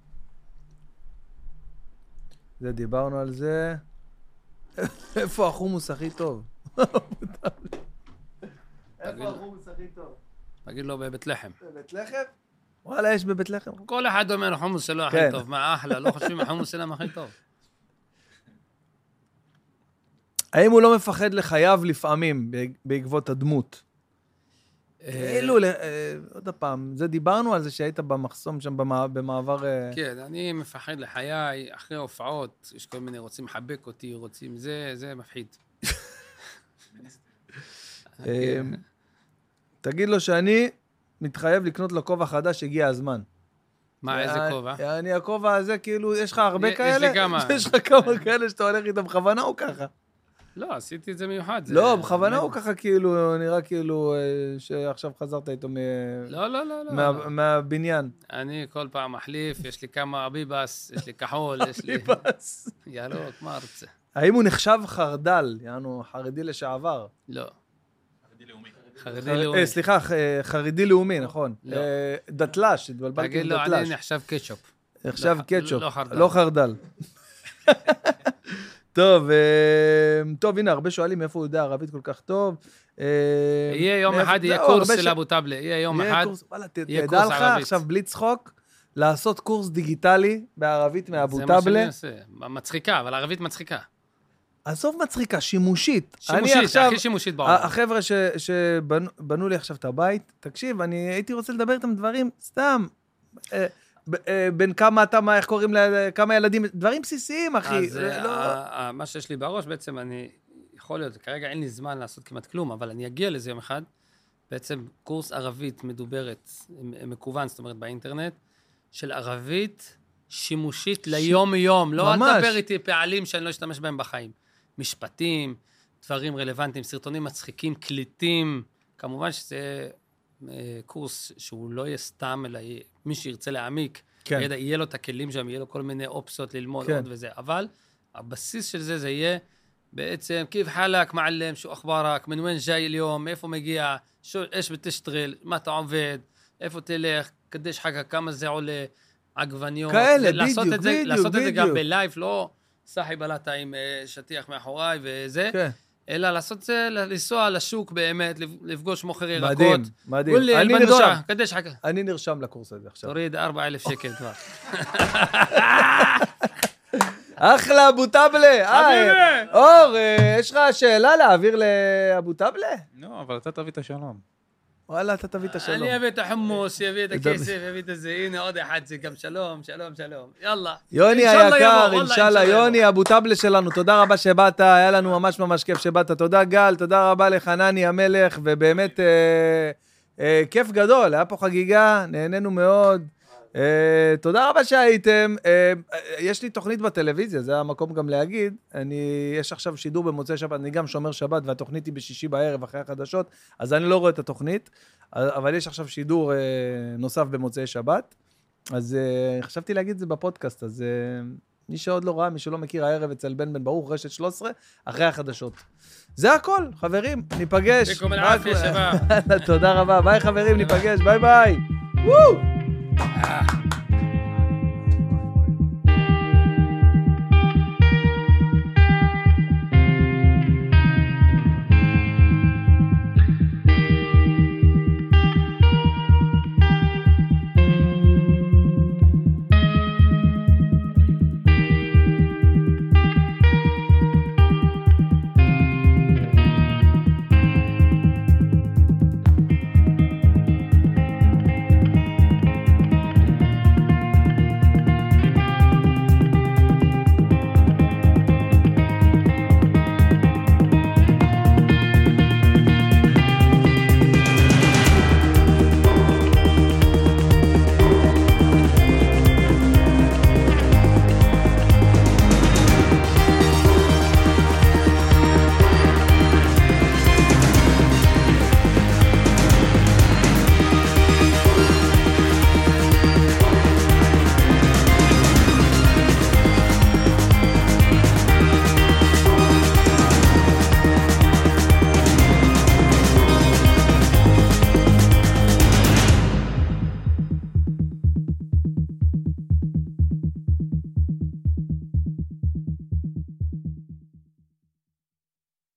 זה, דיברנו על זה. איפה החומוס הכי טוב? איפה החומוס הכי טוב? תגיד לו בבית לחם. בבית לחם? וואלה, יש בבית לחם. כל אחד אומר, החומוס שלו הכי טוב. מה אחלה, לא חושבים החומוס שלהם הכי טוב. האם הוא לא מפחד לחייו לפעמים בעקבות הדמות? כאילו, עוד פעם, זה דיברנו על זה שהיית במחסום שם במעבר... כן, אני מפחד לחיי, אחרי הופעות, יש כל מיני, רוצים לחבק אותי, רוצים זה מפחיד. תגיד לו שאני מתחייב לקנות לו כובע חדש, הגיע הזמן. מה, איזה כובע? הכובע הזה, כאילו, יש לך הרבה כאלה? יש לי כמה. יש לך כמה כאלה שאתה הולך איתם בכוונה או ככה? לא, עשיתי את זה מיוחד. לא, בכוונה הוא ככה כאילו, נראה כאילו שעכשיו חזרת איתו מהבניין. אני כל פעם מחליף, יש לי כמה ביבס, יש לי כחול, יש לי... ביבס. ירוק, מה רוצה? האם הוא נחשב חרדל, יענו חרדי לשעבר? לא. חרדי לאומי. סליחה, חרדי לאומי, נכון. דתל"ש, התבלבלתי תגיד לו, אני נחשב קטשופ. נחשב קטשופ, לא חרדל. טוב, הנה, הרבה שואלים איפה הוא יודע ערבית כל כך טוב. יהיה יום אחד, יהיה קורס של אבו טאבלה, יהיה יום אחד, יהיה קורס ערבית. תדע לך עכשיו בלי צחוק, לעשות קורס דיגיטלי בערבית מאבו טאבלה. זה מה שאני עושה, מצחיקה, אבל ערבית מצחיקה. עזוב מצחיקה, שימושית. שימושית, הכי שימושית בעולם. החבר'ה שבנו לי עכשיו את הבית, תקשיב, אני הייתי רוצה לדבר איתם דברים, סתם, בין כמה אתה, איך קוראים לכמה ילדים, דברים בסיסיים, אחי. אז מה שיש לי בראש, בעצם אני יכול להיות, כרגע אין לי זמן לעשות כמעט כלום, אבל אני אגיע לזה יום אחד, בעצם קורס ערבית מדוברת, מקוון, זאת אומרת באינטרנט, של ערבית שימושית ליום-יום, לא אדבר איתי פעלים שאני לא אשתמש בהם בחיים. משפטים, דברים רלוונטיים, סרטונים מצחיקים, קליטים, כמובן שזה קורס שהוא לא יהיה סתם, אלא מי שירצה להעמיק, יהיה לו את הכלים שם, יהיה לו כל מיני אופציות ללמוד עוד וזה, אבל הבסיס של זה יהיה בעצם, כיף חלק, מעלם, שו אכברק, מן וין ג'אי אליום, איפה מגיע, איש בתשתרל, מה אתה עובד, איפה תלך, קדש חגה, כמה זה עולה, עגבניות. כאלה, בדיוק. לעשות את זה גם בלייב, לא סחי בלטה עם שטיח מאחוריי וזה, אלא לעשות את זה, לנסוע לשוק באמת, לפגוש מוכר ירקות. מדהים. אני נרשם לקורס הזה עכשיו. תוריד 4,000 שקל כבר. אחלה, אבו טאבלה. אור, יש לך שאלה להעביר לאבו טאבלה? לא, אבל אתה תביא את השלום. וואלה, אתה תביא את השלום. אני אביא את החמוס, אביא את הכסף, אביא את זה. הנה עוד אחד, זה גם שלום. יאללה. יוני היקר, אינשאללה. יוני, אבו טאבלה שלנו, תודה רבה שבאת, היה לנו ממש כיף שבאת. תודה גל, תודה רבה לחנני המלך, ובאמת כיף גדול, היה פה חגיגה, נהנינו מאוד. תודה רבה שהייתם. יש לי תוכנית בטלוויזיה, זה המקום גם להגיד. יש עכשיו שידור במוצאי שבת, אני גם שומר שבת, והתוכנית היא בשישי בערב אחרי החדשות, אז אני לא רואה את התוכנית, אבל יש עכשיו שידור נוסף במוצאי שבת, אז חשבתי להגיד את זה בפודקאסט, אז מי שעוד לא ראה, מי שלא מכיר, הערב אצל בן ברוך, רשת 13, אחרי החדשות. זה הכל, חברים, ניפגש. תודה רבה, ביי חברים, ניפגש, ביי. וואו!